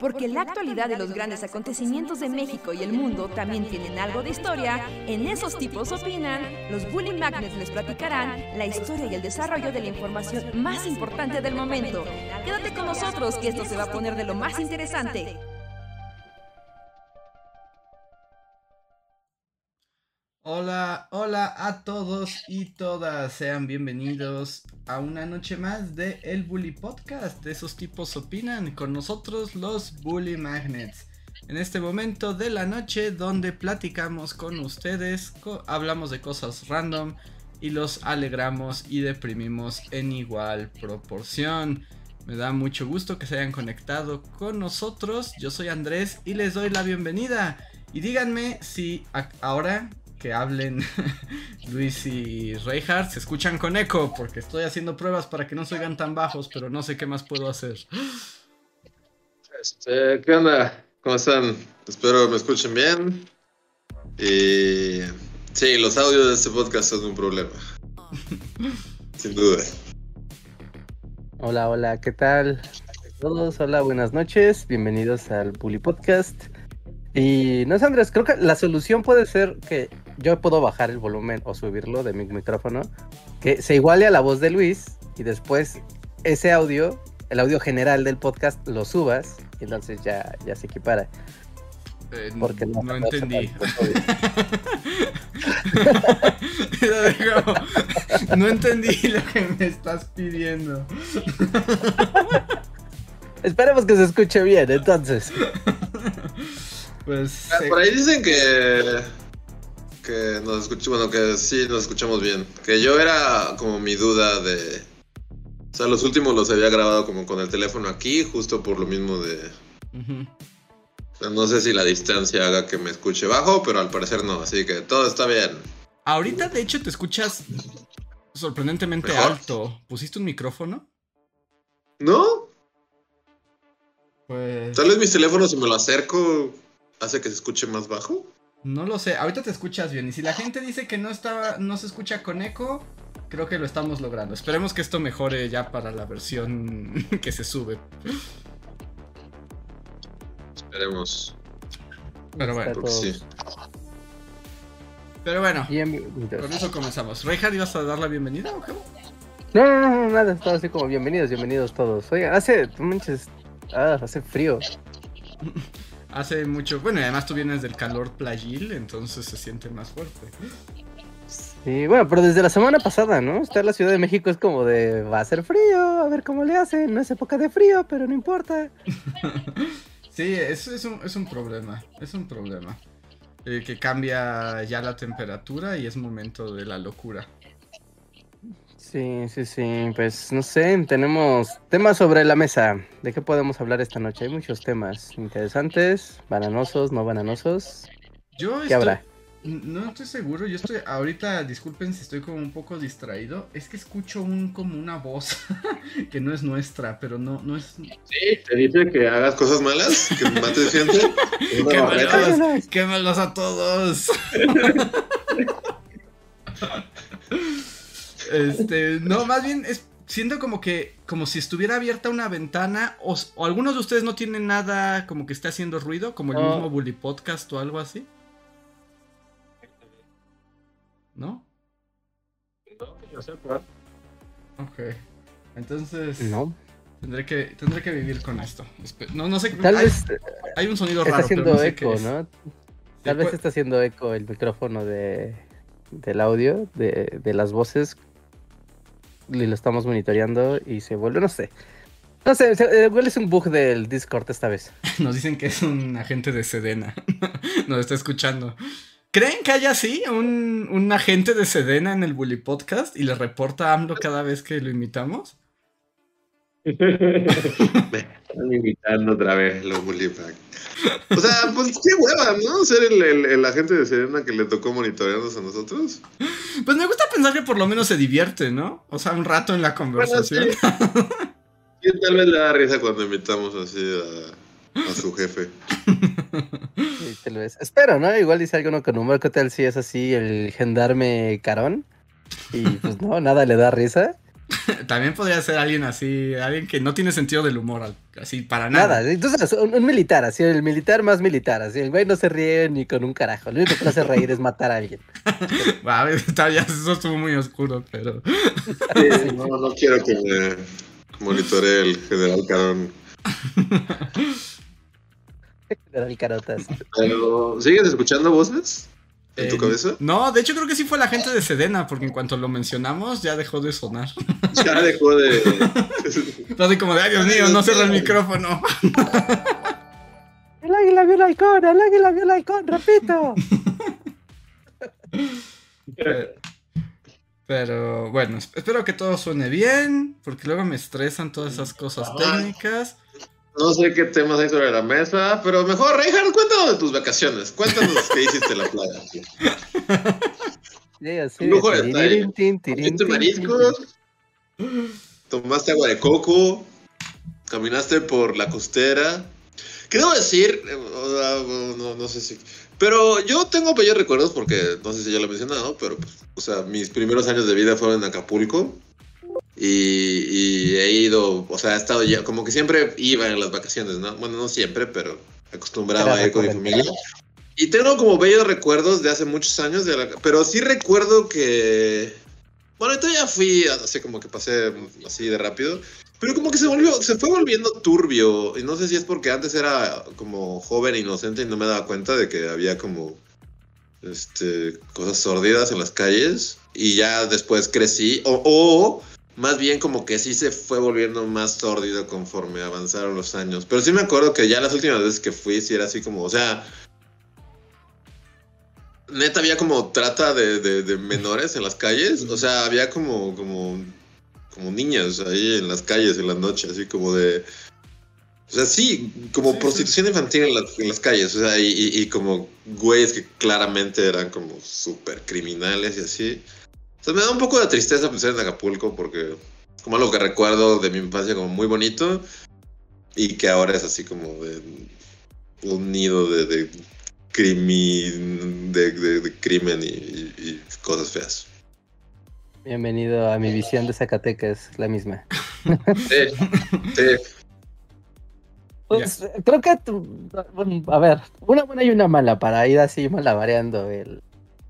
porque la actualidad de los grandes acontecimientos de México y el mundo también tienen algo de historia. En Esos Tipos Opinan, los Bully Magnets les platicarán la historia y el desarrollo de la información más importante del momento. Quédate con nosotros que esto se va a poner de lo más interesante. Hola, hola a todos y todas, sean bienvenidos a una noche más de El Bully Podcast, de Esos Tipos Opinan, con nosotros los Bully Magnets. En este momento de la noche donde platicamos con ustedes, hablamos de cosas random y los alegramos y deprimimos en igual proporción. Me da mucho gusto que se hayan conectado con nosotros, yo soy Andrés y les doy la bienvenida. Y díganme si ahora que hablen Luis y Reinhardt se escuchan con eco, porque estoy haciendo pruebas para que no se oigan tan bajos, pero no sé qué más puedo hacer. ¿Qué onda? ¿Cómo están? Espero me escuchen bien. Y sí, los audios de este podcast son un problema. Sin duda. Hola, ¿qué tal a todos? Hola, buenas noches, bienvenidos al Bully Podcast. Y no sé, Andrés, creo que la solución puede ser que yo puedo bajar el volumen o subirlo de mi micrófono, que se iguale a la voz de Luis y después ese audio, el audio general del podcast, lo subas y entonces ya se equipara. Porque no entendí. No entendí lo que me estás pidiendo. Esperemos que se escuche bien, entonces. Pues por ahí dicen que nos escuchamos, bueno, que sí nos escuchamos bien. Que yo era como mi duda de... O sea, los últimos los había grabado como con el teléfono aquí, justo por lo mismo de... O sea, no sé si la distancia haga que me escuche bajo, pero al parecer no, así que todo está bien. Ahorita de hecho te escuchas sorprendentemente ¿mejor? alto. ¿Pusiste un micrófono? ¿No? Pues... Tal vez mis teléfonos, si me lo acerco, hace que se escuche más bajo. No lo sé, ahorita te escuchas bien. Y si la gente dice que no se escucha con eco, creo que lo estamos logrando. Esperemos que esto mejore ya para la versión que se sube. Esperemos. Pero bueno. Porque sí. Pero bueno, Bienvenidos. con eso comenzamos. Reinhardt, ¿ibas a dar la bienvenida o qué? No, nada, estaba así como bienvenidos todos. Oigan, hace frío. Hace mucho, bueno, y además tú vienes del calor playil, entonces se siente más fuerte. Sí, bueno, pero desde la semana pasada, ¿no? Estar en la Ciudad de México es como de, va a ser frío, a ver cómo le hacen, no es época de frío, pero no importa. Sí, eso es un problema, que cambia ya la temperatura y es momento de la locura. Sí, pues no sé, tenemos temas sobre la mesa. ¿De qué podemos hablar esta noche? Hay muchos temas interesantes, bananosos, no bananosos. ¿Qué habrá? No estoy seguro, yo estoy ahorita, disculpen si estoy como un poco distraído, es que escucho como una voz que no es nuestra, pero no es... Sí, te dice que hagas cosas malas, que mates gente. ¡Quémalos a todos! No, más bien siento como si estuviera abierta una ventana o algunos de ustedes no tienen nada como que esté haciendo ruido, como el mismo Bully Podcast o algo así. ¿No? No sé, ¿no? Ok. Entonces No. tendré que vivir con esto. No sé. Tal vez hay un sonido está raro, haciendo pero no sé eco, qué es. ¿no? Tal vez está haciendo eco el micrófono del audio, de las voces. Y lo estamos monitoreando y se vuelve, no sé, igual es un bug del Discord esta vez. Nos dicen que es un agente de Sedena. Nos está escuchando. ¿Creen que haya así un agente de Sedena en el Bully Podcast y le reporta a AMLO cada vez que lo imitamos? Me están imitando otra vez los Bully Pack. O sea, pues qué hueva, ¿no? Ser el agente de Serena que le tocó monitorearnos a nosotros. Pues me gusta pensar que por lo menos se divierte, ¿no? O sea, un rato en la conversación. Bueno, sí. Y tal vez le da risa cuando invitamos así a su jefe. Sí, tal vez. Espero, ¿no? Igual dice algo con humor, ¿qué tal si es así el gendarme Carón? Y pues no, nada le da risa. También podría ser alguien así, alguien que no tiene sentido del humor, así para nada. Nada, entonces un militar, así, el militar más militar, así, el güey no se ríe ni con un carajo, lo único que lo hace reír es matar a alguien. A ver, ya eso estuvo muy oscuro, pero... No quiero que me monitoree el general Carón. General Carotas. Pero, ¿sigues escuchando voces en tu cabeza? No, de hecho creo que sí fue la gente de Sedena, porque en cuanto lo mencionamos ya dejó de sonar. Ya dejó de... Entonces como de, ay Dios mío, no cerró el micrófono. El águila vio el halcón, repito. Pero bueno, espero que todo suene bien, porque luego me estresan todas esas cosas técnicas. No sé qué temas hay sobre la mesa, pero mejor, Reinhardt, cuéntanos de tus vacaciones. Cuéntanos qué hiciste en la playa. Sí, así. Lujo de detalle. ¿Comiste mariscos? ¿Tomaste agua de coco? ¿Caminaste por la costera? ¿Qué debo decir? No sé si... Pero yo tengo bellos recuerdos porque, no sé si ya lo he mencionado, pero, pues, o sea, mis primeros años de vida fueron en Acapulco. Y he ido, o sea, he estado ya, como que siempre iba en las vacaciones, ¿no? Bueno, no siempre, pero acostumbraba a ir con mi familia. Y tengo como bellos recuerdos de hace muchos años, pero sí recuerdo que... Bueno, entonces ya fui, así como que pasé así de rápido, pero como que se fue volviendo turbio, y no sé si es porque antes era como joven e inocente y no me daba cuenta de que había como cosas sórdidas en las calles, y ya después crecí, o más bien como que sí se fue volviendo más sórdido conforme avanzaron los años. Pero sí me acuerdo que ya las últimas veces que fui sí era así como, o sea, neta había como trata de menores en las calles. O sea, había como niñas ahí en las calles en las noches, así como de... O sea, sí, como prostitución infantil en las calles. O sea, y como güeyes que claramente eran como súper criminales y así. O sea, me da un poco de tristeza pensar en Acapulco porque es como algo que recuerdo de mi infancia como muy bonito y que ahora es así como de un nido de crimen y cosas feas. Bienvenido a mi visión de Zacatecas, la misma. Sí. Pues, creo que, a ver, una buena y una mala para ir así malabareando el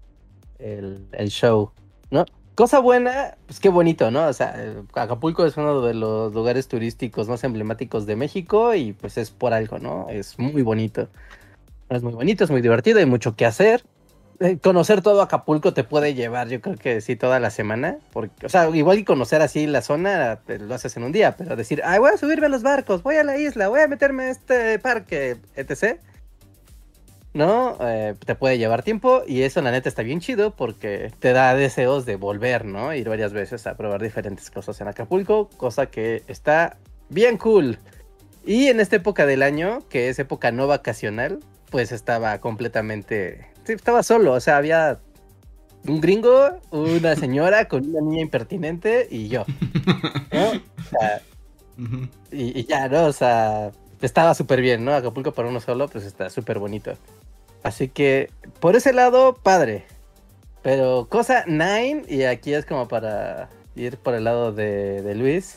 show, ¿no? Cosa buena, pues qué bonito, ¿no? O sea, Acapulco es uno de los lugares turísticos más emblemáticos de México y pues es por algo, ¿no? Es muy bonito. Es muy bonito, es muy divertido, hay mucho que hacer. Conocer todo Acapulco te puede llevar, yo creo que sí, toda la semana. Porque, o sea, igual y conocer así la zona lo haces en un día, pero decir, ay, voy a subirme a los barcos, voy a la isla, voy a meterme a este parque, etc., ¿no? Te puede llevar tiempo y eso la neta está bien chido porque te da deseos de volver, ¿no? Ir varias veces a probar diferentes cosas en Acapulco, cosa que está bien cool. Y en esta época del año, que es época no vacacional, pues estaba completamente... Sí, estaba solo, o sea, había un gringo, una señora con una niña impertinente y yo, ¿no? O sea, y ya, ¿no? O sea, estaba súper bien, ¿no? Acapulco para uno solo, pues está súper bonito. Así que, por ese lado, padre. Pero cosa 9, y aquí es como para ir por el lado de Luis.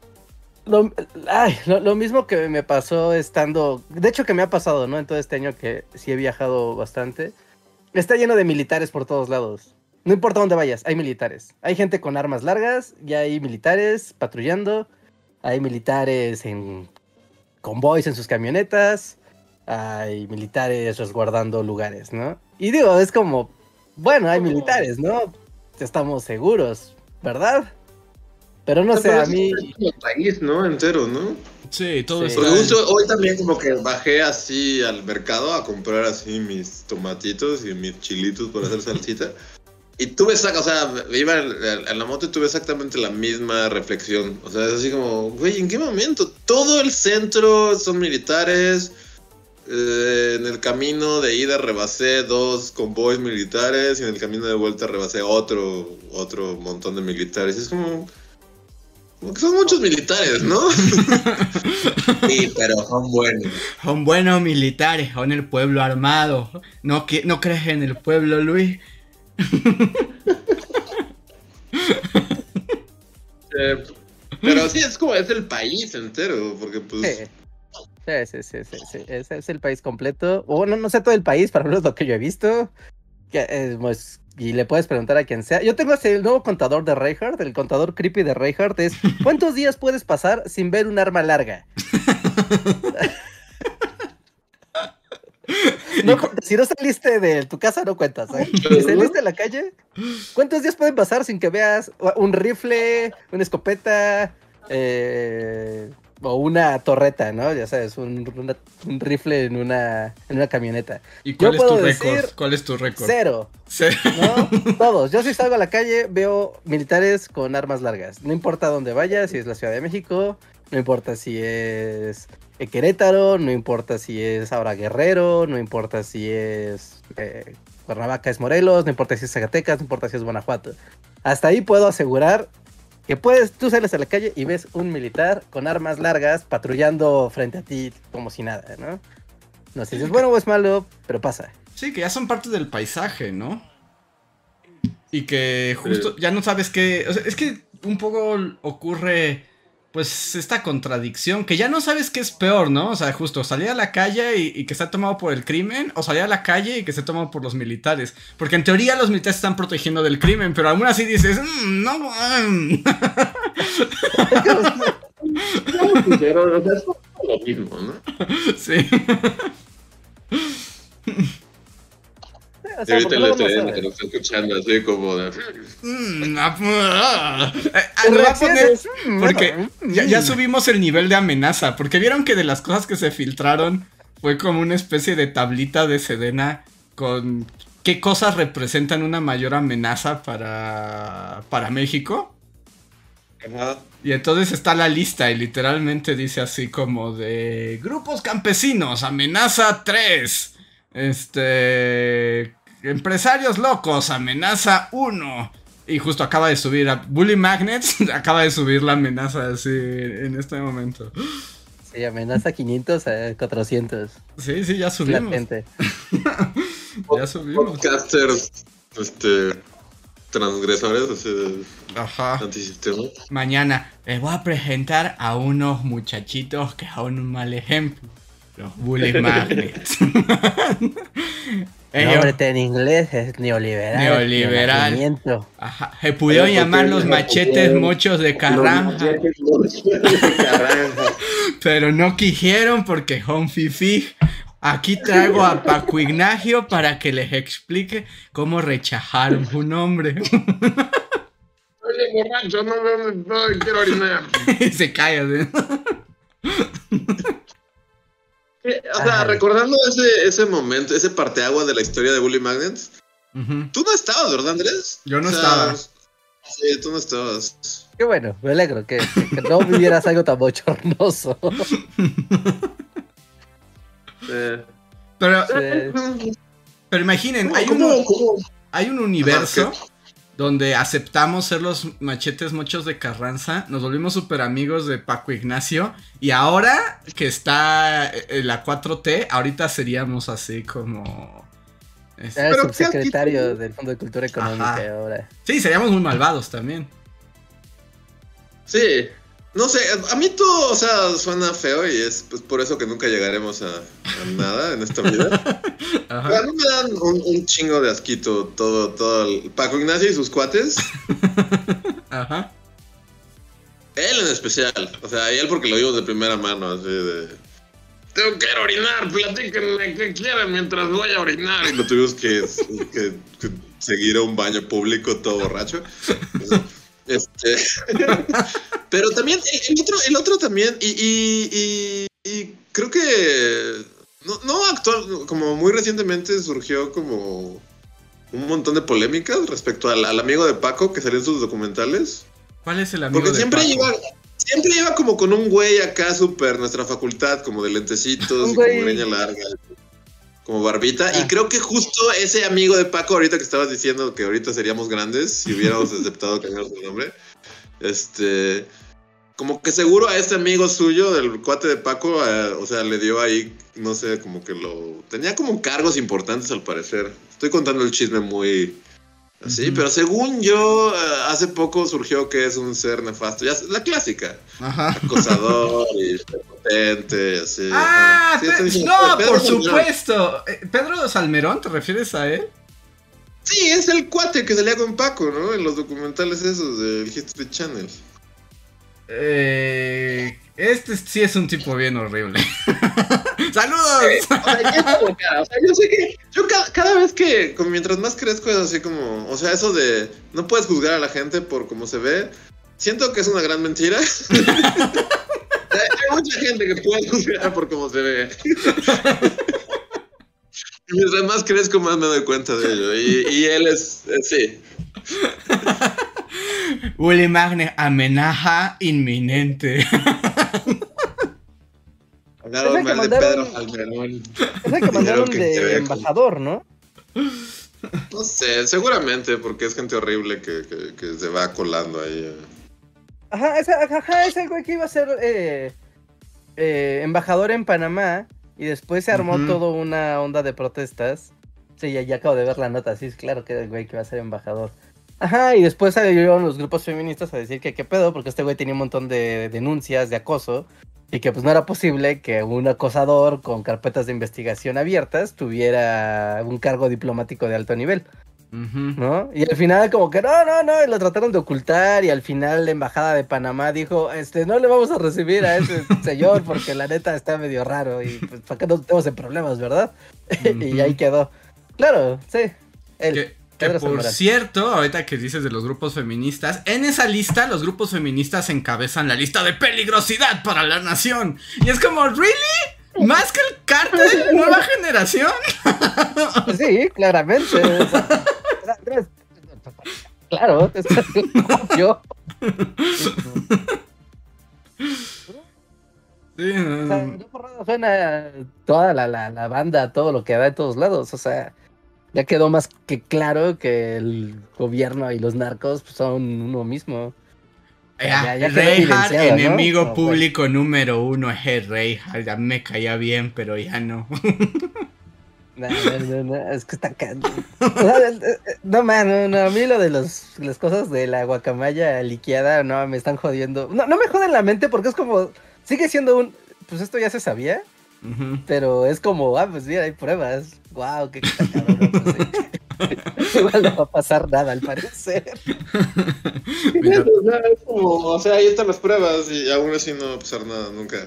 Lo mismo que me pasó estando... De hecho, que me ha pasado, ¿no? En todo este año que sí he viajado bastante. Está lleno de militares por todos lados. No importa dónde vayas, hay militares. Hay gente con armas largas, ya hay militares patrullando. Hay militares en convoys en sus camionetas. Hay militares resguardando lugares, ¿no? Y digo, es como... Bueno, hay militares, ¿no? Estamos seguros, ¿verdad? Pero no sé, a mí... Es el país, ¿no? Entero, ¿no? Sí, todo eso. Porque justo hoy también como que bajé así al mercado a comprar así mis tomatitos y mis chilitos para hacer salsita. Y tuve, o sea, iba en la moto y tuve exactamente la misma reflexión. O sea, es así como, güey, ¿en qué momento? Todo el centro son militares. En el camino de ida rebasé 2 convoys militares y en el camino de vuelta rebasé otro montón de militares. Es como que son muchos militares, ¿no? Sí, pero son buenos. Son buenos militares, son el pueblo armado. ¿No crees en el pueblo, Luis? Pero sí, es el país entero, porque pues... Sí. Es el país completo. O no sé todo el país, para lo que yo he visto. Y le puedes preguntar a quien sea. Yo tengo el nuevo contador de Reinhardt, el contador creepy de Reinhardt es ¿cuántos días puedes pasar sin ver un arma larga? No, si no saliste de tu casa, no cuentas. Si saliste a la calle, ¿cuántos días pueden pasar sin que veas un rifle, una escopeta o una torreta, ¿no? Ya sabes, un rifle en una camioneta. ¿Y cuál es tu récord? ¿Cuál es tu récord? Cero. ¿No? Todos. Yo si salgo a la calle veo militares con armas largas. No importa dónde vaya, si es la Ciudad de México, no importa si es Querétaro, no importa si es ahora Guerrero, no importa si es Cuernavaca es Morelos, no importa si es Zacatecas, no importa si es Guanajuato. Hasta ahí puedo asegurar que tú sales a la calle y ves un militar con armas largas patrullando frente a ti como si nada, ¿no? No sé si es bueno o es malo, pero pasa. Sí, que ya son parte del paisaje, ¿no? Y que justo ya no sabes qué... O sea, es que un poco ocurre pues esta contradicción, que ya no sabes qué es peor, ¿no? O sea, justo salir a la calle y que está tomado por el crimen, o salir a la calle y que esté tomado por los militares. Porque en teoría los militares están protegiendo del crimen, pero aún así dices, no. Pero es lo mismo, ¿no? Sí. O sea, y ahorita le estoy que lo estoy escuchando así como de... Lo va a poner porque ya subimos el nivel de amenaza. Porque vieron que de las cosas que se filtraron fue como una especie de tablita de Sedena con qué cosas representan una mayor amenaza para México. Ajá. Y entonces está la lista y literalmente dice así como de grupos campesinos, amenaza 3. Empresarios locos, amenaza 1. Y justo acaba de subir a Bully Magnets, acaba de subir la amenaza así en este momento. Sí, amenaza 500 a 400. Sí, ya subimos. La gente. Ya subimos. Podcasters, transgresores, así de... Ajá. Antisistema. Mañana les voy a presentar a unos muchachitos que son un mal ejemplo. Los Bully Magnets. El nombre en inglés es neoliberal. Ajá. Se pudieron llamar los machetes mochos de Carranza. Pero no quisieron porque son fifí. Aquí traigo a Paco Ignacio para que les explique cómo rechazaron su nombre. Oye, borracho, no quiero orinar. Y se cae así. O sea, recordando ese momento, ese parteagua de la historia de Bully Magnets, tú no estabas, ¿verdad, Andrés? Yo no estaba. Sí, tú no estabas. Qué bueno, me alegro que no vivieras algo tan bochornoso. Pero imaginen, hay un universo donde aceptamos ser los machetes mochos de Carranza, nos volvimos súper amigos de Paco Ignacio, y ahora que está la 4T, ahorita seríamos así como... el subsecretario del Fondo de Cultura Económica. Ajá. Ahora. Sí, seríamos muy malvados también. Sí, no sé, a mí todo, o sea, suena feo y es pues por eso que nunca llegaremos a nada en esta vida. Ajá. Pero a mí me dan un chingo de asquito todo el Paco Ignacio y sus cuates. Ajá. Él en especial, o sea, y él porque lo digo de primera mano, así de... Tengo que ir a orinar, platíquenme qué quieren mientras voy a orinar. Y lo tuvimos que seguir a un baño público todo borracho. Pero también el otro también y creo que no actual, como muy recientemente surgió como un montón de polémicas respecto al amigo de Paco que salió en sus documentales. ¿Cuál es el amigo Porque de Paco? Siempre iba como con un güey acá súper nuestra facultad, como de lentecitos y como greña larga, como barbita. Y creo que justo ese amigo de Paco, ahorita que estabas diciendo que ahorita seríamos grandes si hubiéramos aceptado cambiar su nombre, como que seguro a este amigo suyo, del cuate de Paco, o sea, le dio ahí, no sé, como que tenía como cargos importantes al parecer. Estoy contando el chisme muy Sí, pero según yo, hace poco surgió que es un ser nefasto. Ya, la clásica. Ajá. Acosador y potente, así. ¡Ah! Sí, ¡No, Pedro por Salmerón. supuesto! ¿Pedro Salmerón, te refieres a él? Sí, es el cuate que salía con Paco, ¿no? En los documentales esos del History Channel. Este sí es un tipo bien horrible. ¡Saludos! O sea, yo sé que cada vez que, mientras más crezco, es así como, o sea, eso de no puedes juzgar a la gente por cómo se ve, siento que es una gran mentira. Hay mucha gente que puede juzgar por cómo se ve. Y mientras más crezco, más me doy cuenta de ello. Y él es sí. Bully Magnets, amenaza inminente. Hablaron mal de Pedro Salmerón. Es el que mandaron de embajador, ¿no? No sé, seguramente, porque es gente horrible que se va colando ahí. Ajá, es el güey que iba a ser embajador en Panamá y después se armó toda una onda de protestas. Sí, ya acabo de ver la nota, sí, es claro que era el güey que iba a ser embajador. Ajá, y después salieron los grupos feministas a decir que qué pedo, porque este güey tenía un montón de denuncias de acoso y que pues no era posible que un acosador con carpetas de investigación abiertas tuviera un cargo diplomático de alto nivel. ¿No? Y al final como que no, y lo trataron de ocultar y al final la embajada de Panamá dijo, no le vamos a recibir a ese señor porque la neta está medio raro y pues para qué nos metemos en problemas, ¿verdad? Y ahí quedó. Claro, sí. Que por cierto, ahorita que dices de los grupos feministas, en esa lista los grupos feministas encabezan la lista de peligrosidad para la nación. Y es como, ¿really? ¿Más que el cártel? ¿Nueva generación? Sí, claramente. O sea, claro, es obvio. Sí, o sea, no por nada suena toda la banda, todo lo que da en todos lados. O sea, ya quedó más que claro que el gobierno y los narcos son uno mismo. Reinhardt, enemigo ¿no? público número 1 es Reinhardt. Ya me caía bien, pero ya no. No, es que está no, man, no, a mí lo de las cosas de la guacamaya liqueada, no, me están jodiendo. No me joden la mente porque es como, sigue siendo pues esto ya se sabía, pero es como, pues mira, hay pruebas. Wow, qué cabrón. Pues, sí. Igual no va a pasar nada al parecer. O sea, ahí están las pruebas y aún así no va a pasar nada, nunca.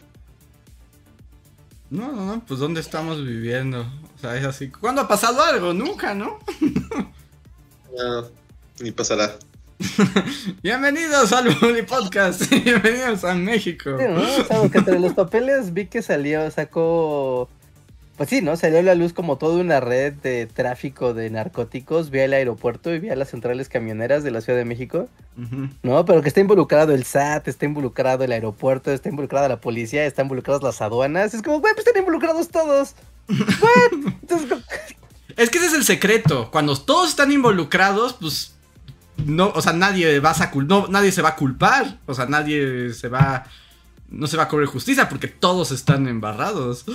No, pues ¿dónde estamos viviendo? O sea, es así. ¿Cuándo ha pasado algo? Nunca, ¿no? No, ni pasará. Bienvenidos al Bully Podcast. Bienvenidos a México. Sí, ¿no? O sea, que entre los papeles vi que sacó... Pues sí, ¿no? Salió a la luz como toda una red de tráfico de narcóticos vía el aeropuerto y vía las centrales camioneras de la Ciudad de México. ¿No? Pero que está involucrado el SAT, está involucrado el aeropuerto, está involucrada la policía, están involucradas las aduanas. Es como, güey, pues están involucrados todos. Entonces, es que ese es el secreto. Cuando todos están involucrados, pues no, o sea, nadie se va a culpar. O sea, no se va a cobrar justicia porque todos están embarrados.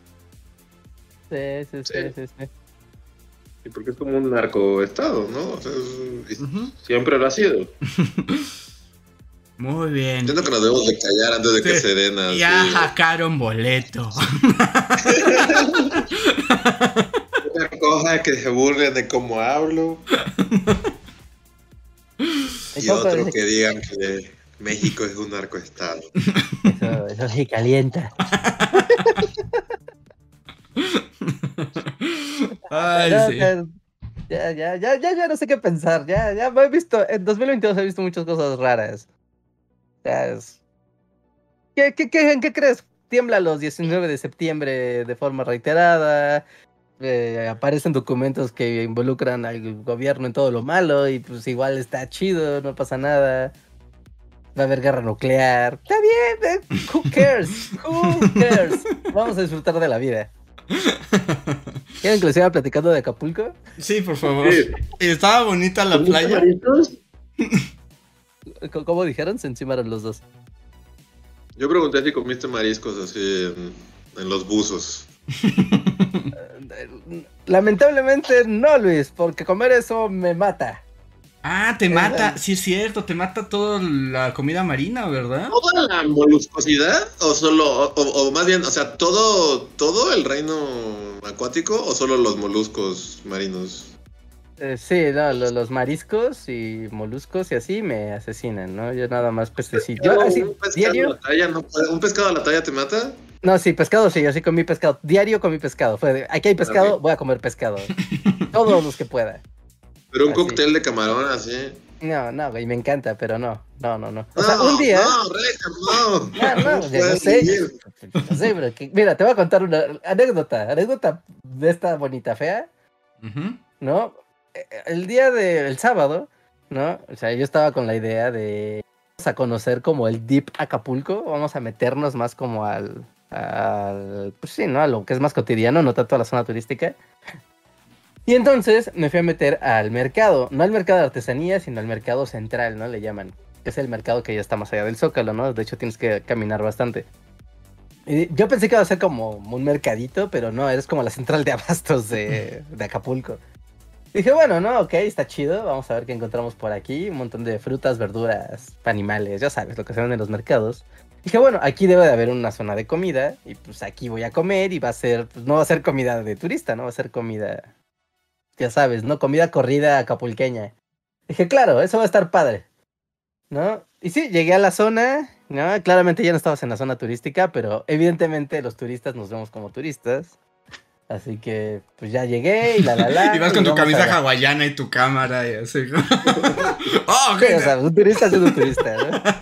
Sí. Y porque es como un narcoestado, ¿no? O sea, siempre lo ha sido. Muy bien. Entiendo que nos debemos de callar antes de que se den así. Ya hackearon boleto. Una cosa que se burlen de cómo hablo. Y otro que digan que México es un narcoestado. Eso sí calienta. Ay, sí. Ya no sé qué pensar. Ya he visto, en 2022 he visto muchas cosas raras. ¿En qué crees? Tiembla los 19 de septiembre de forma reiterada. Aparecen documentos que involucran al gobierno en todo lo malo y pues igual está chido, no pasa nada. Va a haber guerra nuclear. Está bien, who cares? Vamos a disfrutar de la vida. ¿Quieren que les siga platicando de Acapulco? Sí, por favor. Sí. ¿Estaba bonita la playa? ¿Cómo dijeron? Se encimaron los dos. Yo pregunté si comiste mariscos así en los buzos. Lamentablemente no, Luis, porque comer eso me mata. Ah, te mata, sí es cierto, te mata toda la comida marina, ¿verdad? ¿Toda la moluscosidad? ¿O solo, o más bien, o sea, todo el reino acuático o solo los moluscos marinos? Sí, no, los mariscos y moluscos y así me asesinan, ¿no? Yo nada más pececito. Yo así, ¿Un pescado diario. a la talla no puede? ¿Un pescado a la talla te mata? No, sí, pescado sí, yo sí comí pescado. Diario comí pescado. Aquí hay pescado, Ok. voy a comer pescado. Todos los que pueda. Pero un Así. cóctel de camarón así. No, güey, me encanta, pero no. O No, sea, un día. No, Reja, no. No, No yo puedes sé. vivir. No sé, pero mira, te voy a contar una anécdota de esta bonita fea, Ujú. ¿no? El día del sábado, ¿no? O sea, yo estaba con la idea de vamos a conocer como el Deep Acapulco, vamos a meternos más como pues sí, ¿no? A lo que es más cotidiano, no tanto a la zona turística. Y entonces me fui a meter al mercado, no al mercado de artesanía, sino al mercado central, ¿no? Le llaman. Que es el mercado que ya está más allá del Zócalo, ¿no? De hecho tienes que caminar bastante. Y yo pensé que iba a ser como un mercadito, pero no, es como la central de abastos de Acapulco. Dije, bueno, no, ok, está chido, vamos a ver qué encontramos por aquí. Un montón de frutas, verduras, animales, ya sabes, lo que se ven en los mercados. Dije, bueno, aquí debe de haber una zona de comida, y pues aquí voy a comer, y va a ser, pues no va a ser comida de turista, ¿no? Va a ser comida, ya sabes, ¿no? Comida corrida acapulqueña. Dije, claro, eso va a estar padre, ¿no? Y sí, llegué a la zona, ¿no? Claramente ya no estabas en la zona turística, pero evidentemente los turistas nos vemos como turistas. Así que, pues ya llegué y Y vas con tu vamos camisa a... hawaiana y tu cámara y así. ¡Oh, Sí, o gente! sea, un turista es un turista,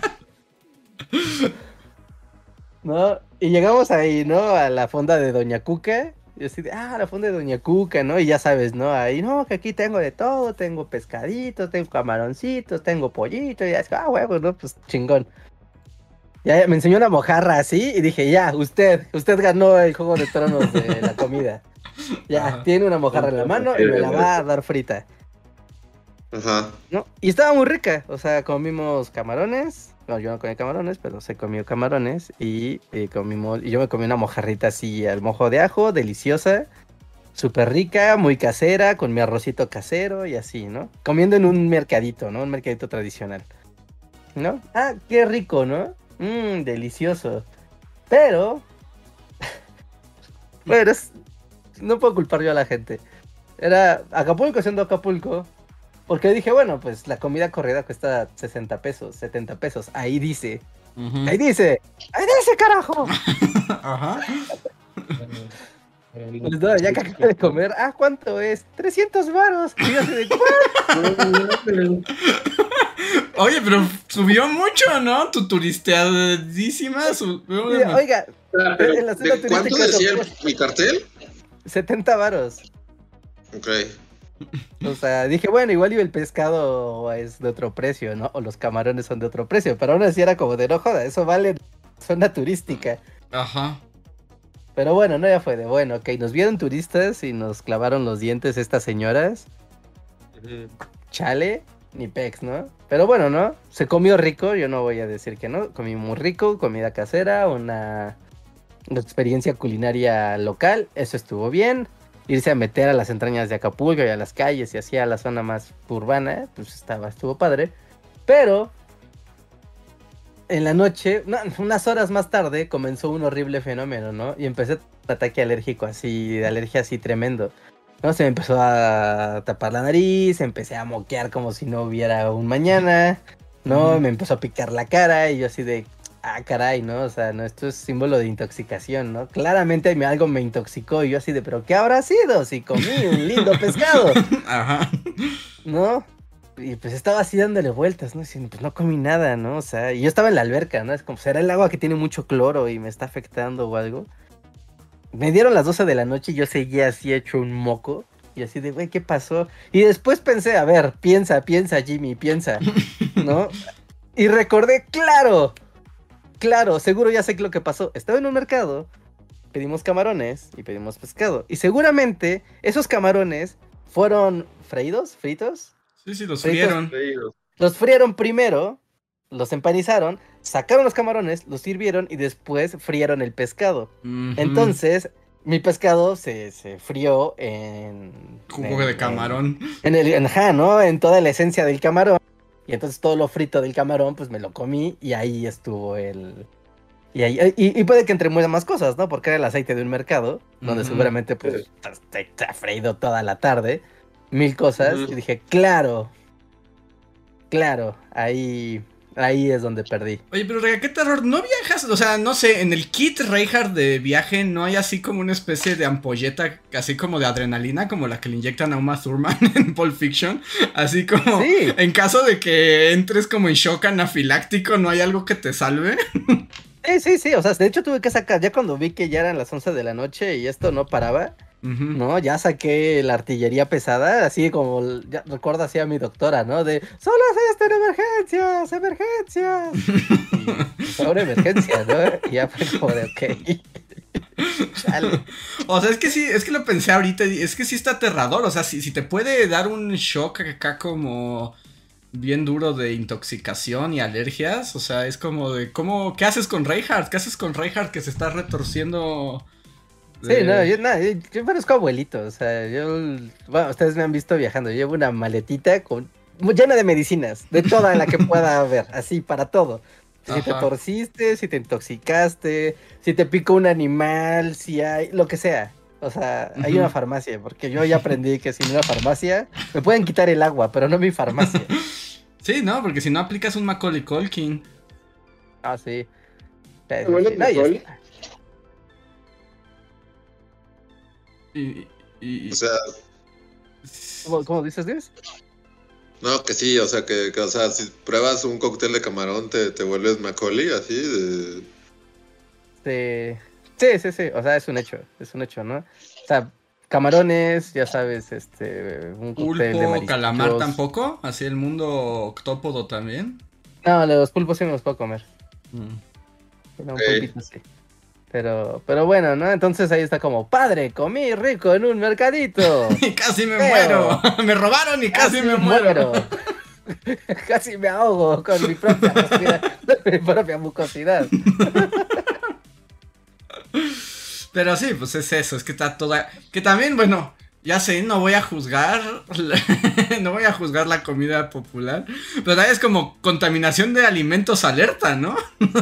¿no? ¿No? Y llegamos ahí, ¿no? A la fonda de Doña Cuca. Y así de, la fonda de Doña Cuca, ¿no? Y ya sabes, ¿no? Ahí, no, que aquí tengo de todo, tengo pescaditos, tengo camaroncitos, tengo pollito, y ya es, huevo, ¿no? Pues chingón. Ya me enseñó una mojarra así y dije, ya, usted ganó el Juego de Tronos de la comida. Ya, Ajá. tiene una mojarra en la mano y me la va a dar frita. Ajá. ¿No? Y estaba muy rica, o sea, comimos camarones, no, yo no comí camarones, pero se comió camarones y yo me comí una mojarrita así al mojo de ajo, deliciosa, súper rica, muy casera, con mi arrocito casero y así, ¿no? Comiendo en un mercadito, ¿no? Un mercadito tradicional, ¿no? Ah, qué rico, ¿no? Delicioso. Pero, bueno, no puedo culpar yo a la gente. Era Acapulco siendo Acapulco. Porque dije, bueno, pues la comida corrida cuesta 60 pesos, 70 pesos. Ahí dice. Ujú. Ahí dice, carajo. Ajá. Pues no, ya que acabo de comer, ¿cuánto es? 300 varos. Y yo así de, ¿what? Oye, pero subió mucho, ¿no? Tu turisteadísima subió. Y, oiga, Pero, en la zona ¿de cuánto turística decía eso, mi cartel? 70 varos. Ok. O sea, dije, bueno, igual y el pescado es de otro precio, ¿no? O los camarones son de otro precio. Pero aún así era como de, no joda, eso vale zona turística. Ajá. Pero bueno, no, ya fue de bueno, ok, nos vieron turistas y nos clavaron los dientes estas señoras. Chale, ni pex, ¿no? Pero bueno, ¿no? Se comió rico, yo no voy a decir que no. Comí muy rico, comida casera, una experiencia culinaria local, eso estuvo bien. Irse a meter a las entrañas de Acapulco y a las calles y así a la zona más urbana, pues estuvo padre. Pero en la noche, unas horas más tarde, comenzó un horrible fenómeno, ¿no? Y empecé un ataque alérgico así, de alergia así tremendo. ¿No? Se me empezó a tapar la nariz, empecé a moquear como si no hubiera un mañana, ¿no? Me empezó a picar la cara y yo así de, caray, ¿no? O sea, no, esto es símbolo de intoxicación, ¿no? Claramente algo me intoxicó y yo así de, ¿pero qué habrá sido? Si comí un lindo pescado, Ajá. ¿no? Y pues estaba así dándole vueltas, ¿no? Diciendo, pues no comí nada, ¿no? O sea, y yo estaba en la alberca, ¿no? Es como, ¿será el agua que tiene mucho cloro y me está afectando o algo? Me dieron las 12 de la noche y yo seguía así hecho un moco. Y así de, güey, ¿qué pasó? Y después pensé, a ver, piensa, Jimmy, piensa, ¿no? Y recordé, claro, seguro ya sé lo que pasó. Estaba en un mercado, pedimos camarones y pedimos pescado. Y seguramente esos camarones fueron fritos. Sí, los Fritos. frieron. Los frieron primero, los empanizaron, sacaron los camarones, los sirvieron y después frieron el pescado. Ujú. Entonces, mi pescado se frió en... Jugo de camarón. Ajá, ¿no? En toda la esencia del camarón. Y entonces todo lo frito del camarón, pues me lo comí y ahí estuvo el... Y puede que entre muchas más cosas, ¿no? Porque era el aceite de un mercado, donde seguramente pues te ha freído toda la tarde, 1000 cosas. Y dije, claro, ahí es donde perdí. Oye, pero Rega, qué terror, ¿no viajas? O sea, no sé, en el kit Reinhardt de viaje no hay así como una especie de ampolleta, así como de adrenalina, como la que le inyectan a Uma Thurman en Pulp Fiction. Así como, Sí. En caso de que entres como en shock anafiláctico, ¿no hay algo que te salve? Sí, o sea, de hecho tuve que sacar, ya cuando vi que ya eran las 11 de la noche y esto no paraba, ¿no? Ya saqué la artillería pesada, así como, ya recuerdo así a mi doctora, ¿no? De, solo es esto en emergencias. Y sobre emergencia, ¿no? Y ya fue como de, ok. Chale. O sea, es que lo pensé ahorita, es que sí está aterrador, o sea, si te puede dar un shock acá como bien duro de intoxicación y alergias, o sea, es como de, ¿qué haces con Reinhardt? ¿Qué haces con Reinhardt que se está retorciendo? Sí, no, yo parezco abuelito, o sea, bueno, ustedes me han visto viajando, yo llevo una maletita llena de medicinas, de toda la que pueda haber, así, para todo. Si te torciste, si te intoxicaste, si te picó un animal, si hay, lo que sea. O sea, hay una farmacia, porque yo ya aprendí que sin una farmacia me pueden quitar el agua, pero no mi farmacia. Sí, ¿no? Porque si no aplicas un Macaulay Culkin. Ah, sí. Bueno, No, o sea, ¿Cómo dices, Luis? no, que sí, o sea, o sea, si pruebas un cóctel de camarón, te vuelves Macaulay, así, Sí, o sea, es un hecho, ¿no? O sea, camarones, ya sabes, un cóctel de Pulpo, mariscos. calamar tampoco, así el mundo octópodo también. No, los pulpos sí me los puedo comer. No, un pulpito sí. Pero bueno, ¿no? Entonces ahí está como, padre, comí rico en un mercadito. Y casi me muero. Me robaron y casi me muero. Casi me ahogo con mi propia mucosidad. Pero sí, pues es eso, es que está toda... Que también, bueno, ya sé, no voy a juzgar no voy a juzgar la comida popular, pero también es como contaminación de alimentos alerta, ¿no?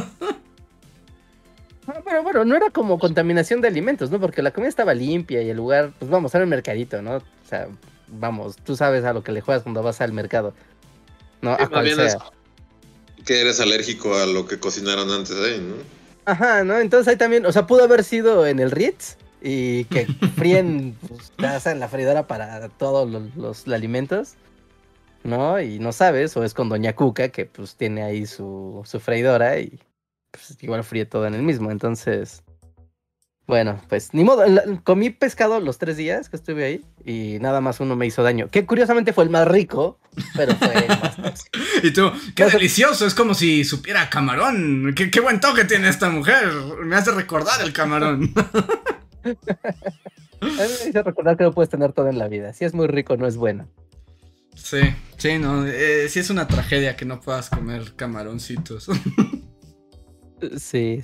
Pero bueno, no era como contaminación de alimentos, ¿no? Porque la comida estaba limpia y el lugar, pues vamos, era un mercadito, ¿no? O sea, vamos, tú sabes a lo que le juegas cuando vas al mercado, ¿no? Sí, a cual sea. es que eres alérgico a lo que cocinaron antes ahí, ¿no? Ajá, ¿no? Entonces ahí también, o sea, pudo haber sido en el Ritz y que fríen, pues, hacen la freidora para todos los alimentos, ¿no? Y no sabes, o es con Doña Cuca, que pues tiene ahí su freidora y pues igual fríe todo en el mismo, entonces... Bueno, pues ni modo, comí pescado los 3 días que estuve ahí y nada más uno me hizo daño, que curiosamente fue el más rico, pero fue el más tóxico. Y tú, qué delicioso, es como si supiera camarón, qué buen toque tiene esta mujer, me hace recordar el camarón. A mí me hizo recordar que no puedes tener todo en la vida, si es muy rico no es bueno. Sí, no, sí es una tragedia que no puedas comer camaroncitos. Sí.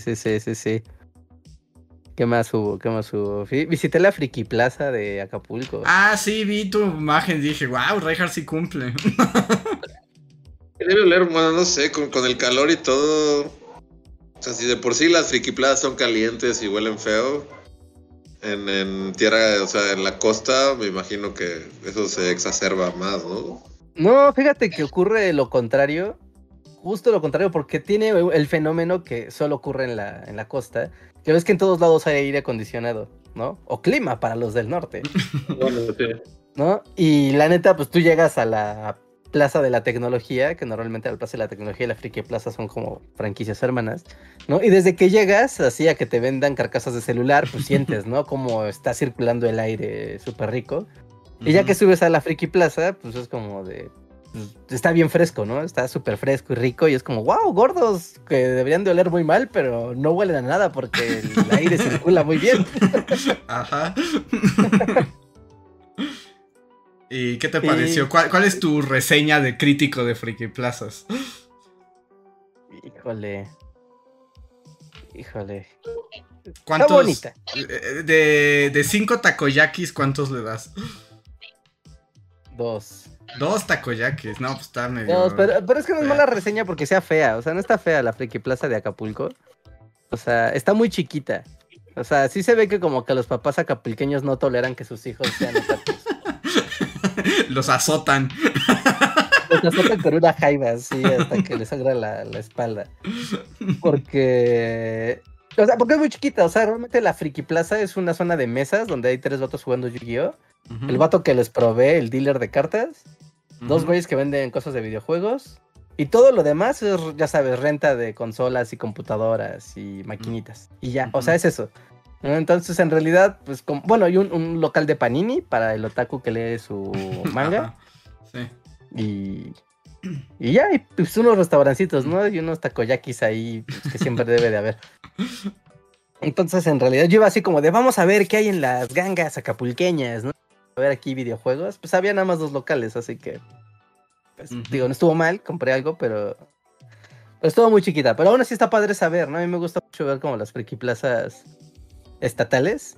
¿Qué más hubo? Visité la Friki Plaza de Acapulco. Ah, sí, vi tu imagen y dije, wow, Reinhardt sí cumple. Debe oler, bueno, no sé, con el calor y todo. O sea, si de por sí las frikiplazas son calientes y huelen feo, en tierra, o sea, en la costa, me imagino que eso se exacerba más, ¿no? No, fíjate que ocurre lo contrario. Justo lo contrario, porque tiene el fenómeno que solo ocurre en la costa. Ya ves que en todos lados hay aire acondicionado, ¿no? O clima para los del norte. Bueno, sí. ¿No? Y la neta, pues tú llegas a la Plaza de la Tecnología, que normalmente la Plaza de la Tecnología y la Friki Plaza son como franquicias hermanas, ¿no? Y desde que llegas, así a que te vendan carcasas de celular, pues sientes, ¿no? Como está circulando el aire súper rico. Y ya que subes a la Friki Plaza, pues es como de... Está bien fresco, ¿no? Está súper fresco y rico y es como, wow, gordos, que deberían de oler muy mal, pero no huelen a nada porque el aire circula muy bien. Ajá. ¿Y qué te pareció? ¿Cuál es tu reseña de crítico de Friki Plazas? Híjole. ¿Cuántos? Está bonita. De 5 takoyakis, ¿cuántos le das? 2. 2 takoyakis, no, pues está medio... 2, pero es que no es mala reseña porque sea fea. O sea, no está fea la Friki Plaza de Acapulco. O sea, está muy chiquita. O sea, sí se ve que como que los papás acapulqueños no toleran que sus hijos sean otakus. Los azotan. Los azotan con una jaiba así hasta que les sangra la espalda. Porque... O sea, porque es muy chiquita. O sea, realmente la Friki Plaza es una zona de mesas donde hay 3 vatos jugando Yu-Gi-Oh! El vato que les provee, el dealer de cartas. 2 güeyes que venden cosas de videojuegos. Y todo lo demás es, ya sabes, renta de consolas y computadoras y maquinitas. Y ya, o sea, es eso. Entonces, en realidad, pues, bueno, hay un local de Panini para el otaku que lee su manga. Sí. Y ya, y pues unos restaurancitos, ¿no? Y unos takoyakis ahí, pues, que siempre debe de haber. Entonces, en realidad, yo iba así como de, vamos a ver qué hay en las gangas acapulqueñas, ¿no? A ver aquí videojuegos. Pues había nada más 2 locales, así que... Pues, digo, no estuvo mal, compré algo, pero estuvo muy chiquita. Pero aún así está padre saber, ¿no? A mí me gusta mucho ver como las friki plazas estatales.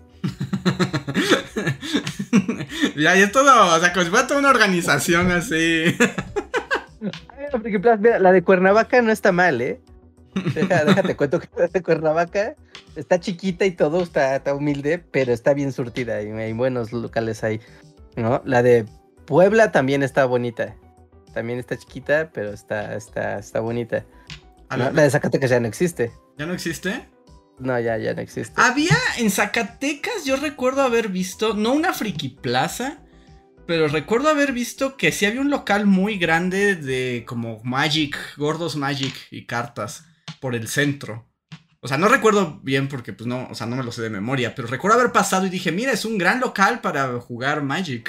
Ya, y es todo, o sea, como si fuera toda una organización así. La friki plaza, mira, la de Cuernavaca no está mal, ¿eh? Déjate cuento que la de Cuernavaca está chiquita y todo, está humilde, pero está bien surtida y hay buenos locales ahí, ¿no? La de Puebla también está bonita. También está chiquita, pero está bonita. ¿No? La de Zacatecas ya no existe. ¿Ya no existe? No, ya no existe. Había en Zacatecas, yo recuerdo haber visto, no una friki plaza, pero recuerdo haber visto que sí había un local muy grande de como Magic, gordos Magic y cartas por el centro. O sea, no recuerdo bien porque pues no, o sea, no me lo sé de memoria, pero recuerdo haber pasado y dije, mira, es un gran local para jugar Magic.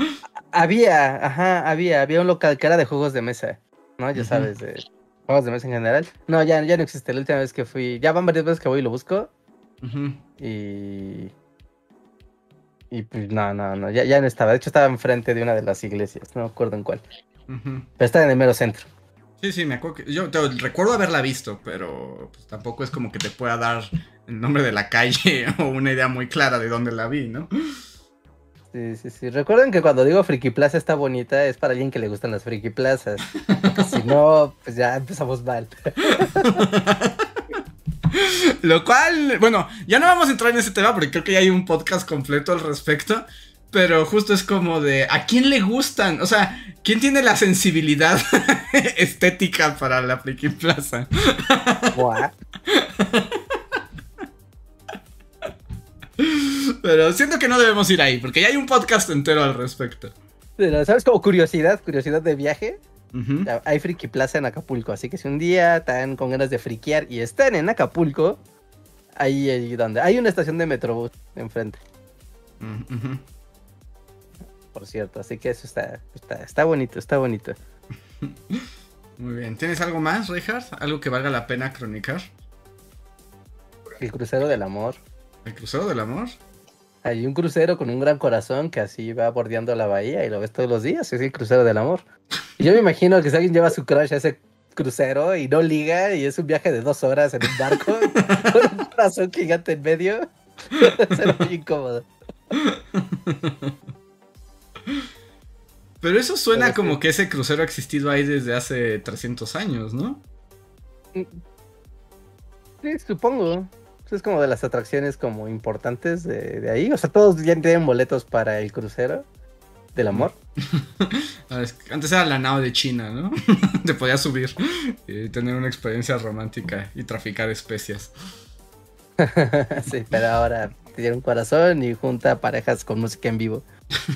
Había un local que era de juegos de mesa, ¿no? Ya sabes, de juegos de mesa en general. No, ya no existe. La última vez que fui, ya van varias veces que voy y lo busco. Y pues no, ya no estaba. De hecho estaba enfrente de una de las iglesias, no me acuerdo en cuál. Pero está en el mero centro. Sí, me acuerdo que yo recuerdo haberla visto, pero pues, tampoco es como que te pueda dar el nombre de la calle o una idea muy clara de dónde la vi, ¿no? Sí. Recuerden que cuando digo Friki Plaza está bonita, es para alguien que le gustan las Friki Plazas. Si no, pues ya empezamos mal. Lo cual, bueno, ya no vamos a entrar en ese tema porque creo que ya hay un podcast completo al respecto. Pero justo es como de, ¿a quién le gustan? O sea, ¿quién tiene la sensibilidad estética para la Friki Plaza? Pero siento que no debemos ir ahí, porque ya hay un podcast entero al respecto. Pero, ¿sabes? Como curiosidad de viaje. Hay Friki Plaza en Acapulco, así que si un día están con ganas de friquear y están en Acapulco, ahí donde hay una estación de Metrobús enfrente. Por cierto, así que eso está bonito, está bonito. Muy bien, ¿tienes algo más, Reinhardt? ¿Algo que valga la pena cronicar? El crucero del amor. ¿El crucero del amor? Hay un crucero con un gran corazón que así va bordeando la bahía y lo ves todos los días, es el crucero del amor. Y yo me imagino que si alguien lleva su crush a ese crucero y no liga y es un viaje de 2 horas en un barco con un corazón gigante en medio, será muy incómodo. Pero eso suena como que ese crucero ha existido ahí desde hace 300 años, ¿no? Sí, supongo. Es como de las atracciones como importantes de ahí. O sea, todos ya tienen boletos para el crucero del amor. Antes era la nao de China, ¿no? Te podías subir y tener una experiencia romántica y traficar especias. Sí, pero ahora tiene un corazón y junta parejas con música en vivo.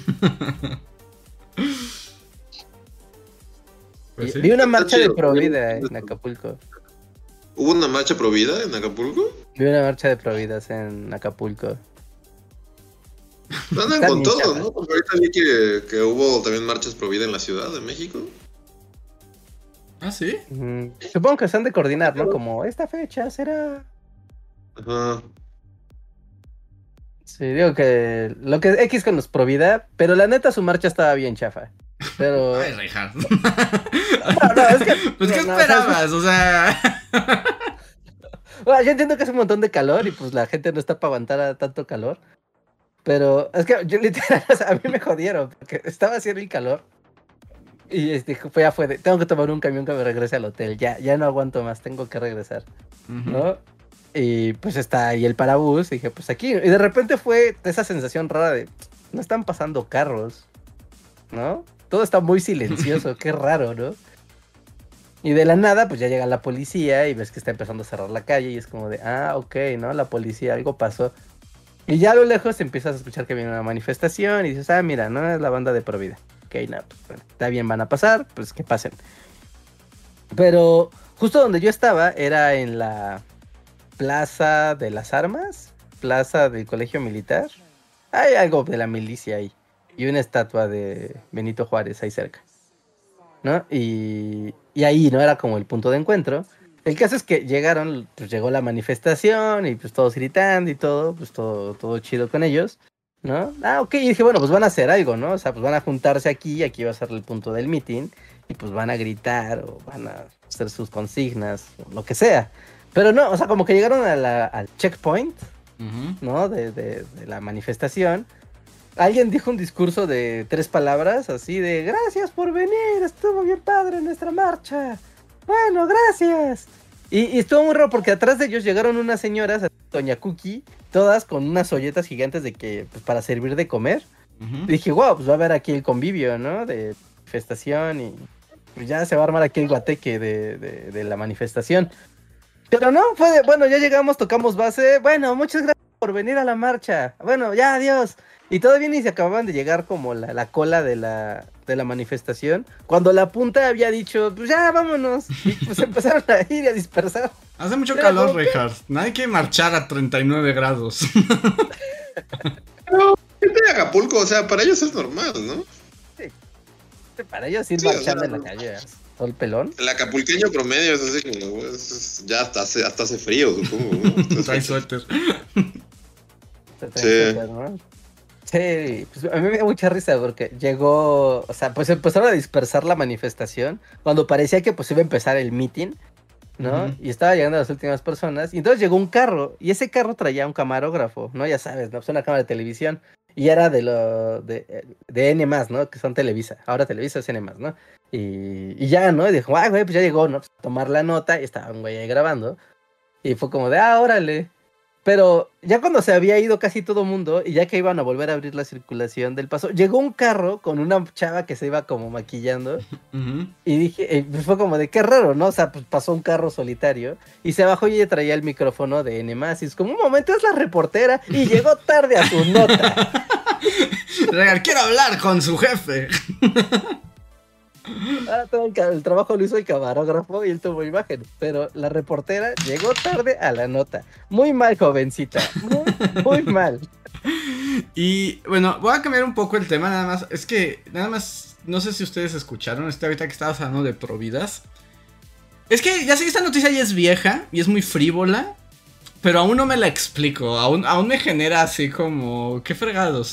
Pues sí. Vi una marcha de Provida en Acapulco. ¿Hubo una marcha Provida en Acapulco? Vi una marcha de Providas en Acapulco. Andan con todo, ¿no? Porque ahorita vi que hubo también marchas Provida en la Ciudad de México. ¿Ah, sí? Supongo que se han de coordinar, ¿no? Como esta fecha será... Ajá. Sí, digo que lo que X con los Provida, pero la neta su marcha estaba bien chafa. Pero... Ay, Reinhardt. No, es que... Pues, ¿qué esperabas? O sea... Bueno, yo entiendo que es un montón de calor y pues la gente no está para aguantar a tanto calor. Pero es que yo literal, o sea, a mí me jodieron porque estaba haciendo el calor. Y tengo que tomar un camión que me regrese al hotel. Ya no aguanto más, tengo que regresar. ¿No? Y pues está ahí el parabús. Y dije, pues aquí. Y de repente fue esa sensación rara de, no están pasando carros, ¿no? Todo está muy silencioso, qué raro, ¿no? Y de la nada, pues ya llega la policía y ves que está empezando a cerrar la calle. Y es como de, ok, ¿no? La policía, algo pasó. Y ya a lo lejos empiezas a escuchar que viene una manifestación. Y dices, mira, no es la banda de Provida. Ok, no, pues bueno, está bien, van a pasar, pues que pasen. Pero justo donde yo estaba era en la Plaza de las Armas, Plaza del Colegio Militar. Hay algo de la milicia ahí. Y una estatua de Benito Juárez ahí cerca, ¿no? Y ahí, ¿no? Era como el punto de encuentro. El caso es que llegó la manifestación y pues todos gritando y todo, pues todo chido con ellos, ¿no? Ok, y dije, bueno, pues van a hacer algo, ¿no? O sea, pues van a juntarse aquí va a ser el punto del meeting, y pues van a gritar, o van a hacer sus consignas, o lo que sea. Pero no, o sea, como que llegaron al checkpoint, ¿no? De la manifestación. Alguien dijo un discurso de 3 palabras, así de, gracias por venir, estuvo bien padre nuestra marcha. Bueno, gracias. Y estuvo muy raro porque atrás de ellos llegaron unas señoras, Doña Cookie, todas con unas olletas gigantes de que pues, para servir de comer. Y dije, wow, pues va a haber aquí el convivio, ¿no? De manifestación y pues ya se va a armar aquí el guateque de la manifestación. Pero no, bueno, ya llegamos, tocamos base. Bueno, muchas gracias por venir a la marcha. Bueno, ya, adiós. Y todavía ni se acababan de llegar como la cola de la manifestación, cuando la punta había dicho, pues ya, vámonos. Y pues empezaron a ir y a dispersar. Hace mucho calor, Richard. No hay que marchar a 39 grados. Pero, gente de Acapulco, o sea, para ellos es normal, ¿no? Sí. Para ellos ir marchando en la calle, todo el pelón. El acapulqueño promedio es así como, ya hasta hace frío, supongo, ¿no? Trae suéter. Sí. ¿No? Sí, pues a mí me da mucha risa porque llegó, o sea, pues empezaron a dispersar la manifestación cuando parecía que pues iba a empezar el meeting, ¿no? Y estaba llegando las últimas personas, y entonces llegó un carro, y ese carro traía un camarógrafo, ¿no? Ya sabes, ¿no? Pues una cámara de televisión, y era de N+, ¿no? Que son Televisa, ahora Televisa es N+, ¿no? Y ya, ¿no? Y dijo, güey, pues ya llegó, ¿no? Pues a tomar la nota, y estaba un güey ahí grabando, y fue como de, órale. Pero ya cuando se había ido casi todo mundo y ya que iban a volver a abrir la circulación del paso, llegó un carro con una chava que se iba como maquillando. Y dije, fue como de qué raro, ¿no? O sea, pues pasó un carro solitario y se bajó y ella traía el micrófono de N+. Y es como, un momento, es la reportera y llegó tarde a su nota. Quiero hablar con su jefe. Todo el trabajo lo hizo el camarógrafo y él tomó imagen, pero la reportera llegó tarde a la nota. Muy mal, jovencita, muy mal. Y bueno, voy a cambiar un poco el tema, nada más, no sé si ustedes escucharon, ahorita que estabas hablando de Providas. Es que ya sé, esta noticia ya es vieja y es muy frívola, pero aún no me la explico, aún me genera así como, qué fregados.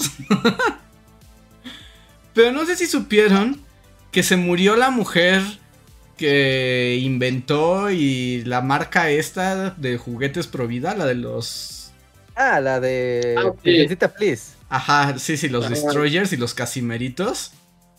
Pero no sé si supieron que se murió la mujer que inventó y la marca esta de juguetes Provida, la de los... la de... Virgencita Please. Ajá, sí, los Destroyers y los Casimeritos.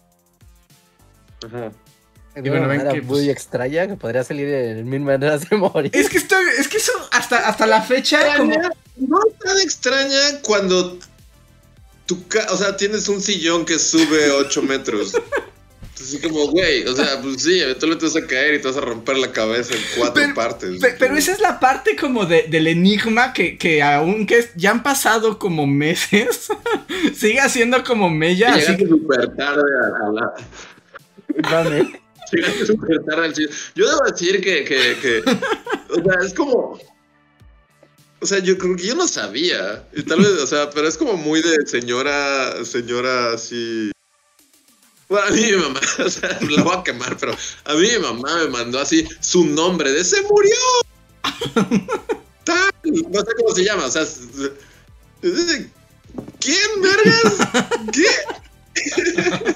Ajá. Y bueno, ven que muy extraña, que podría salir en 1000 maneras de morir. Es que eso hasta la fecha como... No es tan extraña cuando o sea, tienes un sillón que sube 8 metros. Así como, güey, o sea, pues sí, eventualmente vas a caer y te vas a romper la cabeza en 4 partes. Pero esa es la parte como del enigma que aunque ya han pasado como meses, sigue siendo como mella. Llegaste súper tarde a la... ¿Dónde? Llegaste súper tarde al sillón. Yo debo decir que o sea, es como... O sea, yo creo que yo no sabía. Y tal vez, o sea, pero es como muy de señora así... Bueno, a mí mi mamá, o sea, la voy a quemar, pero a mí mi mamá me mandó así su nombre de ¡se murió! Tal, no sé cómo se llama, o sea, ¿quién, vergas? ¿Qué?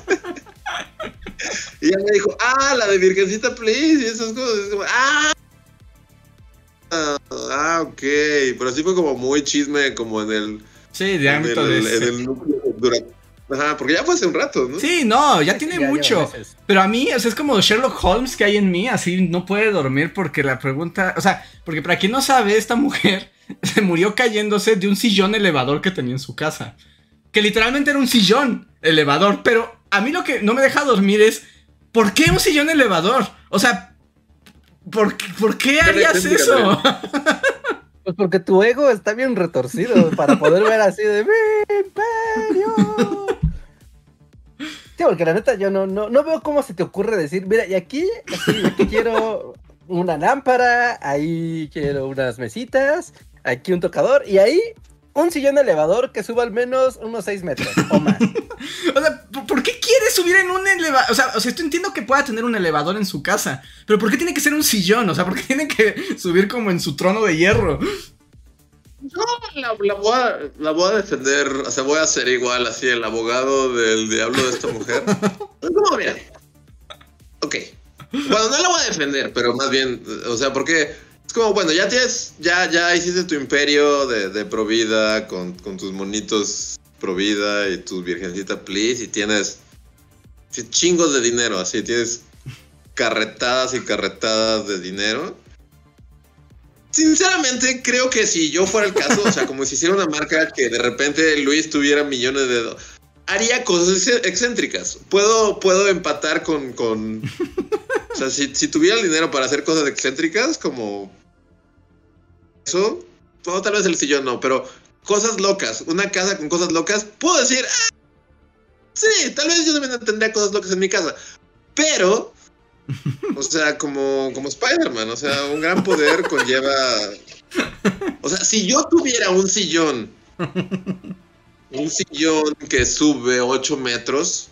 Y ella me dijo, la de Virgencita Please y esas cosas. Ok, pero sí fue como muy chisme, como en el... Sí, de ámbito de... En el núcleo durante... Ajá, porque ya fue hace un rato, ¿no? Sí, no, ya Sí, tiene ya mucho. Pero a mí, o sea, es como Sherlock Holmes que hay en mí, así no puede dormir porque la pregunta... O sea, porque para quien no sabe, esta mujer se murió cayéndose de un sillón elevador que tenía en su casa. Que literalmente era un sillón elevador, pero a mí lo que no me deja dormir es... ¿Por qué un sillón elevador? O sea, ¿por qué harías eso? Pues porque tu ego está bien retorcido para poder ver así de ¡Mi imperio! Sí, porque la neta yo no veo cómo se te ocurre decir, mira, y aquí quiero una lámpara, ahí quiero unas mesitas, aquí un tocador, y ahí un sillón elevador que suba al menos unos 6 metros o más. O sea, ¿por qué quieres subir en un elevador? O sea, esto entiendo que pueda tener un elevador en su casa, pero ¿por qué tiene que ser un sillón? O sea, ¿por qué tiene que subir como en su trono de hierro? No, la voy a defender, o sea, voy a ser igual así el abogado del diablo de esta mujer. No, mira. Ok. Bueno, no la voy a defender, pero más bien, o sea, porque es como, bueno, ya hiciste tu imperio de Provida con tus monitos Provida y tu virgencita Please y tienes chingos de dinero, así, tienes carretadas y carretadas de dinero. Sinceramente, creo que si yo fuera el caso, o sea, como si hiciera una marca que de repente Luis tuviera millones de dólares, haría cosas excéntricas. Puedo empatar con... O sea, si tuviera el dinero para hacer cosas excéntricas, como... Eso, bueno, tal vez el sillón no, pero cosas locas, una casa con cosas locas, puedo decir... sí, tal vez yo también tendría cosas locas en mi casa, pero... O sea, como Spider-Man, o sea, un gran poder conlleva... O sea, si yo tuviera un sillón que sube 8 metros,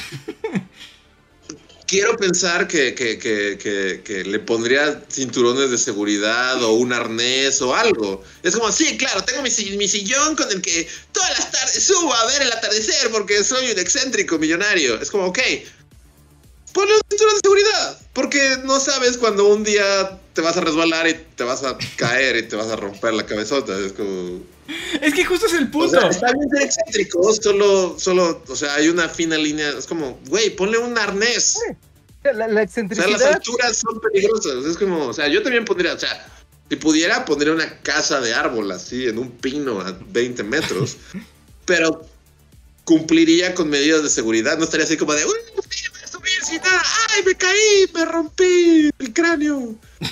quiero pensar que le pondría cinturones de seguridad o un arnés o algo. Es como, sí, claro, tengo mi sillón con el que todas las tardes subo a ver el atardecer porque soy un excéntrico millonario. Es como, ok, ponle un cinturón de seguridad, porque no sabes cuando un día te vas a resbalar y te vas a caer y te vas a romper la cabezota. Es como... Es que justo es el punto. O sea, está bien ser excéntrico, solo, o sea, hay una fina línea. Es como, güey, ponle un arnés. La excentricidad... O sea, las alturas son peligrosas. Es como, o sea, yo también pondría, o sea, si pudiera, pondría una casa de árbol así, en un pino a 20 metros, pero cumpliría con medidas de seguridad. No estaría así como de, uy, no voy a subir sin nada. Ay, me caí, me rompí el cráneo.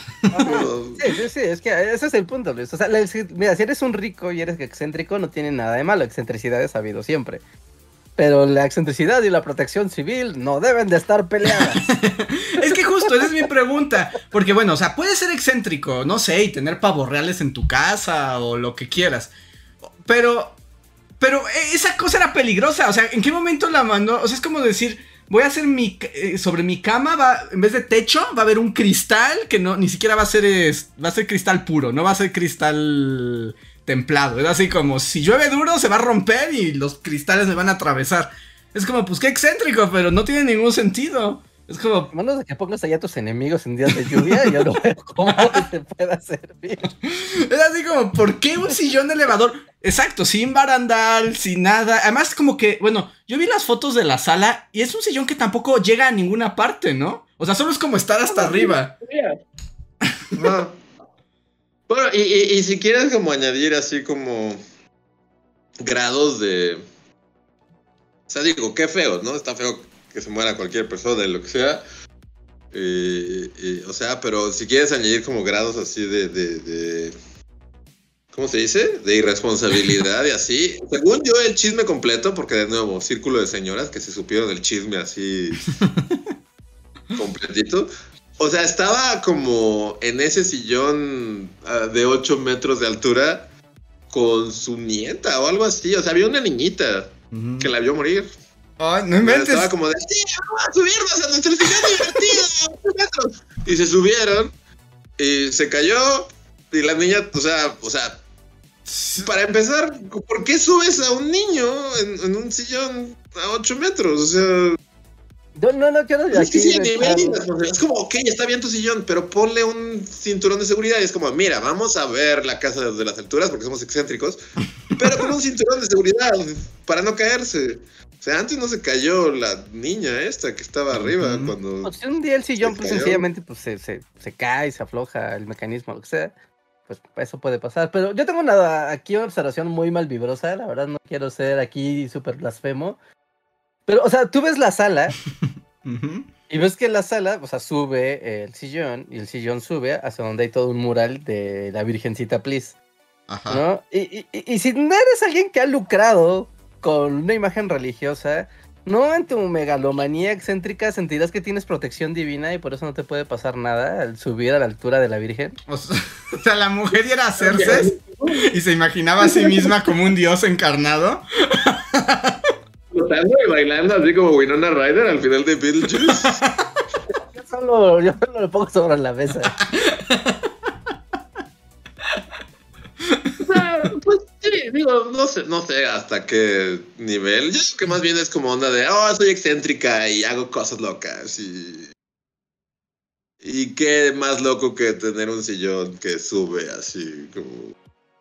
Sí, es que ese es el punto, Luis. O sea, mira, si eres un rico y eres excéntrico, no tiene nada de malo. Excentricidad es habido siempre. Pero la excentricidad y la protección civil no deben de estar peleadas. Es que justo, esa es mi pregunta. Porque bueno, o sea, puedes ser excéntrico, no sé, y tener pavos reales en tu casa o lo que quieras. Pero esa cosa era peligrosa. O sea, ¿en qué momento la mandó? O sea, es como decir, voy a hacer sobre mi cama, en vez de techo, va a haber un cristal que no, ni siquiera va a ser cristal puro, no va a ser cristal templado. Es así como, si llueve duro se va a romper y los cristales me van a atravesar. Es como, pues qué excéntrico, pero no tiene ningún sentido. Es como... A menos de que pongas allá a tus enemigos en días de lluvia, yo no veo cómo te pueda servir. Es así como, ¿por qué un sillón de elevador? Exacto, sin barandal, sin nada. Además, como que, bueno, yo vi las fotos de la sala y es un sillón que tampoco llega a ninguna parte, ¿no? O sea, solo es como estar hasta arriba. No. Bueno, y si quieres como añadir así como grados de... O sea, digo, qué feo, ¿no? Está feo que se muera cualquier persona de lo que sea. O sea, pero si quieres añadir como grados así de ¿cómo se dice? De irresponsabilidad y así. Según yo, el chisme completo, porque de nuevo, círculo de señoras que se supieron el chisme así completito. O sea, estaba como en ese sillón de 8 metros de altura con su nieta o algo así. O sea, había una niñita que la vio morir. Ay, no inventes. Estaba como de, sí, vamos a subirnos a nuestro sillón divertido, 8 metros. Y se subieron y se cayó. Y la niña, o sea, para empezar, ¿por qué subes a un niño en un sillón a 8 metros? O sea... No quiero Es que aquí sí, dejar- es como, ok, está bien tu sillón, pero ponle un cinturón de seguridad y es como, mira, vamos a ver la casa de las alturas porque somos excéntricos, pero con un cinturón de seguridad para no caerse. O sea, antes no se cayó la niña esta que estaba arriba cuando... Pues, si un día el sillón, se pues cayó. sencillamente pues, se cae, se afloja el mecanismo, lo que sea, pues eso puede pasar. Pero yo tengo aquí una observación muy malvibrosa, la verdad no quiero ser aquí súper blasfemo. Pero, o sea, tú ves la sala Ujú. y ves que en la sala, o sea, sube el sillón y el sillón sube hacia donde hay todo un mural de la Virgencita Please, Ajá. ¿no? Y si no eres alguien que ha lucrado con una imagen religiosa, no en tu megalomanía excéntrica sentirás que tienes protección divina y por eso no te puede pasar nada al subir a la altura de la Virgen. O sea, la mujer era Cerses y se imaginaba a sí misma como un dios encarnado. Flotando y bailando así como Winona Ryder al final de Beetlejuice. Yo solo lo pongo sobre la mesa. O sea, pues sí, digo, no sé hasta qué nivel. Yo creo que más bien es como onda de, soy excéntrica y hago cosas locas y qué más loco que tener un sillón que sube así como...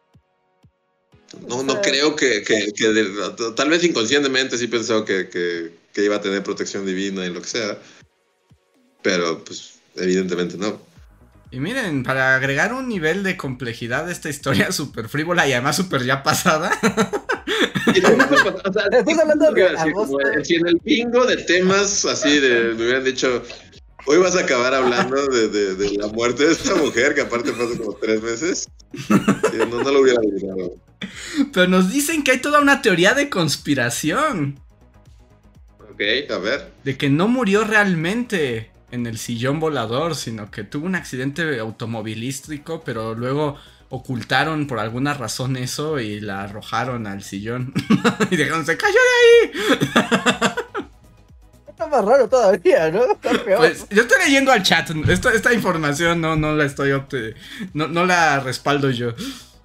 No creo que tal vez inconscientemente sí pensó que iba a tener protección divina y lo que sea, pero pues evidentemente no. Y miren, para agregar un nivel de complejidad de esta historia súper frívola y además súper ya pasada. O sea, Estás hablando de así como agosto. si en el bingo de temas así me hubieran dicho, hoy vas a acabar hablando de la muerte de esta mujer, que aparte fue hace como 3 meses. No lo hubiera adivinado. Pero nos dicen que hay toda una teoría de conspiración. Ok, a ver. De que no murió realmente en el sillón volador, sino que tuvo un accidente automovilístico, pero luego ocultaron por alguna razón eso y la arrojaron al sillón. Y dijeron, se cayó de ahí. Está más raro todavía, ¿no? Está peor. Pues yo estoy leyendo al chat. Esta información no la estoy no la respaldo yo.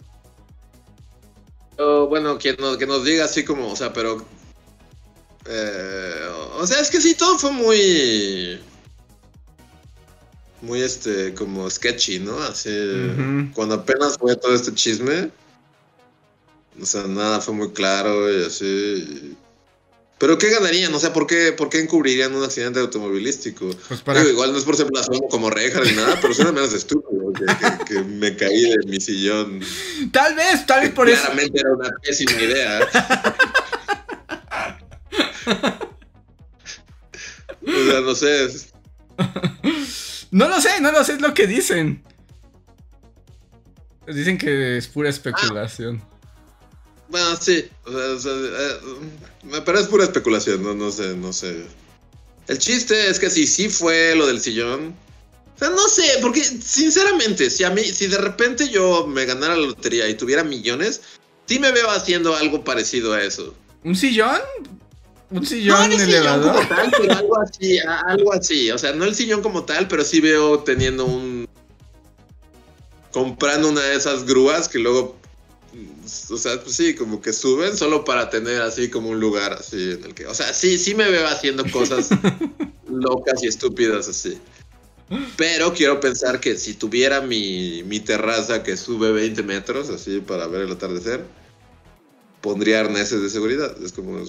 Bueno, que nos diga así como, o sea, pero... o sea, es que sí, todo fue muy como sketchy, ¿no? Así, cuando apenas fue todo este chisme, o sea, nada fue muy claro y así. Pero ¿qué ganarían? O sea, ¿por qué encubrirían un accidente automovilístico? Pues para... Digo, igual no es por ser blasfemo como Reinhardt ni nada, pero suena menos estúpido que me caí de mi sillón. Tal vez por eso. Claramente era una pésima idea. O sea, no sé. No lo sé, es lo que dicen. Dicen que es pura especulación. Bueno, sí. Pero es pura especulación, no sé. El chiste es que si sí fue lo del sillón. O sea, no sé, porque sinceramente, si de repente yo me ganara la lotería y tuviera millones, sí me veo haciendo algo parecido a eso. ¿Un sillón? ¿Un sillón no elevador? Sillón como tal, pero algo así. O sea, no el sillón como tal, pero sí veo teniendo comprando una de esas grúas que luego, o sea, pues sí, como que suben solo para tener así como un lugar así en el que, o sea, sí me veo haciendo cosas locas y estúpidas así. Pero quiero pensar que si tuviera mi terraza que sube 20 metros así para ver el atardecer, pondría arneses de seguridad. Es como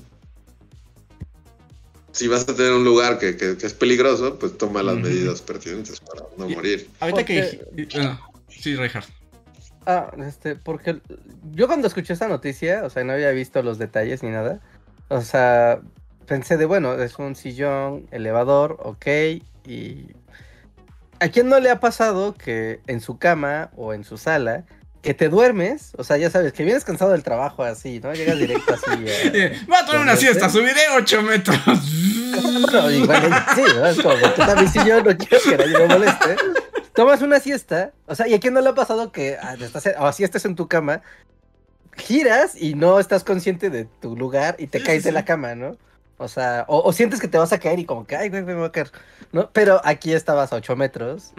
si vas a tener un lugar que es peligroso, pues toma las medidas pertinentes para no morir. Ahorita que... sí, Reinhardt. Porque yo cuando escuché esta noticia, o sea, no había visto los detalles ni nada. O sea, pensé bueno, es un sillón, elevador, ok, y... ¿A quién no le ha pasado que en su cama o en su sala, que te duermes? O sea, ya sabes, que vienes cansado del trabajo así, ¿no? Llegas directo así. Voy a tomar una siesta, subiré 8 metros. Bueno, igual, sí, ¿no? Es como, tú también, si yo no quiero que nadie me moleste. Tomas una siesta, o sea, ¿y a quién no le ha pasado que así estés en tu cama, giras y no estás consciente de tu lugar y te caes de la cama, ¿no? O sea, o sientes que te vas a caer y como que, ay, güey, me voy a caer, ¿no? Pero aquí estabas a 8 metros.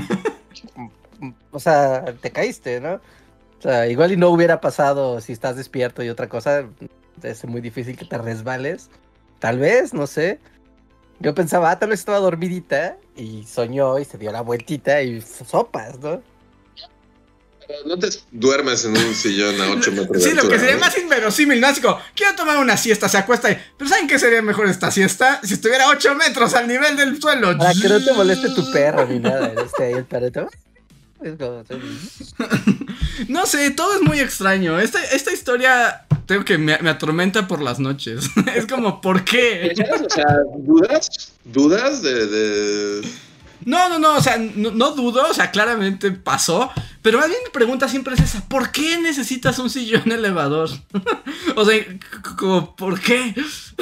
O sea, te caíste, ¿no? O sea, igual y no hubiera pasado si estás despierto y otra cosa, es muy difícil que te resbales. Tal vez, no sé. Yo pensaba, tal vez estaba dormidita y soñó y se dio la vueltita y sopas, ¿no? No te duermes en un sillón a 8 metros de Sí, lo altura, que sería ¿no? más inverosímil, ¿no? Así como, quiero tomar una siesta, se acuesta ahí. Pero ¿saben qué sería mejor esta siesta? Si estuviera a 8 metros al nivel del suelo. Para que no te moleste tu perro ni nada. Ahí el perrito. Es como... No sé, todo es muy extraño. Esta historia, tengo que me atormenta por las noches. Es como, ¿por qué? O sea, ¿dudas de... No, o sea, no dudo, o sea, claramente pasó. Pero más bien mi pregunta siempre es esa: ¿por qué necesitas un sillón elevador? O sea, como, ¿por qué?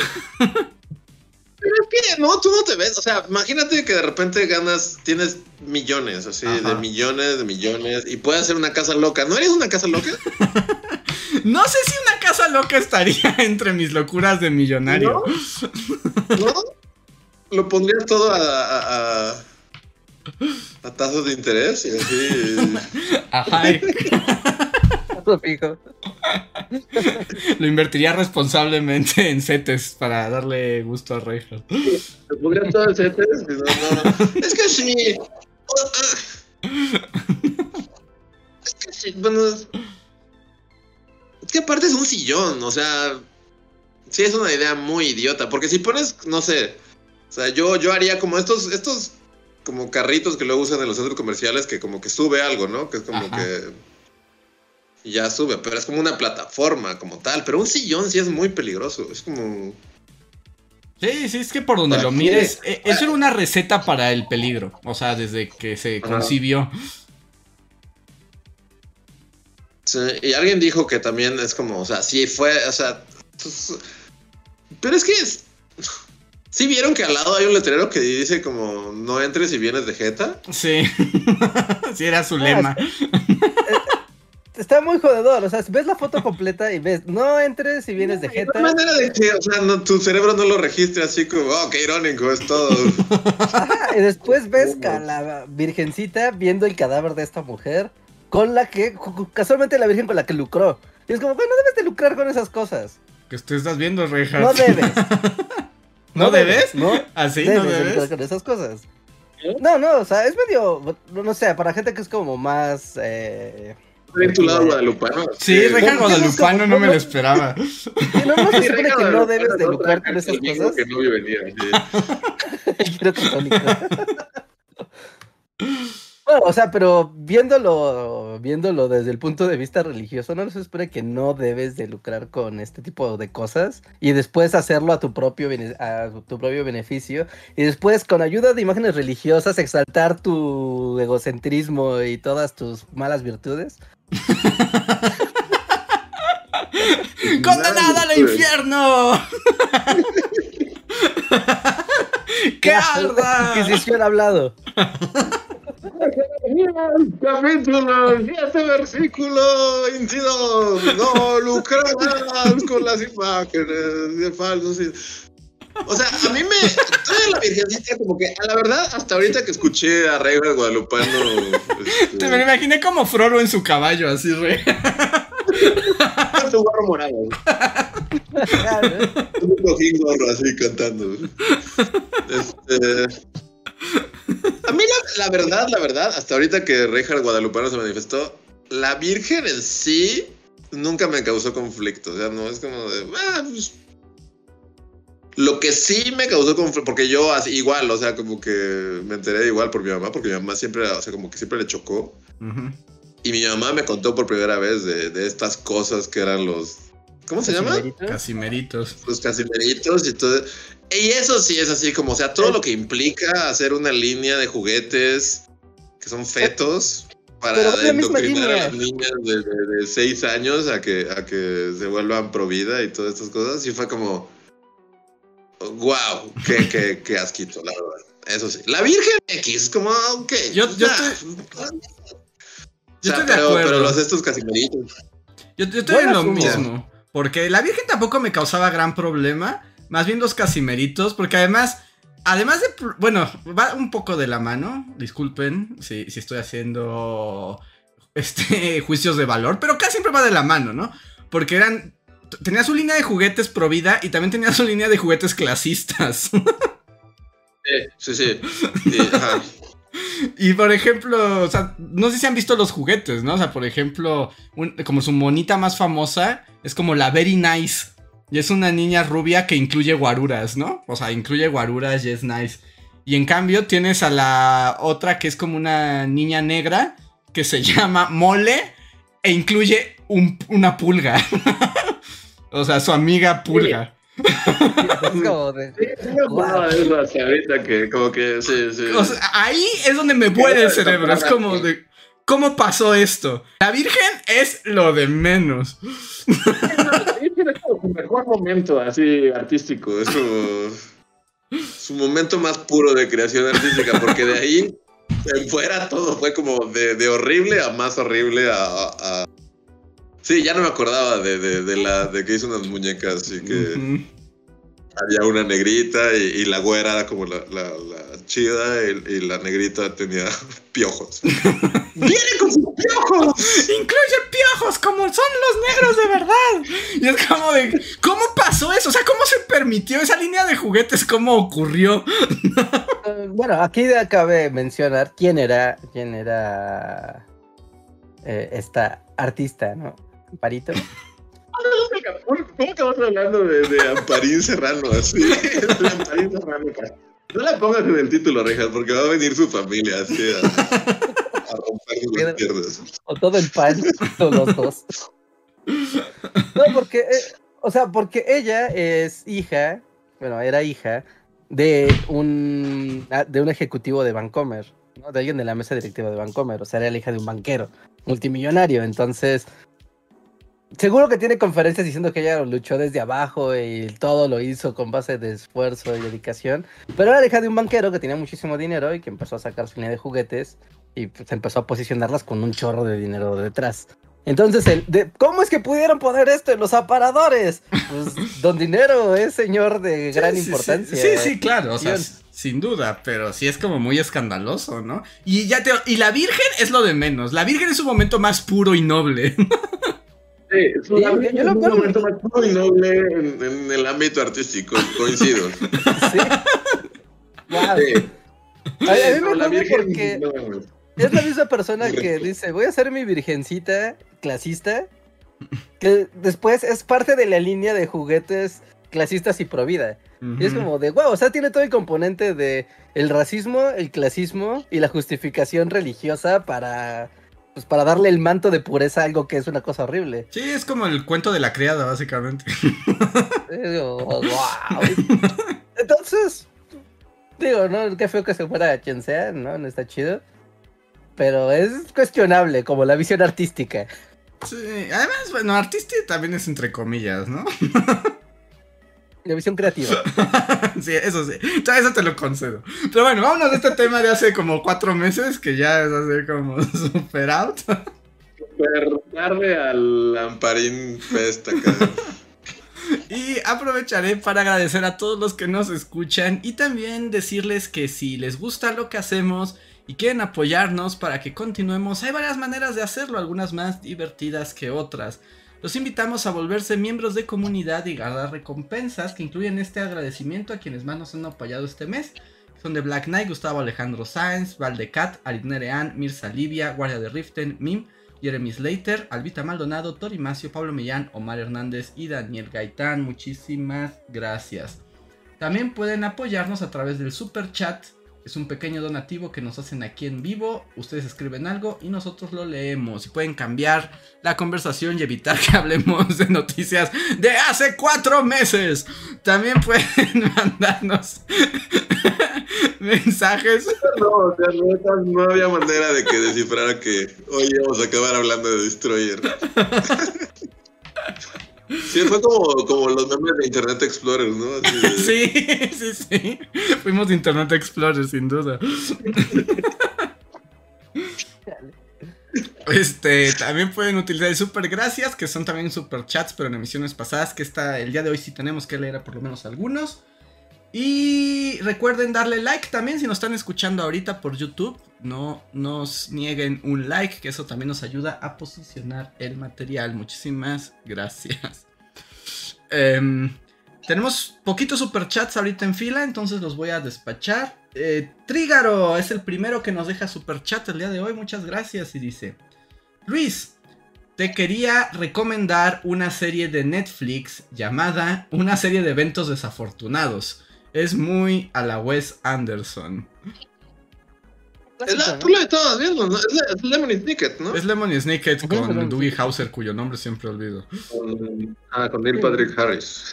Pero es que no, tú no te ves, o sea, imagínate que de repente tienes millones, así, Ajá. de millones, y puedes hacer una casa loca. ¿No harías una casa loca? No sé si una casa loca estaría entre mis locuras de millonario. ¿No? ¿Lo pondrías todo a tasas de interés? Y así... Ajá. Lo fijo. Lo invertiría responsablemente en CETES para darle gusto a Reinhardt. ¿Lo pondrías todo en CETES? No. Es que sí. Es que sí, bueno... Es que aparte es un sillón, o sea... Sí, es una idea muy idiota, porque si pones, no sé... O sea, yo haría como estos como carritos que luego usan en los centros comerciales, que como que sube algo, ¿no? Que es como Ajá. que... Ya sube, pero es como una plataforma como tal. Pero un sillón sí es muy peligroso, es como... Sí, es que por donde ¿Para lo qué? mires, eso era una receta para el peligro. O sea, desde que se concibió. Sí, y alguien dijo que también es como, o sea, sí fue, o sea... Pero es que... ¿Sí vieron que al lado hay un letrero que dice como no entres si vienes de Jeta? Sí. Sí, era su lema. Está muy jodedor, o sea, ves la foto completa y ves, no entres si vienes de No Jeta. hay manera de que, o sea, no, tu cerebro no lo registre así como, oh, qué irónico, es todo. Ajá, y después ves a la virgencita viendo el cadáver de esta mujer, con la que, casualmente la virgen con la que lucró. Y es como, güey, no debes de lucrar con esas cosas. Que tú estás viendo, Reinhardt. No debes. ¿No debes? No ¿Así? debes ¿No de debes? lucrar con esas cosas. No, o sea, es medio, no sé, para gente que es como más... En tu lado guadalupano. Sí, Reinhardt No, Guadalupano no me lo esperaba. Sí, no se supone que no debes de lucrar con esas cosas. Que no vio venir, sí. Quiero católico. Bueno, o sea, pero viéndolo desde el punto de vista religioso, no se supone que no debes de lucrar con este tipo de cosas y después hacerlo a tu propio beneficio y después con ayuda de imágenes religiosas exaltar tu egocentrismo y todas tus malas virtudes. ¡Condenada al infierno! ¡Qué arda! Inquisición ha hablado. Capítulo 7, versículo 22. No lucrarás con las imágenes de falsos. O sea, a mí toda la virgencita como que, a la verdad, hasta ahorita que escuché a Reinhardt Guadalupano... Te me lo imaginé como Frollo en su caballo, así, Rey. Su gorro morado. Un cojín gorro así cantando. A mí la verdad, hasta ahorita que Reinhardt Guadalupano se manifestó, la Virgen en sí nunca me causó conflicto. O sea, no es como de... pues, lo que sí me causó conflicto, porque yo así, igual, o sea, como que me enteré igual por mi mamá, porque mi mamá siempre, o sea, como que siempre le chocó. Uh-huh. Y mi mamá me contó por primera vez de estas cosas que eran los... ¿Cómo se llama? Casimeritos. Los casimeritos y todo. Y eso sí es así como, o sea, todo lo que implica hacer una línea de juguetes que son fetos para endoctrinar a las niñas de 6 años a que se vuelvan pro vida y todas estas cosas. Y fue como, wow, qué asquito, la verdad. Eso sí. La Virgen X, como, ok. Yo estoy de acuerdo. Pero estos casimeritos. Yo estoy en lo mismo. Porque la Virgen tampoco me causaba gran problema. Más bien los casimeritos. Porque además de... Bueno, va un poco de la mano. Disculpen si estoy haciendo juicios de valor. Pero casi siempre va de la mano, ¿no? Porque tenía su línea de juguetes pro vida y también tenía su línea de juguetes clasistas. Sí. Ajá. Y por ejemplo, o sea, no sé si han visto los juguetes, ¿no? O sea, por ejemplo, como su monita más famosa es como la Very Nice. Y es una niña rubia que incluye guaruras, ¿no? O sea, incluye guaruras y es nice. Y en cambio tienes a la otra que es como una niña negra que se llama Mole e incluye una pulga. O sea, su amiga pulga. Es como de... ahorita que como que sí. O sea, ahí es donde me vuela el cerebro. Es como de... ¿Cómo pasó esto? La Virgen es lo de menos. Es como su mejor momento así artístico. Es como su momento más puro de creación artística. Porque de ahí en fuera todo fue como de horrible a más horrible a... Sí, ya no me acordaba de que hizo unas muñecas y que había una negrita y la güera era como la chida y la negrita tenía piojos. ¡Viene con sus piojos! Incluye piojos como son los negros de verdad. Y es como de... ¿Cómo pasó eso? O sea, ¿cómo se permitió esa línea de juguetes? ¿Cómo ocurrió? Bueno, aquí cabe mencionar quién era esta artista, ¿no? Amparito. ¿Cómo que vas hablando de Amparín Serrano así? De Amparín Serrano. No la pongas en el título, Rejas, porque va a venir su familia así a romper las piernas. O todo el pan, todos los dos. No, porque, porque ella es hija, bueno, era hija de un ejecutivo de Vancomer, ¿no? De alguien de la mesa directiva de Vancomer, o sea, era la hija de un banquero multimillonario, entonces... Seguro que tiene conferencias diciendo que ella luchó desde abajo y todo lo hizo con base de esfuerzo y dedicación. Pero era hija de un banquero que tenía muchísimo dinero y que empezó a sacar su línea de juguetes y pues empezó a posicionarlas con un chorro de dinero detrás. Entonces, ¿cómo es que pudieron poner esto en los aparadores? Pues Don Dinero es señor de gran importancia. Sí, claro, o sea, sin duda, pero sí es como muy escandaloso, ¿no? Y la Virgen es lo de menos. La Virgen es un momento más puro y noble. Sí, es un momento más puro y noble en el ámbito artístico, coincido. Sí. Wow. Sí. A mí me gusta porque es la misma persona que dice, voy a hacer mi virgencita clasista, que después es parte de la línea de juguetes clasistas y pro vida. Y es como de, wow, o sea, tiene todo el componente de el racismo, el clasismo y la justificación religiosa para darle el manto de pureza a algo que es una cosa horrible. Sí, es como el cuento de la criada, básicamente. Wow. Entonces, digo, no, qué feo que se fuera quien sea, ¿no? No está chido. Pero es cuestionable, como la visión artística. Sí, además, bueno, artista también es entre comillas, ¿no? La visión creativa. Sí, eso te lo concedo. Pero bueno, vámonos de este tema de hace como 4 meses, que ya es así como super out. Super tarde al Amparín Fest acá. Y aprovecharé para agradecer a todos los que nos escuchan y también decirles que si les gusta lo que hacemos y quieren apoyarnos para que continuemos, hay varias maneras de hacerlo, algunas más divertidas que otras. Los invitamos a volverse miembros de comunidad y ganar recompensas que incluyen este agradecimiento a quienes más nos han apoyado este mes. Son de Black Knight, Gustavo Alejandro Sáenz, Valdecat, Aritnerean, Mirza Livia, Guardia de Riften, Mim, Jeremy Slater, Albita Maldonado, Torimacio, Pablo Millán, Omar Hernández y Daniel Gaitán. Muchísimas gracias. También pueden apoyarnos a través del Super Chat. Es un pequeño donativo que nos hacen aquí en vivo. Ustedes escriben algo y nosotros lo leemos. Y pueden cambiar la conversación y evitar que hablemos de noticias de hace 4 meses. También pueden mandarnos mensajes. No había manera de que descifrara que hoy íbamos a acabar hablando de Destroyer. Sí, fue como los memes de Internet Explorer, ¿no? Sí. Fuimos de Internet Explorer, sin duda. También pueden utilizar el super gracias, que son también super chats, pero en emisiones pasadas, que el día de hoy sí tenemos que leer a por lo menos algunos. Y recuerden darle like también si nos están escuchando ahorita por YouTube. No nos nieguen un like, que eso también nos ayuda a posicionar el material. Muchísimas gracias. tenemos poquitos superchats ahorita en fila, entonces los voy a despachar. Trígaro es el primero que nos deja superchat el día de hoy, muchas gracias. Y dice: Luis, te quería recomendar una serie de Netflix llamada Una serie de eventos desafortunados. Es muy a la Wes Anderson. Tú la estabas viendo, ¿no? Es Lemony Snicket, ¿no? Es Lemony Snicket con Doogie Howser, cuyo nombre siempre olvido. Con Neil Patrick Harris.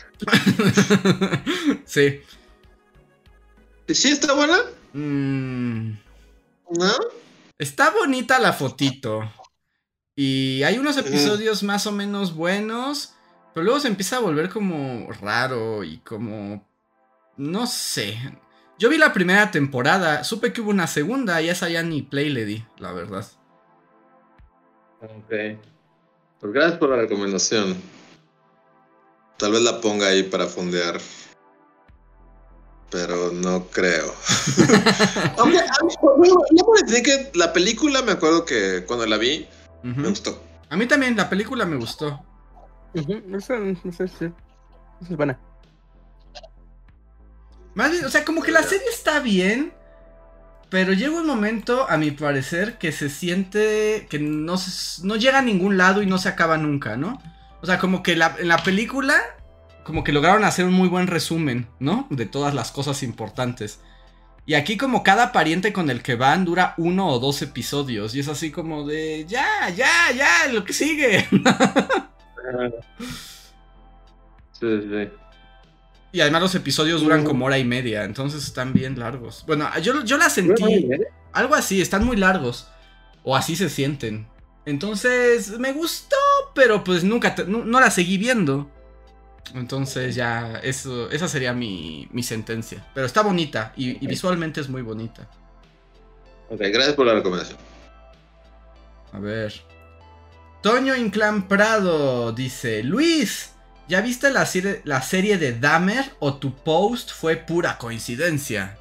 Sí. ¿Y sí está buena? ¿No? Está bonita la fotito. Y hay unos episodios más o menos buenos, pero luego se empieza a volver como raro y como... No sé. Yo vi la primera temporada, supe que hubo una segunda y esa ya ni play le di, la verdad. Ok. Pues gracias por la recomendación. Tal vez la ponga ahí para fondear. Pero no creo. Aunque la película me acuerdo que cuando la vi, me gustó. A mí también, la película me gustó. No sé, sí. Es buena. Más bien, o sea, como que la serie está bien, pero llega un momento, a mi parecer, que se siente que no llega a ningún lado y no se acaba nunca, ¿no? O sea, como que en la película, como que lograron hacer un muy buen resumen, ¿no? De todas las cosas importantes. Y aquí como cada pariente con el que van dura 1 o 2 episodios. Y es así como de, ya, lo que sigue. Sí. Y además los episodios duran como hora y media, entonces están bien largos. Bueno, yo la sentí algo así, están muy largos. O así se sienten. Entonces me gustó, pero pues nunca no la seguí viendo. Entonces ya, esa sería mi sentencia. Pero está bonita y visualmente es muy bonita. Ok, gracias por la recomendación. A ver. Toño Inclán Prado dice: Luis, ¿ya viste la serie de Dahmer o tu post fue pura coincidencia?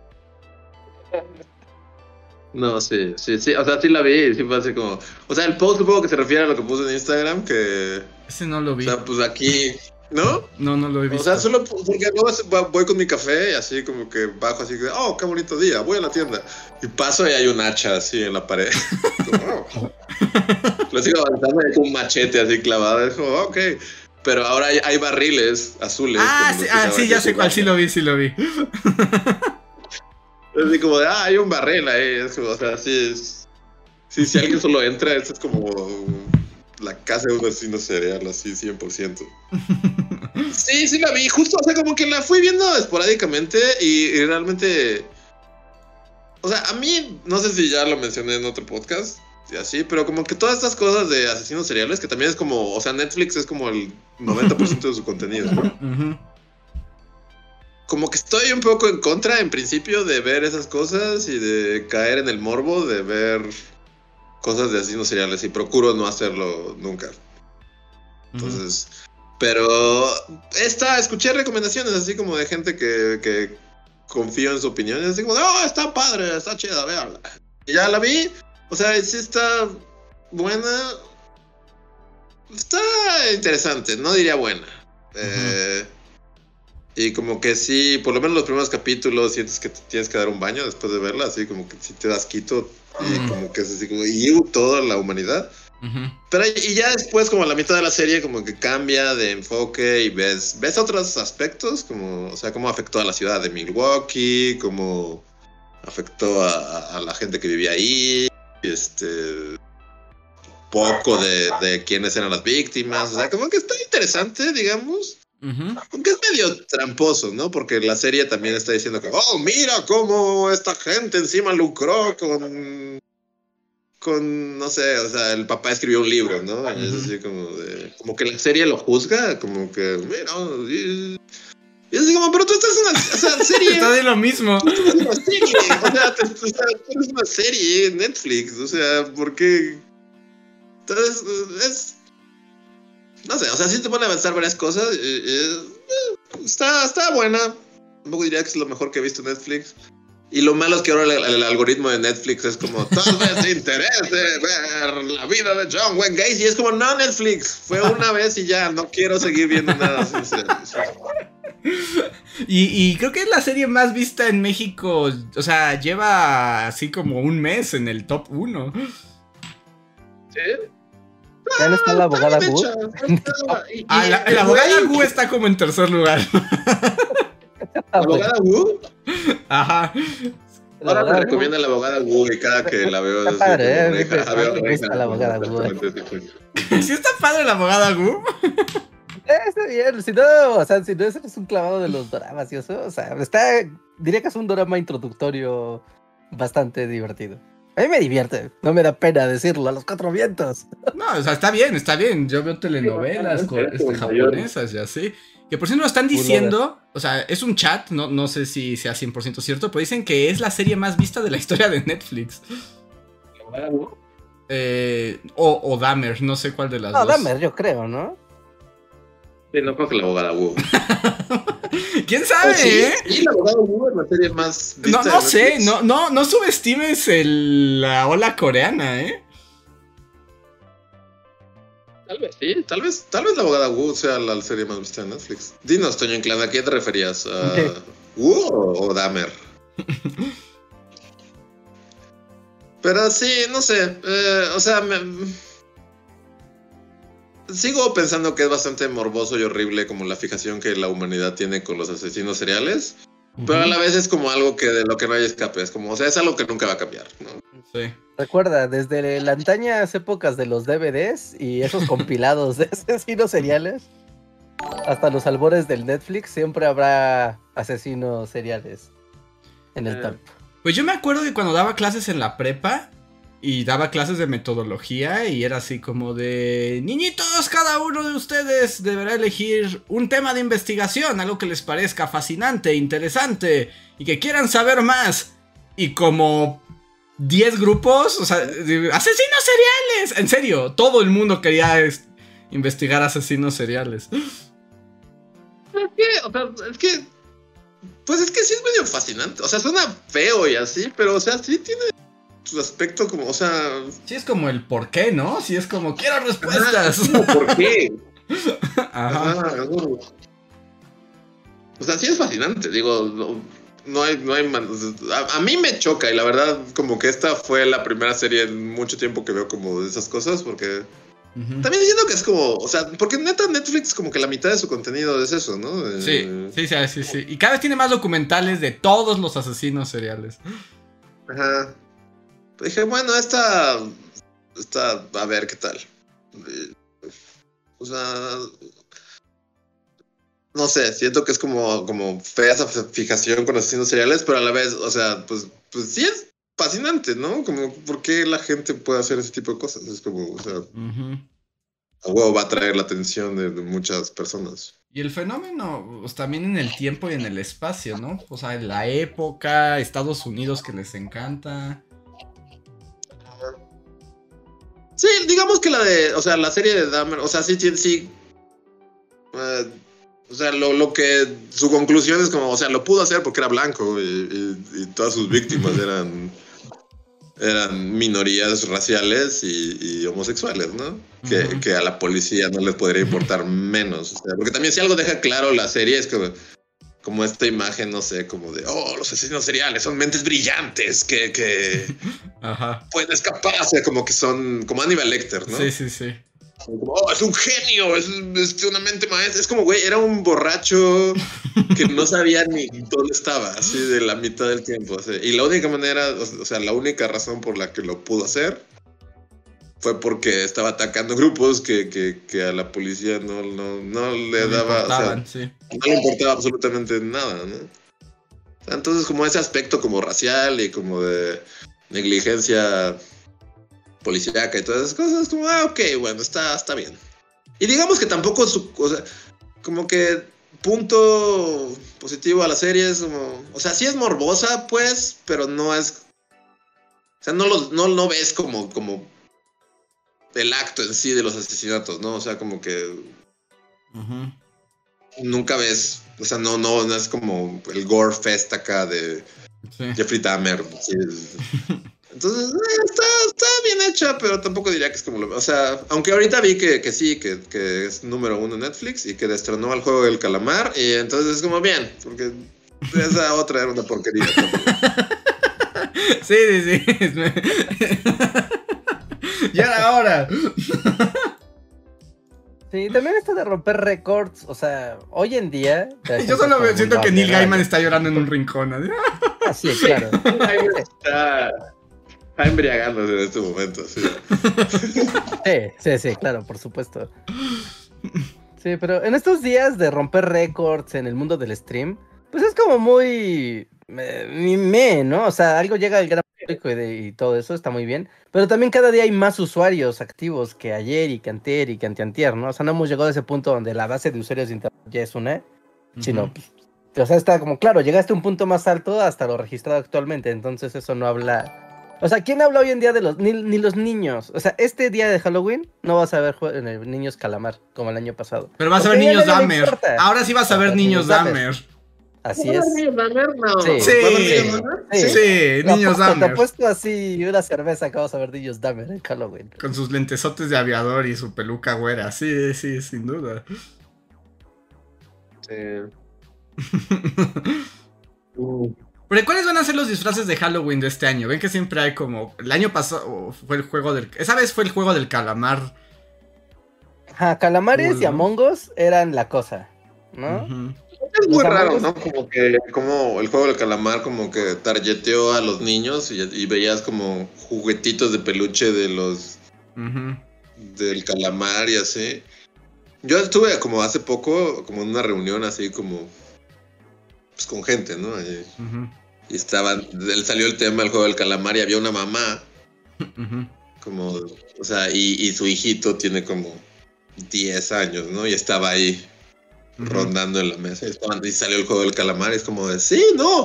No, sí, o sea, sí la vi, sí fue así como... O sea, el post supongo que se refiere a lo que puse en Instagram, que... Ese no lo vi. O sea, pues aquí... ¿No? No lo he visto. O sea, solo porque luego voy con mi café y así como que bajo así de... Oh, qué bonito día, voy a la tienda. Y paso y hay un hacha así en la pared. Como, oh. Lo sigo avanzando y hay un machete así clavado. Es como, ok... Pero ahora hay barriles azules. Sí, ya sé cuál, sí lo vi. Es así como de, hay un barril ahí. Es como, o sea, sí, si alguien solo entra, esto es como la casa de un asesino serial, así, 100%. Sí, la vi, justo, o sea, como que la fui viendo esporádicamente y realmente... O sea, a mí, no sé si ya lo mencioné en otro podcast... Y así, pero como que todas estas cosas de asesinos seriales, que también es como, o sea, Netflix es como el 90% de su contenido, ¿no? Como que estoy un poco en contra, en principio, de ver esas cosas y de caer en el morbo de ver cosas de asesinos seriales y procuro no hacerlo nunca. Entonces, pero escuché recomendaciones así como de gente que confío en su opinión, y así como de, está padre, está chida, véanla. Y ya la vi. O sea, sí está buena. Está interesante, no diría buena. Y como que sí, por lo menos los primeros capítulos sientes que te tienes que dar un baño después de verla, así como que sí te das quito. Y como que es así como, toda la humanidad. Pero y ya después, como a la mitad de la serie, como que cambia de enfoque y ves otros aspectos, como, o sea, cómo afectó a la ciudad de Milwaukee, cómo afectó a la gente que vivía ahí. Poco de quiénes eran las víctimas, o sea, como que está interesante, digamos, aunque es medio tramposo, ¿no? Porque la serie también está diciendo que, mira cómo esta gente encima lucró con no sé, o sea, el papá escribió un libro, ¿no? Es así como que la serie lo juzga, como que, mira, y es así como, pero tú estás en una serie. Está de lo mismo. Tú estás en una serie. O sea, tú eres una serie en Netflix. O sea, ¿por qué? Entonces, no sé, o sea, sí te pone a avanzar varias cosas. Está buena. Tampoco diría que es lo mejor que he visto en Netflix. Y lo malo es que ahora el algoritmo de Netflix es como, tal vez te interese ver la vida de John Wayne Gacy. Y es como, no, Netflix. Fue una vez y ya, no quiero seguir viendo nada. Sincero. Y creo que es la serie más vista en México. O sea, lleva así como un mes en el top 1. ¿Sí? ¿Ya no está la abogada Wu? La abogada Wu está como en tercer lugar. ¿La abogada Wu? Ajá. Ahora me recomienda la abogada Wu y cada que la veo. Está padre, me gusta la abogada Wu. ¿Sí está padre la abogada Wu? Está bien, si no es un clavado de los dramas y eso, o sea, diría que es un drama introductorio bastante divertido. A mí me divierte, no me da pena decirlo, a los 4 vientos. No, o sea, está bien. Yo veo telenovelas japonesas y así. Que por si no lo están diciendo, o sea, es un chat, no sé si sea 100% cierto, pero dicen que es la serie más vista de la historia de Netflix. O Dahmer, no sé cuál de las dos. Dahmer, yo creo, ¿no? Sí, no creo que la abogada Wu. ¿Quién sabe, Sí, la abogada Wu es la serie más vista. No sé, no subestimes la ola coreana, Tal vez sí, tal vez la abogada Wu sea la serie más vista de Netflix. Dinos, Toño Inclán, ¿a qué te referías? ¿A Wu o Dahmer? Pero sí, no sé, o sea, sigo pensando que es bastante morboso y horrible como la fijación que la humanidad tiene con los asesinos seriales, pero a la vez es como algo que de lo que no hay escape, es como, o sea, es algo que nunca va a cambiar, ¿no? Sí. Recuerda, desde las antañas épocas de los DVDs y esos compilados de asesinos seriales, hasta los albores del Netflix, siempre habrá asesinos seriales en el top. Pues yo me acuerdo que cuando daba clases en la prepa y daba clases de metodología y era así como de: niñitos, cada uno de ustedes deberá elegir un tema de investigación, algo que les parezca fascinante, interesante y que quieran saber más. Y como 10 grupos, o sea, asesinos seriales. En serio, todo el mundo quería investigar asesinos seriales. Pues es que sí es medio fascinante. O sea, suena feo y así, pero o sea, sí tiene su aspecto como, o sea... Sí es como el por qué, ¿no? Sí es como, quiero respuestas. ¿Por qué? Ajá. O sea, sí es fascinante, digo, no hay a mí me choca y la verdad como que esta fue la primera serie en mucho tiempo que veo como de esas cosas porque... También siento que es como, o sea, porque neta Netflix como que la mitad de su contenido es eso, ¿no? Sí. Y cada vez tiene más documentales de todos los asesinos seriales. Ajá. Dije, bueno, esta a ver qué tal. O sea, no sé, siento que es como fea esa fijación con asesinos seriales, pero a la vez, o sea, pues sí es fascinante, ¿no? Como, ¿por qué la gente puede hacer ese tipo de cosas? Es como, o sea, a huevo va a atraer la atención de muchas personas. Y el fenómeno, pues, también en el tiempo y en el espacio, ¿no? O sea, en la época, Estados Unidos que les encanta. Sí, digamos que la serie de Dahmer, o sea, sí. O sea, lo que su conclusión es como, o sea, lo pudo hacer porque era blanco y todas sus víctimas eran minorías raciales y homosexuales, ¿no? Que a la policía no les podría importar menos. O sea, porque también si algo deja claro la serie es como esta imagen, no sé, como de, los asesinos seriales son mentes brillantes que pueden escapar, o sea, como que son como Hannibal Lecter, ¿no? Sí. Como, es un genio, es una mente maestra. Es como, güey, era un borracho que no sabía ni dónde estaba, así de la mitad del tiempo. Así. Y la única manera, o sea, la única razón por la que lo pudo hacer fue porque estaba atacando grupos que a la policía no le daba, o sea, no le importaba absolutamente nada, ¿no? O sea, entonces, como ese aspecto como racial y como de negligencia policíaca y todas esas cosas, como, ok, bueno, está bien. Y digamos que tampoco, o sea, como que punto positivo a la serie es como, o sea, sí es morbosa, pues, pero no es, o sea, no ves como el acto en sí de los asesinatos, ¿no? O sea, como que nunca ves, o sea, no es como el gore fest acá de Jeffrey Dahmer, ¿sí? Entonces, está bien hecha, pero tampoco diría que es como lo... O sea, aunque ahorita vi que sí, que es número 1 en Netflix y que destronó al juego del calamar, y entonces es como bien, porque esa otra era una porquería. Sí. Ya era hora. Sí, también esto de romper récords, o sea, hoy en día... Yo solo siento que Neil Gaiman está llorando en un rincón. Sí, claro. Está embriagándose en este momento, sí. Sí, claro, por supuesto. Sí, pero en estos días de romper récords en el mundo del stream, pues es como muy... ¿no? O sea, algo llega al gran público y todo eso está muy bien, pero también cada día hay más usuarios activos que ayer y que antier y que anteantier, ¿no? O sea, no hemos llegado a ese punto donde la base de usuarios de internet ya es una, sino, pues, o sea, está como, claro, llegaste a un punto más alto hasta lo registrado actualmente, entonces eso no habla... O sea, ¿quién habla hoy en día de los... Ni los niños? O sea, este día de Halloween no vas a ver niños calamar, como el año pasado. Pero vas a ver niños Dahmer. Ahora sí vas a ver niños Dahmer. Así es. ¿Niños Dahmer? No. Sí, niños Dahmer. Te apuesto así una cerveza que vas a ver niños Dahmer en Halloween. Con sus lentesotes de aviador y su peluca güera. Sí, sin duda. Sí. Pero ¿cuáles van a ser los disfraces de Halloween de este año? Ven que siempre hay como... El año pasado fue el juego del... Esa vez fue el juego del calamar. Ajá, calamares y Among Us eran la cosa, ¿no? Es muy raro, ¿no? Como el juego del calamar como que targeteó a los niños y veías como juguetitos de peluche de los... del calamar y así. Yo estuve como hace poco, como en una reunión así como... pues con gente, ¿no? Y salió el tema del juego del calamar y había una mamá como, o sea, y su hijito tiene como 10 años, ¿no? Y estaba ahí rondando en la mesa y salió el juego del calamar y es como de, sí, no,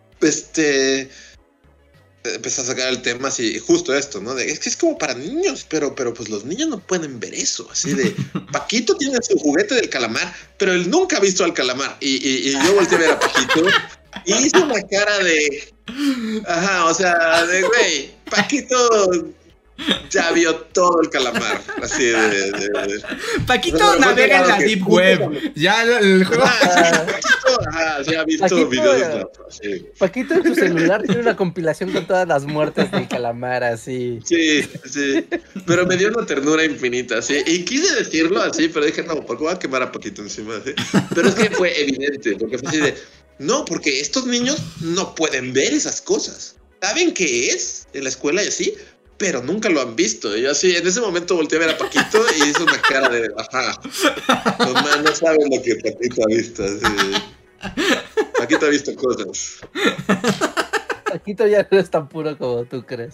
empezó a sacar el tema así, justo esto, ¿no? Es que es como para niños, pero pues los niños no pueden ver eso, así de, Paquito tiene su juguete del calamar, pero él nunca ha visto al calamar, y yo volteé a ver a Paquito, y hizo una cara de, ajá, o sea, de, güey, Paquito ya vio todo el calamar, así de... Paquito navega en la Deep Web, ya el juego... Paquito se ha visto videos de Paquito en su celular tiene una compilación con todas las muertes del calamar, así. Sí, pero me dio una ternura infinita, sí, y quise decirlo así, pero dije, no, porque voy a quemar a Paquito encima, ¿sí? Pero es que fue evidente, porque fue así de, no, porque estos niños no pueden ver esas cosas, saben qué es en la escuela y así, pero nunca lo han visto. Y yo así, en ese momento volteé a ver a Paquito y hizo una cara de, ajá, no saben lo que Paquito ha visto, así. Paquito ha visto cosas. Paquito ya no es tan puro como tú crees.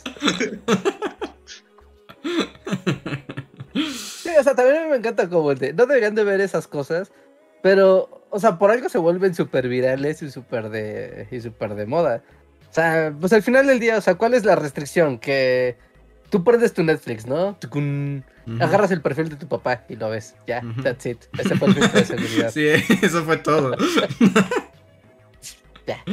Sí, o sea, también me encanta como no deberían de ver esas cosas, pero, o sea, por algo se vuelven súper virales y súper de moda. O sea, pues al final del día, o sea, ¿cuál es la restricción? Que tú prendes tu Netflix, ¿no? Agarras el perfil de tu papá y lo ves. Ya, that's it. Ese fue el filtro de seguridad. Sí, eso fue todo. Ya.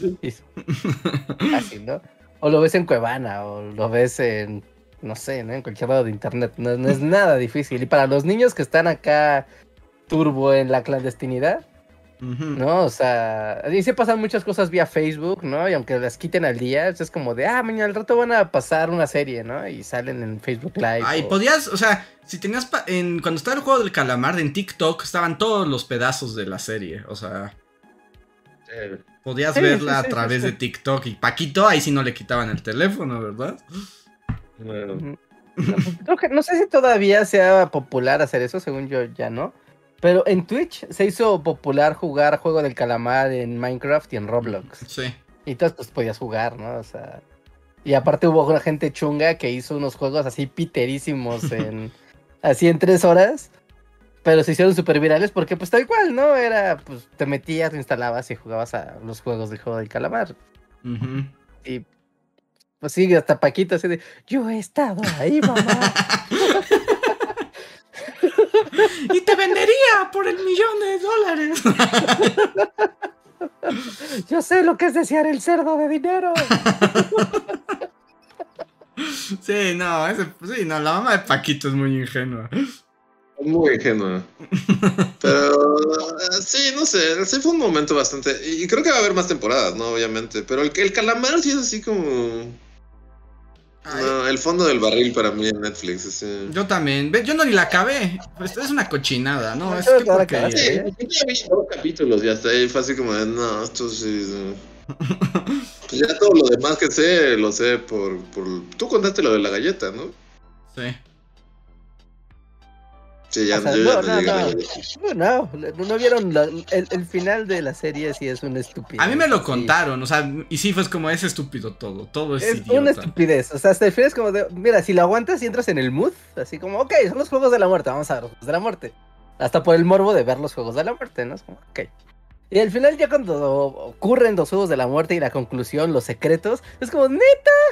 Así, ¿no? O lo ves en Cuevana, o lo ves en, no sé, ¿no? En cualquier lado de internet. No es nada difícil. Y para los niños que están acá turbo en la clandestinidad, ¿no? O sea, y se pasan muchas cosas vía Facebook, ¿no? Y aunque las quiten al día, es como de, mañana al rato van a pasar una serie, ¿no? Y salen en Facebook Live. Ay, podías, o sea, si tenías, cuando estaba el juego del calamar, en TikTok estaban todos los pedazos de la serie, o sea... podías verla a través de TikTok y Paquito, ahí sí no le quitaban el teléfono, ¿verdad? Bueno. Creo que, no sé si todavía sea popular hacer eso, según yo ya no. Pero en Twitch se hizo popular jugar Juego del Calamar en Minecraft y en Roblox. Sí. Y entonces pues podías jugar, ¿no? O sea... Y aparte hubo una gente chunga que hizo unos juegos así piterísimos así en 3 horas. Pero se hicieron súper virales porque pues tal cual, ¿no? Era, pues te metías, te instalabas y jugabas a los juegos del Juego del Calamar. Y pues sí, hasta Paquito así de, yo he estado ahí, mamá. Y te vendería por el $1,000,000. Yo sé lo que es desear el cerdo de dinero. Sí, no, la mamá de Paquito es muy ingenua. Muy ingenua. Pero sí, no sé, sí fue un momento bastante... Y creo que va a haber más temporadas, ¿no? Obviamente. Pero el calamar sí es así como... No, el fondo del barril para mí en Netflix. Sí. Yo también. Yo no ni la acabé. Pues es una cochinada, ¿no? No, Es yo que la porquería. acabé. Sí, yo ya vi 2 capítulos y hasta ahí fue así como de, no, esto sí... No. Pues ya todo lo demás que sé, lo sé por... Tú contaste lo de la galleta, ¿no? Sí. Sí, ya, O sea, yo ya no llegué a la galleta. no vieron el final de la serie, sí es una estupidez. A mí me lo sí. contaron, o sea, y sí, fue como, es estúpido todo es idiota. Una estupidez, o sea, hasta el final es como de, mira, si lo aguantas y entras en el mood, así como, ok, son los juegos de la muerte, vamos a ver los juegos de la muerte. Hasta por el morbo de ver los juegos de la muerte, ¿no? Es como, ok. Y al final ya cuando ocurren los juegos de la muerte y la conclusión, los secretos, es como, neta,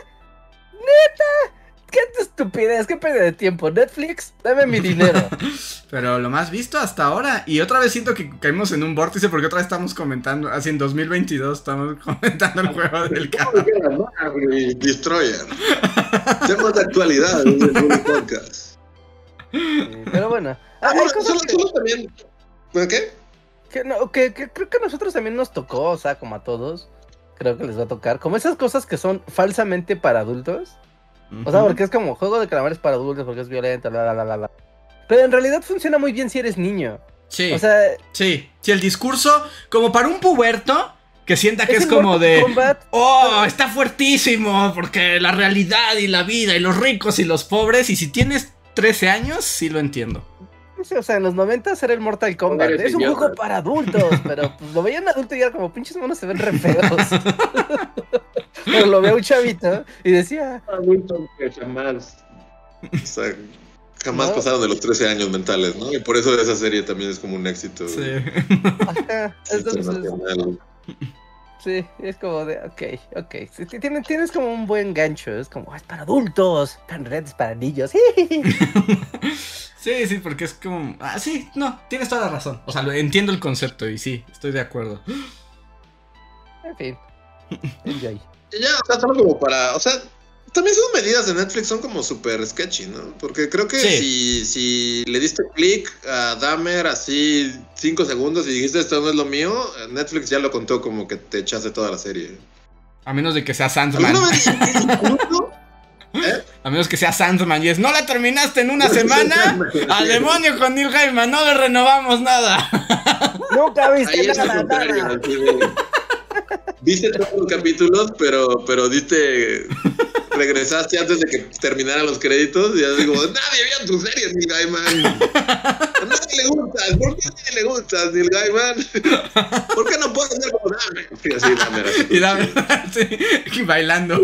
qué estupidez, qué pérdida de tiempo, Netflix, dame mi dinero. Pero lo más visto hasta ahora, y otra vez siento que caímos en un vórtice porque otra vez estamos comentando, así en 2022 estamos comentando el juego del carro. Destroyer. Temas de actualidad en el podcast. Sí, pero bueno, hay Bueno, cosas solo también... ¿Bueno, qué? que creo que a nosotros también nos tocó, o sea, como a todos, creo que les va a tocar, como esas cosas que son falsamente para adultos. O sea, porque es como juego de calamares para adultos, porque es violento, la. Pero en realidad funciona muy bien si eres niño. Sí, o sea, sí, el discurso, como para un puberto, que sienta que es como Mortal de... Kombat, Oh, está fuertísimo, porque la realidad y la vida y los ricos y los pobres, y si tienes 13 años, sí lo entiendo. o sea, en los 90 era el Mortal Kombat. Eres Es un idiota. juego para adultos, pero pues lo veían adulto y era como, pinches monos se ven re feos. Pero lo veo un chavito y decía... Adultos que jamás... O sea, jamás No. pasaron de los 13 años mentales, ¿no? Y por eso esa serie también es como un éxito Sí. Ajá, entonces, internacional. sí, es como de, ok. Sí, tienes como un buen gancho, es como, es para adultos, tan redes para niños. Sí, porque es como... Ah, sí, no, tienes toda la razón. O sea, entiendo el concepto y sí, estoy de acuerdo. En fin, enjoy. Y ya, o sea, solo como para... O sea, también sus medidas de Netflix son como súper sketchy, ¿no? Porque creo que Sí. si le diste clic a Dahmer así 5 segundos y dijiste esto no es lo mío, Netflix ya lo contó como que te echaste toda la serie. A menos de que sea Sandman. ¿Alguna vez incluso? A menos que sea Sandman y es, ¿no la terminaste en una semana? ¡Al demonio con Neil Gaiman! ¡No le renovamos nada! Nunca Ahí viste es nada, lo contrario, nada. así de, viste todos los capítulos, pero regresaste antes de que terminaran los créditos y así como, nadie vio tu serie, Neil Gaiman. A nadie le gustas, ¿por qué a nadie le gustas, Neil Gaiman? ¿Por qué no puedes ser como Dahmer? Sí, así, Dahmer, así. Y Dahmer, sí, bailando.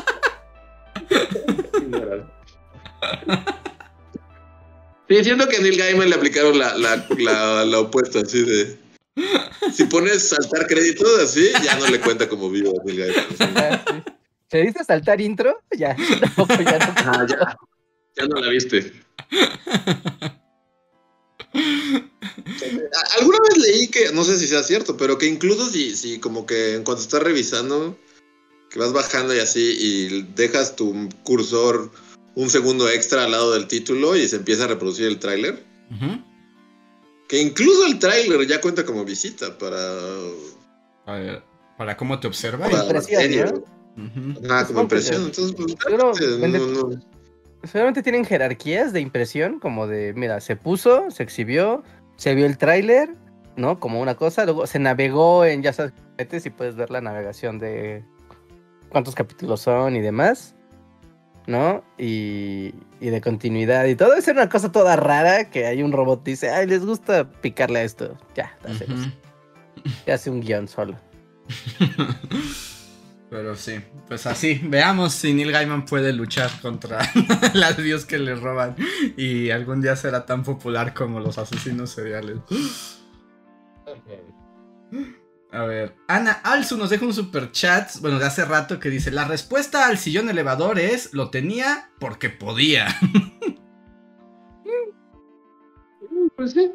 Sí, siento que a Neil Gaiman le aplicaron la opuesta, así de... Si pones saltar créditos así, ya no le cuenta como vivo a Neil Gaiman. Sí. ¿Se dice saltar intro? Ya, tampoco, ya no. Ah, ya no la viste. Alguna vez leí que, no sé si sea cierto, pero que incluso si como que en cuanto estás revisando, que vas bajando y así, y dejas tu cursor un segundo extra al lado del título y se empieza a reproducir el tráiler, que incluso el tráiler ya cuenta como visita para cómo te observa. Para impresión, ¿no? Como impresión. Entonces, pues, seguramente tienen jerarquías de impresión, como de, mira, se puso, se exhibió, se vio el tráiler, ¿no? Como una cosa, luego se navegó en, ya sabes, si puedes ver la navegación de cuántos capítulos son y demás, ¿no? Y de continuidad y todo. Es una cosa toda rara que hay un robot que dice, ay, les gusta picarle a esto. Ya, ya hace un guión solo. Pero sí, pues así, veamos si Neil Gaiman puede luchar contra las views que le roban y algún día será tan popular como los asesinos seriales. A ver, Ana Alzu nos deja un super chat, bueno, de hace rato, que dice: la respuesta al sillón elevador es: lo tenía porque podía. Pues sí.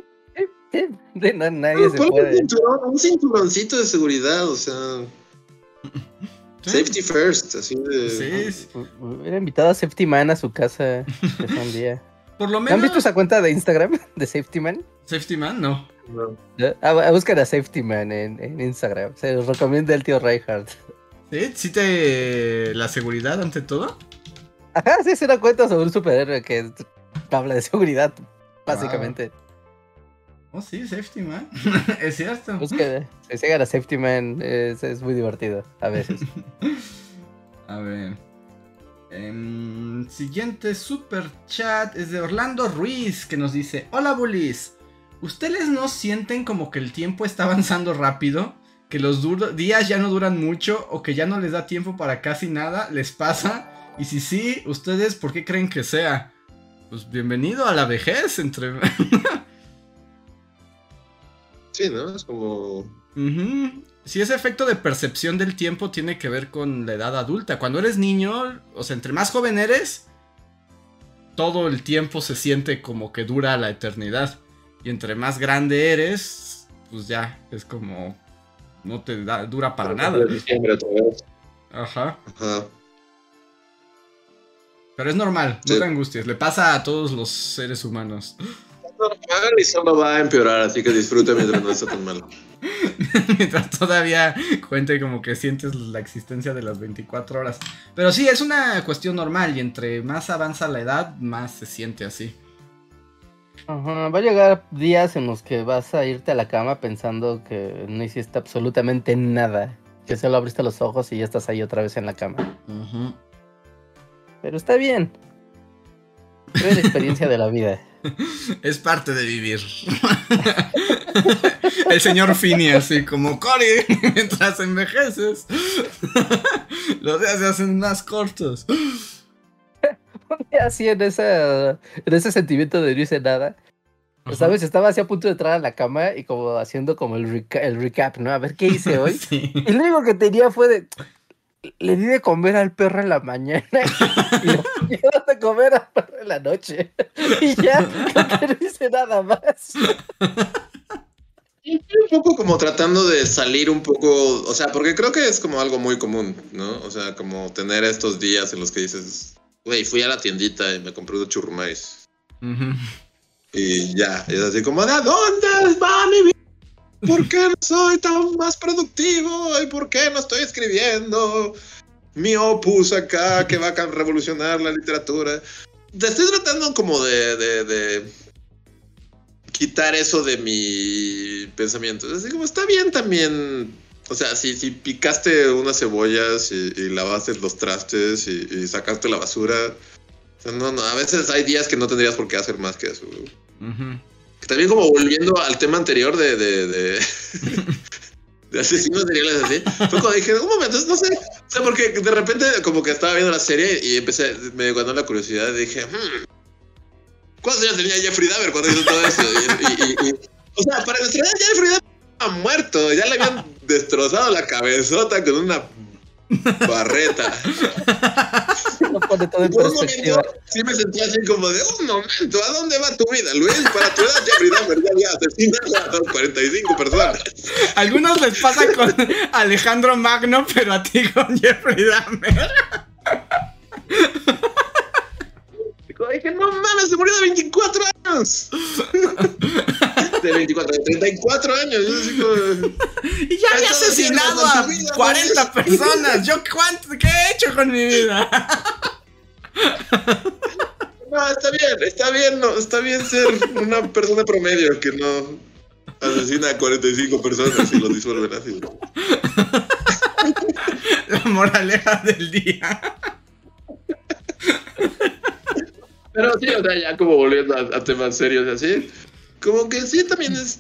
Nadie se puede. Un cinturoncito de seguridad, o sea. Safety first, así de... Sí. Hubiera invitado a Safety Man a su casa un día. Por lo ¿Han menos... visto esa cuenta de Instagram de Safety Man? Safety Man, no. No. Buscan a Safety Man en Instagram. Se los recomienda el tío Reinhardt. ¿Sí te... la seguridad ante todo? Ajá, sí, es una cuenta sobre un superhéroe que habla de seguridad, básicamente. Oh, sí, Safety Man. Es cierto. Busquen, si sigan a Safety Man, es muy divertido a veces. A ver. Siguiente super chat es de Orlando Ruiz, que nos dice: Hola bullies, ¿ustedes no sienten como que el tiempo está avanzando rápido? ¿Que los días ya no duran mucho? ¿O que ya no les da tiempo para casi nada? ¿Les pasa? Y si sí, ¿ustedes por qué creen que sea? Pues bienvenido a la vejez entre... Sí, ¿no? Es como... Sí, ese efecto de percepción del tiempo tiene que ver con la edad adulta. Cuando eres niño, o sea, entre más joven eres, todo el tiempo se siente como que dura la eternidad. Y entre más grande eres, pues ya, es como... no te dura para nada. Diciembre otra vez. Ajá. Ajá. Pero es normal, no Sí. te angusties, le pasa a todos los seres humanos. Es normal y solo va a empeorar, así que disfruta mientras no está tan mal. Mientras todavía cuente como que sientes la existencia de las 24 horas. Pero sí, es una cuestión normal y entre más avanza la edad, más se siente así. Ajá, va a llegar días en los que vas a irte a la cama pensando que no hiciste absolutamente nada. Que solo abriste los ojos y ya estás ahí otra vez en la cama. Pero está bien. Es la experiencia de la vida. Es parte de vivir. El señor Finney así como: Cory, mientras envejeces, los días se hacen más cortos. Así en ese sentimiento de no hice nada. Ajá. ¿Sabes? Estaba así a punto de entrar a la cama y como haciendo como el recap, ¿no? A ver qué hice hoy. Sí. Y lo único que tenía fue de... Le di de comer al perro en la mañana y le di de comer al perro en la noche. Y ya, creo que no hice nada más. Un poco como tratando de salir un poco, o sea, porque creo que es como algo muy común, ¿no? O sea, como tener estos días en los que dices, güey, fui a la tiendita y me compré unos churrumais. Y ya, es así como, ¿de dónde va mi vida? ¿Por qué no soy tan más productivo? ¿Y por qué no estoy escribiendo mi opus acá que va a revolucionar la literatura? Te estoy tratando como de quitar eso de mi pensamiento. Es así como, está bien también. O sea, si picaste unas cebollas y lavaste los trastes y sacaste la basura. O sea, no, a veces hay días que no tendrías por qué hacer más que eso. Que también como volviendo al tema anterior de asesinos seriales así, fue cuando dije, un momento, no sé, o sea, porque de repente como que estaba viendo la serie y me ganó la curiosidad y dije, ¿cuántos años tenía Jeffrey Dahmer cuando hizo todo eso? O sea, para nuestra edad Jeffrey Dahmer estaba muerto, ya le habían destrozado la cabezota con una barreta. Lo pone todo en Por un perspectiva. momento sí me sentía así como de un momento, ¿a dónde va tu vida, Luis? Para tu edad Jeffrey Dahmer ya había asesinado a 45 personas. A algunos les pasa con Alejandro Magno, pero a ti con Jeffrey Dahmer. Dije, no mames, se murió de 24 años. De 34 años. Yo así como... Y ya había asesinado a 40 personas. ¿Yo qué he hecho con mi vida? No, está bien ser una persona promedio que no asesina a 45 personas y los disuelve en ácido. La moraleja del día. Pero sí, o sea, ya como volviendo a temas serios así, como que sí también es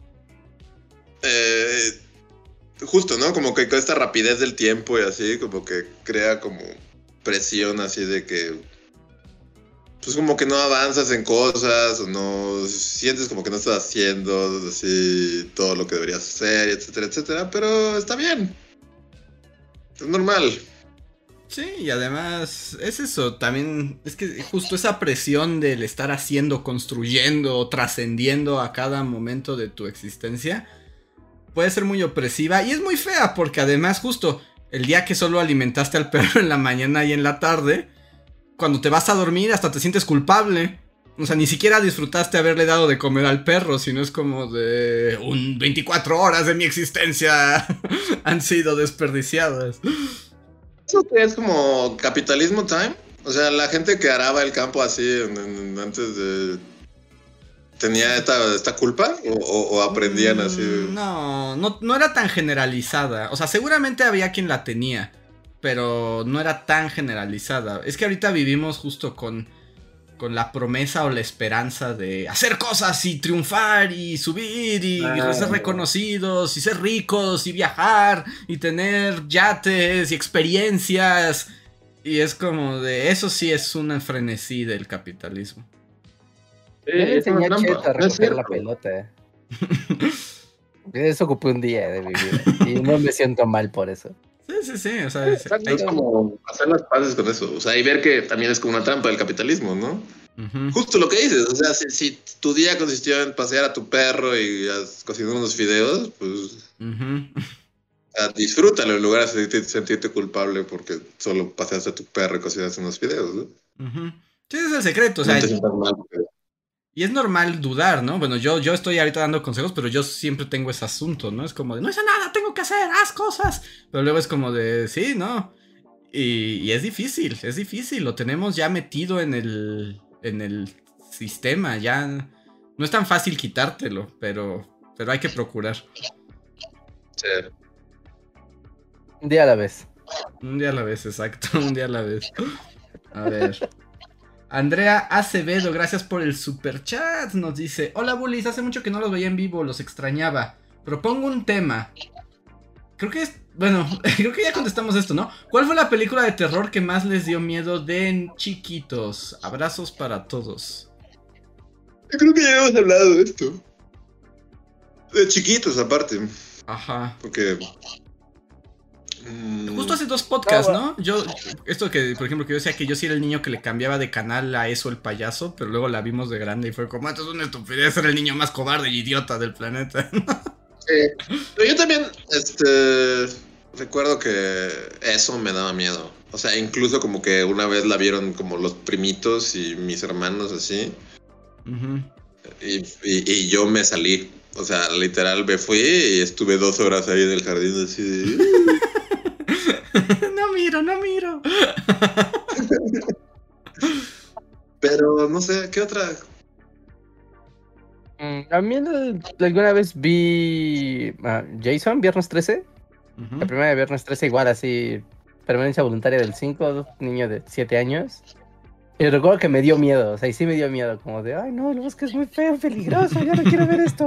justo, ¿no? Como que con esta rapidez del tiempo y así, como que crea como presión así de que pues como que no avanzas en cosas o no sientes como que no estás haciendo así todo lo que deberías hacer, etcétera, etcétera, pero está bien. Es normal. Sí, y además es eso, también es que justo esa presión del estar haciendo, construyendo, trascendiendo a cada momento de tu existencia puede ser muy opresiva y es muy fea porque además justo el día que solo alimentaste al perro en la mañana y en la tarde, cuando te vas a dormir hasta te sientes culpable. O sea, ni siquiera disfrutaste haberle dado de comer al perro, sino es como de 24 horas de mi existencia han sido desperdiciadas. Eso que es como capitalismo time. O sea, la gente que araba el campo así antes de... ¿Tenía esta culpa? ¿O aprendían así? No era tan generalizada. O sea, seguramente había quien la tenía, pero no era tan generalizada. Es que ahorita vivimos justo con la promesa o la esperanza de hacer cosas y triunfar y subir y ser reconocidos y ser ricos y viajar y tener yates y experiencias. Y es como de... Eso sí es una frenesí del capitalismo. Yo le enseñé a Chet a recoger la pelota. Eso ocupé un día de mi vida. Y no me siento mal por eso. Sí. O sea, es como hacer las paces con eso. O sea, y ver que también es como una trampa del capitalismo, ¿no? Uh-huh. Justo lo que dices. O sea, si tu día consistió en pasear a tu perro y cocinar unos fideos, pues... Uh-huh. Disfrútalo en lugar de sentirte culpable porque solo paseaste a tu perro y cocinaste unos fideos, ¿no? Uh-huh. Sí, ese es el secreto. O sea, no te sientas mal porque... Y es normal dudar, ¿no? Bueno, yo estoy ahorita dando consejos, pero yo siempre tengo ese asunto, ¿no? Es como de, no hice nada, tengo que hacer, haz cosas. Pero luego es como de, sí, ¿no? Y es difícil, lo tenemos ya metido en el sistema, ya no es tan fácil quitártelo, pero hay que procurar. Sí. Un día a la vez. Un día a la vez, exacto, un día a la vez. A ver... Andrea Acevedo, gracias por el superchat. Nos dice: hola bullies, hace mucho que no los veía en vivo, los extrañaba. Propongo un tema. Creo que creo que ya contestamos esto, ¿no? ¿Cuál fue la película de terror que más les dio miedo de chiquitos? Abrazos para todos. Yo creo que ya hemos hablado de esto. De chiquitos, aparte. Ajá. Porque... Justo hace 2 podcasts, ¿no? Esto que, por ejemplo, que yo decía que yo sí era el niño que le cambiaba de canal a eso el payaso, pero luego la vimos de grande y fue como, esto es una estupidez, era el niño más cobarde y idiota del planeta. Pero yo también, recuerdo que eso me daba miedo. O sea, incluso como que una vez la vieron como los primitos y mis hermanos así. Uh-huh. Y yo me salí. O sea, literal me fui y estuve 2 horas ahí en el jardín así de... No miro. Pero no sé, ¿qué otra? A mí alguna vez vi Jason, Viernes 13. Uh-huh. La primera de Viernes 13 igual así, permanencia voluntaria del 5, niño de 7 años. Y recuerdo que me dio miedo, o sea, y sí me dio miedo, como de, ay no, el bosque es muy feo, peligroso, yo no quiero ver esto.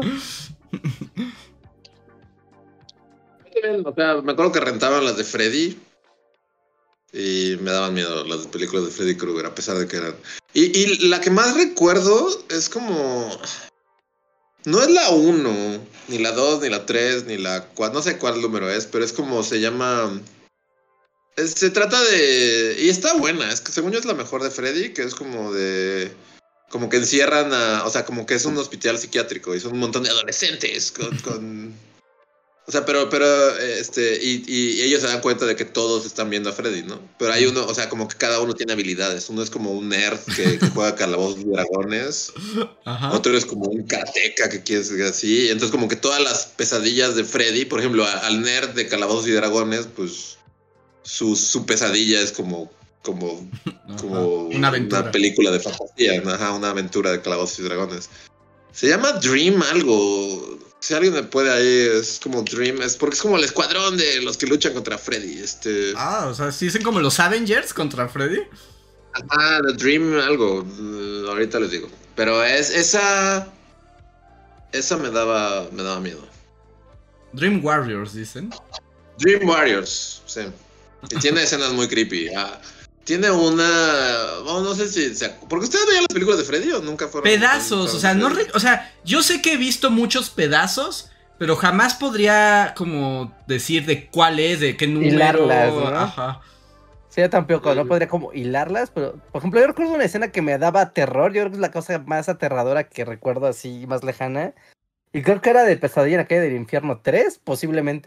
O sea, me acuerdo que rentaban las de Freddy y me daban miedo las películas de Freddy Krueger, a pesar de que eran... Y la que más recuerdo es como... No es la 1, ni la 2, ni la 3, ni la 4, no sé cuál número es, pero es como se llama... Se trata de... Y está buena, es que según yo es la mejor de Freddy, que es como de... Como que encierran a... O sea, como que es un hospital psiquiátrico y son un montón de adolescentes con... O sea, pero y ellos se dan cuenta de que todos están viendo a Freddy, ¿no? Pero hay uno, o sea, como que cada uno tiene habilidades. Uno es como un nerd que juega Calabozos y Dragones. Ajá. Otro es como un karateca que quiere ser así. Entonces, como que todas las pesadillas de Freddy, por ejemplo, al nerd de Calabozos y Dragones, pues su pesadilla es como una aventura. Una película de fantasía, una aventura de Calabozos y Dragones. Se llama Dream algo. Si alguien me puede ahí, es como Dream, porque es como el escuadrón de los que luchan contra Freddy. O sea, ¿sí dicen como los Avengers contra Freddy? Ajá, The Dream algo, ahorita les digo. Pero esa me daba miedo. Dream Warriors, dicen. Dream Warriors, sí. Y tiene escenas muy creepy. Tiene una... no sé si... ¿Porque ustedes veían las películas de Freddy o nunca fueron? Pedazos, o sea, yo sé que he visto muchos pedazos, pero jamás podría como decir de cuál es, de qué número. Hilarlas, ¿no? Ajá. Sí, yo tampoco, no podría como hilarlas, pero... Por ejemplo, yo recuerdo una escena que me daba terror, yo creo que es la cosa más aterradora que recuerdo así, más lejana. Y creo que era de Pesadilla en la calle del infierno 3, posiblemente.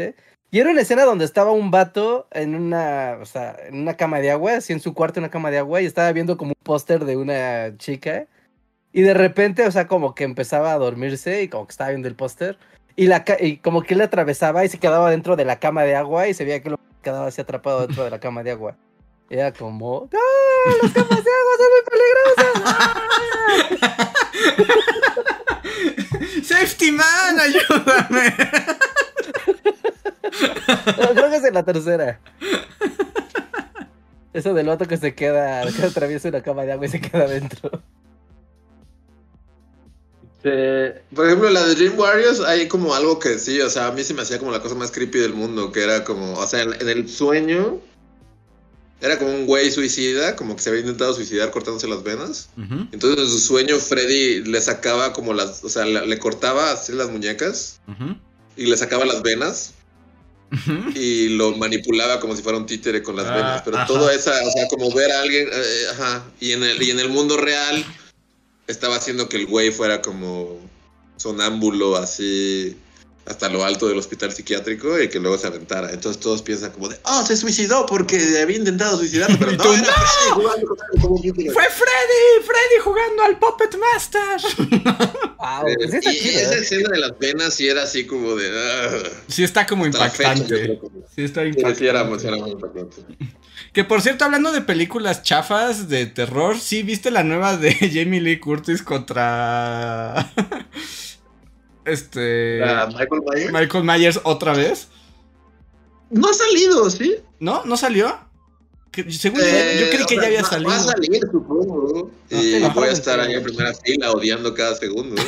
Y era una escena donde estaba un vato en una cama de agua, así en su cuarto, una cama de agua, y estaba viendo como un póster de una chica. Y de repente, o sea, como que empezaba a dormirse y como que estaba viendo el póster. Y como que él atravesaba y se quedaba dentro de la cama de agua y se veía que lo quedaba así atrapado dentro de la cama de agua. Y era como, ¡ah! ¡Las camas de agua son muy peligrosas! ¡Ah! ¡Safety man, ayúdame! No, creo que es en la tercera. Eso del vato que atraviesa una cama de agua y se queda dentro. Por ejemplo, la de Dream Warriors hay como algo que sí, o sea, a mí se me hacía como la cosa más creepy del mundo, que era como, o sea, en el sueño era como un güey suicida, como que se había intentado suicidar cortándose las venas. Uh-huh. Entonces en su sueño Freddy le sacaba como o sea, le cortaba así las muñecas uh-huh. y le sacaba las venas. Uh-huh. Y lo manipulaba como si fuera un títere con las venas, pero toda esa, o sea, como ver a alguien, y en el mundo real estaba haciendo que el güey fuera como sonámbulo así hasta lo alto del hospital psiquiátrico y que luego se aventara. Entonces todos piensan como de, se suicidó porque había intentado suicidarse, pero no, era Freddy jugando como ¡Fue Freddy jugando al Puppet Master! Wow, y esa escena de las venas sí era así como de... sí está como impactante. Sí está impactante. Sí, era muy impactante. Que por cierto, hablando de películas chafas de terror, ¿sí viste la nueva de Jamie Lee Curtis contra... Michael Myers otra vez? No ha salido, ¿sí? ¿No? ¿No salió? Según yo creí que ya había salido. Va a salir, supongo. Y voy a estar ahí en primera fila odiando cada segundo.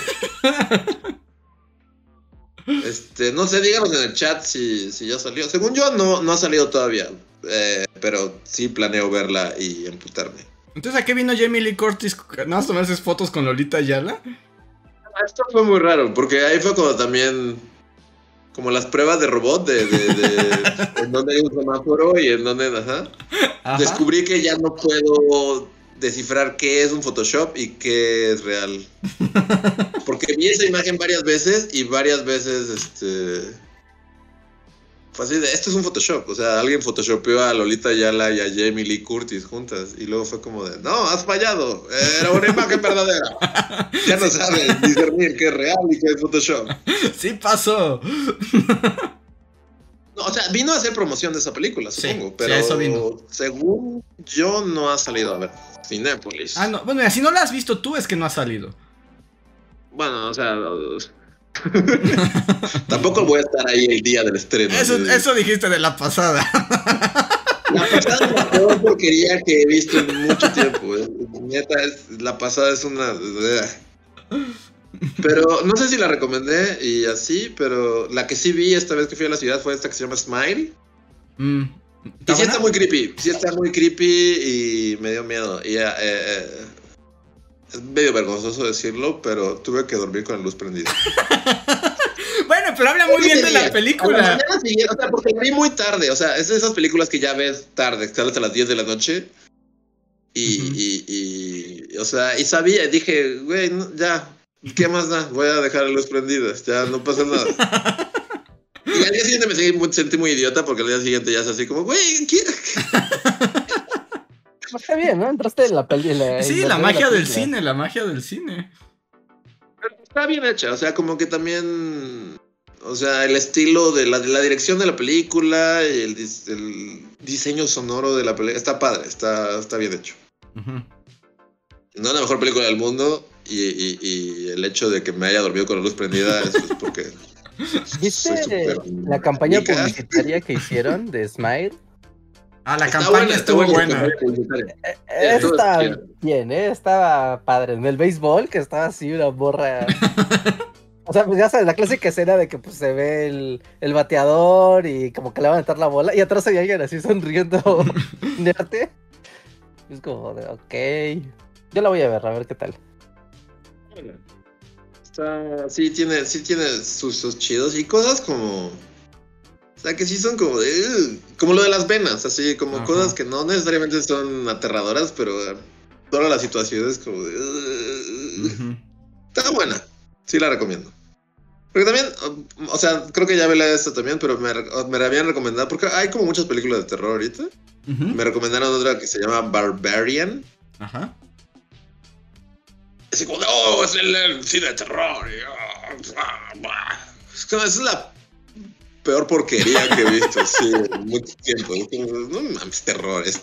No sé, díganos en el chat si ya salió. Según yo, no ha salido todavía. Pero sí planeo verla y emputarme. Entonces, ¿a qué vino Jamie Lee Curtis? ¿No vas a tomarse fotos con Lolita Ayala? Esto fue muy raro, porque ahí fue cuando también... Como las pruebas de robot en donde hay un semáforo y en donde... Ajá. Descubrí que ya no puedo descifrar qué es un Photoshop y qué es real. Porque vi esa imagen varias veces y varias veces fue así de, esto es un Photoshop. O sea, alguien photoshopeó a Lolita Ayala y a Jamie Lee Curtis juntas. Y luego fue como de, no, has fallado. Era una imagen verdadera. Ya no sabes discernir qué es real y qué es Photoshop. Sí pasó. No, o sea, vino a hacer promoción de esa película, supongo. Sí, pero eso vino. Según yo, no ha salido a ver Cinépolis. No, bueno, si no la has visto tú, es que no ha salido. Bueno, o sea... Tampoco voy a estar ahí el día del estreno. Eso dijiste de la pasada. La pasada es la peor porquería que he visto en mucho tiempo. Neta, la pasada es una... Pero no sé si la recomendé y así, pero la que sí vi esta vez que fui a la ciudad fue esta que se llama Smile. Y sí está muy creepy. Sí está muy creepy y me dio miedo. Y es medio vergonzoso decirlo, pero tuve que dormir con la luz prendida. Bueno, pero habla muy bien de la película. A la mañana siguiente, o sea, porque la vi muy tarde. O sea, es de esas películas que ya ves tarde, que sales a las 10 de la noche. O sea, y sabía, dije, güey, no, ya, ¿qué más da? Voy a dejar la luz prendida, ya no pasa nada. Y al día siguiente me sentí muy idiota porque al día siguiente ya es así como, güey, ¿qué? Está bien, ¿no? Entraste en la película. Sí, la magia del cine, la magia del cine. Está bien hecha, o sea, como que también... O sea, el estilo de la dirección de la película y el diseño sonoro de la película está padre, está bien hecho. Uh-huh. No es la mejor película del mundo y el hecho de que me haya dormido con la luz prendida es porque... ¿Viste la campaña publicitaria que hicieron de Smile? La campaña estuvo buena. Está bien, estaba padre. En el béisbol, que estaba así una morra... O sea, pues ya sabes, la clásica escena de que pues se ve el bateador y como que le van a meter la bola y atrás hay alguien así sonriendo inerte. Es como de, ok. Yo la voy a ver qué tal. Sí tiene sus chidos y cosas como... O sea, que sí son como de... Como lo de las venas, así, como Ajá. Cosas que no necesariamente son aterradoras, pero toda la situación es como de... Está buena, sí la recomiendo. Porque también, o sea, creo que ya vi esta también, pero me la habían recomendado, porque hay como muchas películas de terror ahorita. Me recomendaron otra que se llama Barbarian. Ajá. Así como, oh, es el cine de terror. Es la peor porquería que he visto, sí, en mucho tiempo. No mames, terror esto.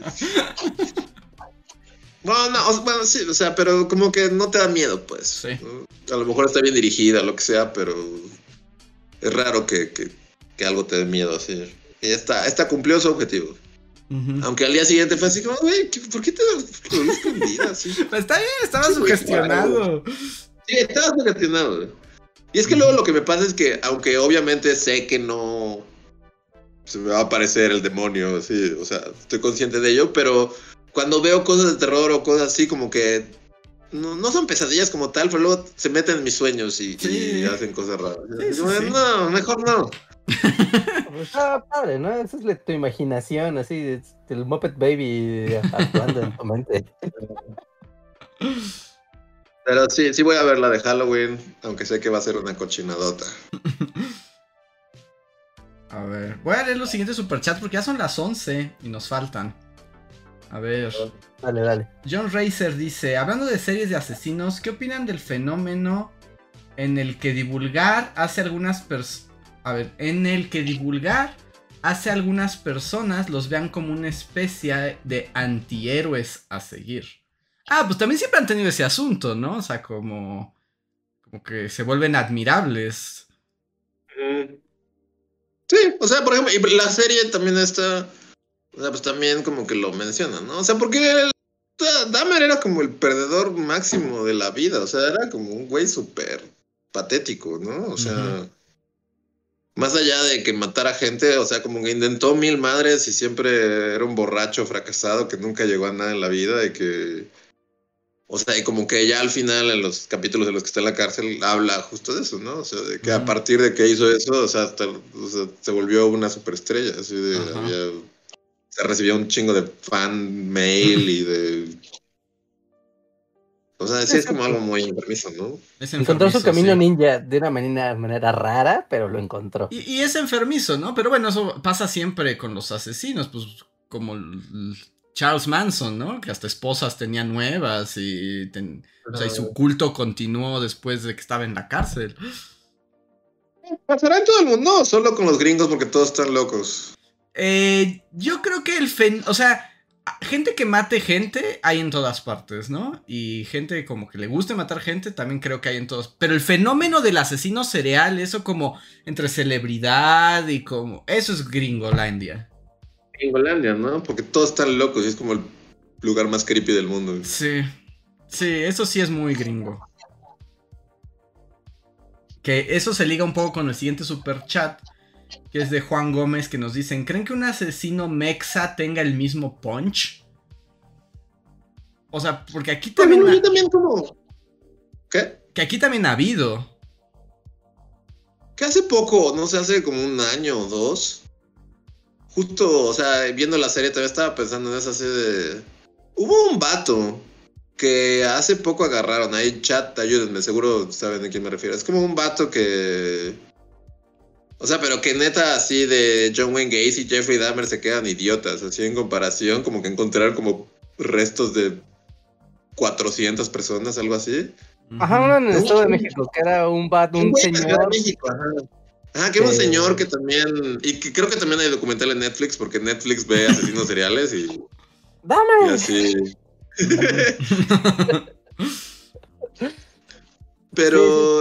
Bueno, sí, o sea, pero como que no te da miedo, pues. Sí. A lo mejor está bien dirigida, lo que sea, pero es raro que algo te dé miedo, así. Y esta cumplió su objetivo. Aunque al día siguiente fue así como, güey, ¿por qué te dormís con vida? Así? Está bien, estaba sugestionado. Sí, estaba sugestionado, güey. Y es que luego lo que me pasa es que, aunque obviamente sé que no se me va a aparecer el demonio, así, o sea, estoy consciente de ello, pero cuando veo cosas de terror o cosas así, como que no son pesadillas como tal, pero luego se meten en mis sueños y hacen cosas raras. Sí. No, mejor no. Está padre, ¿no? Esa es tu imaginación, así, el Muppet Baby actuando en tu mente. Pero sí voy a ver la de Halloween, aunque sé que va a ser una cochinadota. A ver, voy a leer los siguientes superchats porque ya son las 11 y nos faltan. A ver. Dale. John Racer dice, hablando de series de asesinos, ¿qué opinan del fenómeno en el que divulgar hace algunas personas los vean como una especie de antihéroes a seguir? Pues también siempre han tenido ese asunto, ¿no? O sea, como que se vuelven admirables. Sí, o sea, por ejemplo, y la serie también está, o sea, pues también como que lo menciona, ¿no? O sea, porque Dahmer era como el perdedor máximo de la vida, o sea, era como un güey súper patético, ¿no? O sea, más allá de que matara gente, o sea, como que intentó 1000 madres y siempre era un borracho fracasado que nunca llegó a nada en la vida y que, o sea, y como que ya al final en los capítulos de los que está en la cárcel habla justo de eso, ¿no? O sea, de que a partir de que hizo eso, o sea, se volvió una superestrella, así de, se recibió un chingo de fan mail y de... O sea, sí es como algo muy enfermizo, ¿no? Encontró su camino ninja de una manera rara, pero lo encontró. Y es enfermizo, ¿no? Pero bueno, eso pasa siempre con los asesinos, pues como Charles Manson, ¿no? Que hasta esposas tenía nuevas y su culto continuó después de que estaba en la cárcel. Pasará en todo el mundo, no solo con los gringos porque todos están locos. Yo creo que o sea, gente que mate gente hay en todas partes, ¿no? Y gente como que le guste matar gente también creo que hay en todos. Pero el fenómeno del asesino serial, eso como entre celebridad y como... Eso es Gringolandia. Gringolandia, ¿no? Porque todos están locos y es como el lugar más creepy del mundo. Sí, eso sí es muy gringo. Que eso se liga un poco con el siguiente super chat, que es de Juan Gómez, que nos dicen, ¿creen que un asesino mexa tenga el mismo punch? O sea, porque aquí también... Bueno, yo también como... ¿Qué? Que aquí también ha habido. Que hace poco, no sé, hace como 1 año o 2, justo, o sea, viendo la serie todavía estaba pensando en eso así de... Hubo un vato que hace poco agarraron, ahí chat, ayúdenme, seguro saben de quién me refiero. Es como un vato que... O sea, pero que neta así de John Wayne Gacy y Jeffrey Dahmer se quedan idiotas, así en comparación, como que encontraron como restos de 400 personas, algo así. Ajá, uno en el Estado de México, que era un señor. México, ajá, que era un señor que también, y que creo que también hay documental en Netflix, porque Netflix ve asesinos seriales y... ¡Dame! Y así... Pero,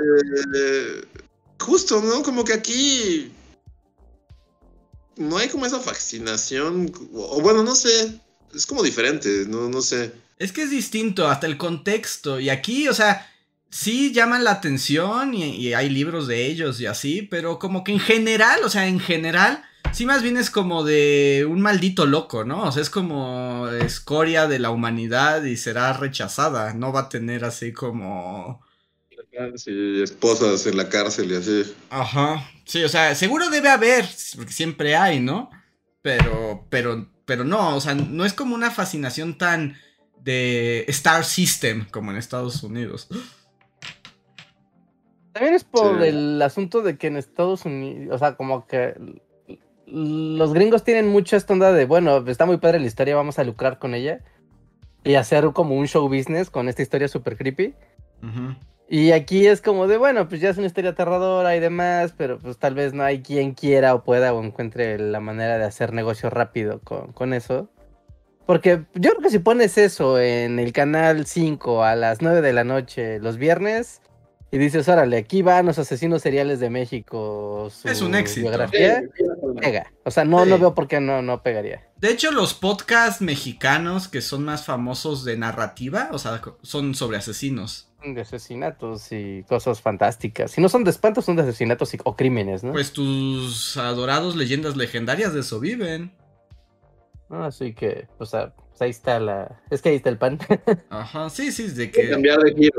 justo, ¿no? Como que aquí no hay como esa fascinación, o bueno, no sé, es como diferente, no sé. Es que es distinto, hasta el contexto, y aquí, o sea, sí llaman la atención y hay libros de ellos y así, pero como que en general, sí más bien es como de un maldito loco, ¿no? O sea, es como escoria de la humanidad y será rechazada, no va a tener así como... Sí, esposas en la cárcel y así. Ajá, sí, o sea, seguro debe haber, porque siempre hay, ¿no? Pero no, o sea, no es como una fascinación tan de Star System como en Estados Unidos. También es por Sí. el asunto de que en Estados Unidos, o sea, como que los gringos tienen mucha esta onda de, bueno, está muy padre la historia, vamos a lucrar con ella y hacer como un show business con esta historia super creepy. Ujú. Y aquí es como de, bueno, pues ya es una historia aterradora y demás, pero pues tal vez no hay quien quiera o pueda o encuentre la manera de hacer negocio rápido con eso. Porque yo creo que si pones eso en el canal 5 a las 9 de la noche los viernes y dices, órale, aquí van los asesinos seriales de México, su Es un éxito. biografía, pega. O sea, no Sí. veo por qué no pegaría. De hecho, los podcasts mexicanos que son más famosos de narrativa, o sea, son sobre asesinos. De asesinatos y cosas fantásticas. Si no son de espantos, son de asesinatos o crímenes, ¿no? Pues tus adorados leyendas legendarias de eso viven. Así que, o sea, pues ahí está la... Es que ahí está el pan. Ajá, sí, de Hay que que cambiar de giro.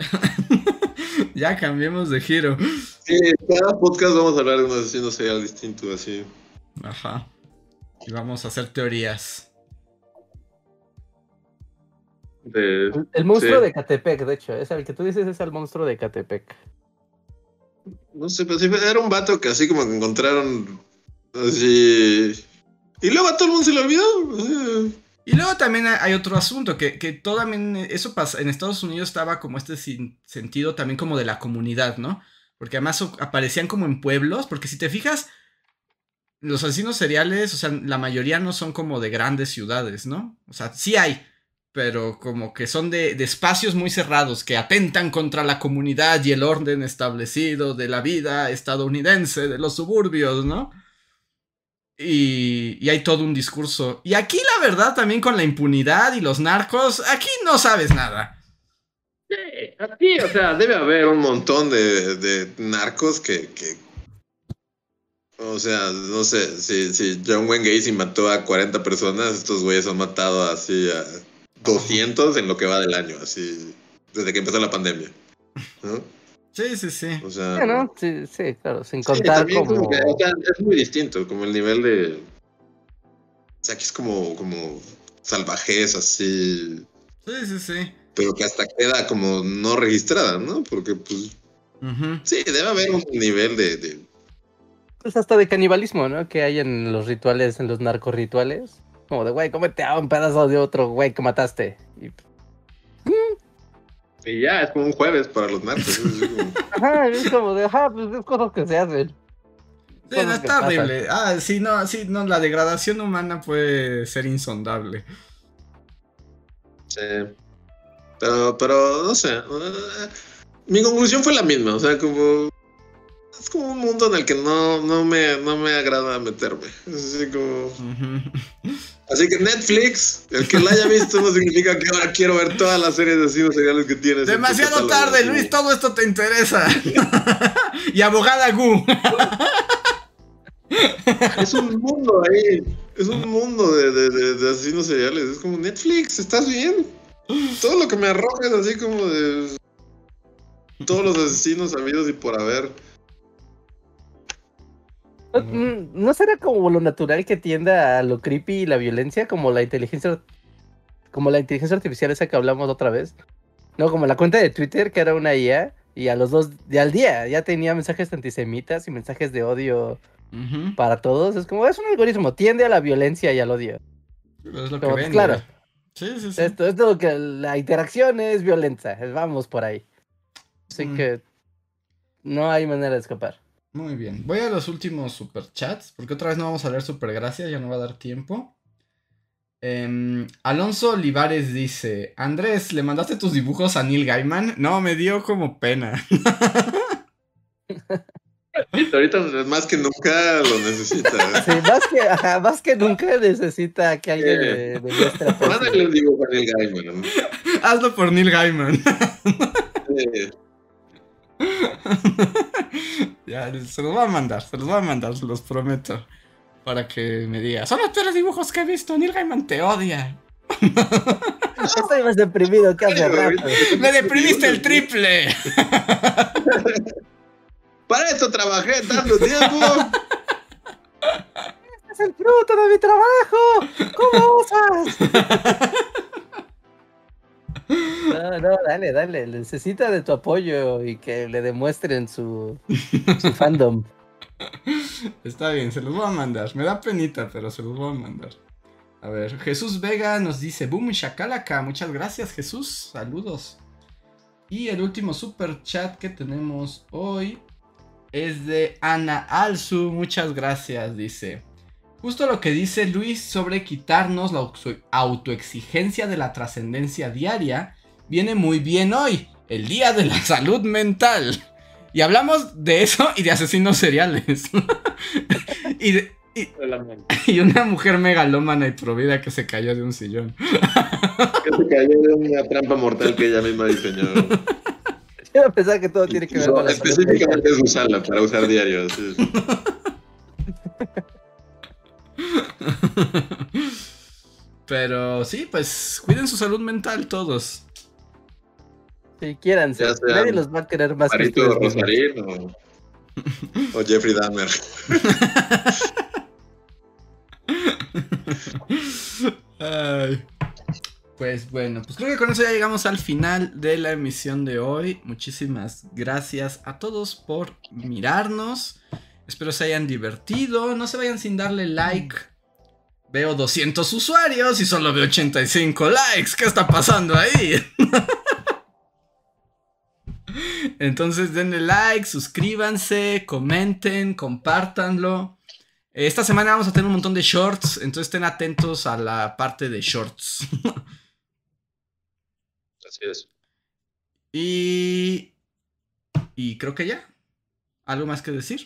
ya cambiemos de giro. Sí, cada podcast vamos a hablar de un asesino serial distinto, así. Ajá. Y vamos a hacer teorías. El monstruo Sí. de Catepec, de hecho, es el que tú dices es el monstruo de Catepec. No sé, pero sí, era un vato que así como que encontraron así... Y luego a todo el mundo se le olvidó. Y luego también hay otro asunto, que todo también, eso pasa, en Estados Unidos estaba como este sentido también como de la comunidad, ¿no? Porque además aparecían como en pueblos, porque si te fijas, los asesinos seriales, o sea, la mayoría no son como de grandes ciudades, ¿no? O sea, sí hay, pero como que son de espacios muy cerrados, que atentan contra la comunidad y el orden establecido de la vida estadounidense, de los suburbios, ¿no? Y hay todo un discurso. Y aquí la verdad también con la impunidad y los narcos, aquí no sabes nada. Aquí, o sea, debe haber un montón de narcos que... O sea, no sé, si John Wayne Gacy mató a 40 personas, estos güeyes han matado así a 200 en lo que va del año, así, desde que empezó la pandemia, ¿no? Sí. O sea, Sí, ¿no? Sí, claro, sin sí, contar también como... como que, o sea, es muy distinto, como el nivel de... O sea, aquí es como salvajez, así, Sí. pero que hasta queda como no registrada, ¿no? Porque, pues, Ujú. sí, debe haber un nivel de Pues hasta de canibalismo, ¿no? Que hay en los rituales, en los narcorrituales. Como de, güey, cómete a un pedazo de otro güey que mataste. Y ya, es como un jueves para los narcos. Es así como... Ajá, es como de, pues es cosas que se hacen. Sí, no, está horrible. Sí, no, la degradación humana puede ser insondable. Sí. Pero no sé. Mi conclusión fue la misma. O sea, como. Es como un mundo en el que no me agrada meterme. Es así como. Ujú. Así que Netflix, el que la haya visto no significa que ahora quiero ver todas las series de asesinos seriales que tienes. Demasiado tarde, Luis, todo esto te interesa. Y abogada Gu. Es un mundo ahí. Es un mundo de asesinos seriales. Es como Netflix, ¿estás bien? Todo lo que me arroja es así como de. Todos los asesinos habidos y por haber. ¿No será como lo natural que tienda a lo creepy y la violencia? Como la inteligencia artificial esa que hablamos otra vez. No, como la cuenta de Twitter, que era una IA, y a los 2 al día ya tenía mensajes antisemitas y mensajes de odio Ujú. para todos. Es como, es un algoritmo, tiende a la violencia y al odio. Es lo que Como, vende. claro. Sí. Esto es lo que la interacción es violenta. Vamos por ahí. Así que no hay manera de escapar. Muy bien. Voy a los últimos superchats, porque otra vez no vamos a leer supergracias, ya no va a dar tiempo. Alonso Olivares dice: Andrés, ¿le mandaste tus dibujos a Neil Gaiman? No, me dio como pena. Ahorita más que nunca lo necesita. Sí, más que nunca necesita que alguien le muestre aprecio. Mándale un dibujo a Neil Gaiman, ¿no? Hazlo por Neil Gaiman. Ya, se los voy a mandar, se los prometo. Para que me diga: son los peores dibujos que he visto, Neil Gaiman te odia. Estoy más deprimido que hace rato. Me deprimiste el triple. Para esto trabajé tanto tiempo. Este es el fruto de mi trabajo. ¿Cómo osas? No, dale. Necesita de tu apoyo y que le demuestren su fandom. Está bien, se los voy a mandar. Me da penita, pero se los voy a mandar. A ver, Jesús Vega nos dice: Boom Shakalaka. Muchas gracias, Jesús. Saludos. Y el último super chat que tenemos hoy es de Ana Alzu. Muchas gracias, dice. Justo lo que dice Luis sobre quitarnos la autoexigencia de la trascendencia diaria viene muy bien hoy, el Día de la Salud Mental. Y hablamos de eso y de asesinos seriales. y una mujer megalómana y provida que se cayó de un sillón. Que se cayó de una trampa mortal que ella misma diseñó. Yo pensaba que todo tiene que ver con la salud mental. Específicamente es usarla para usar diario. Sí. Pero sí, pues cuiden su salud mental todos. Sí, quiéranse. Nadie los va a querer más que Marito Rosarín o Jeffrey Dahmer. Ay. Pues bueno, pues creo que con eso ya llegamos al final de la emisión de hoy. Muchísimas gracias a todos por mirarnos. Espero se hayan divertido. No se vayan sin darle like. Veo 200 usuarios y solo veo 85 likes. ¿Qué está pasando ahí? Entonces denle like, suscríbanse, comenten, compártanlo. Esta semana vamos a tener un montón de shorts, entonces estén atentos a la parte de shorts. Así es. Y creo que ya. ¿Algo más que decir?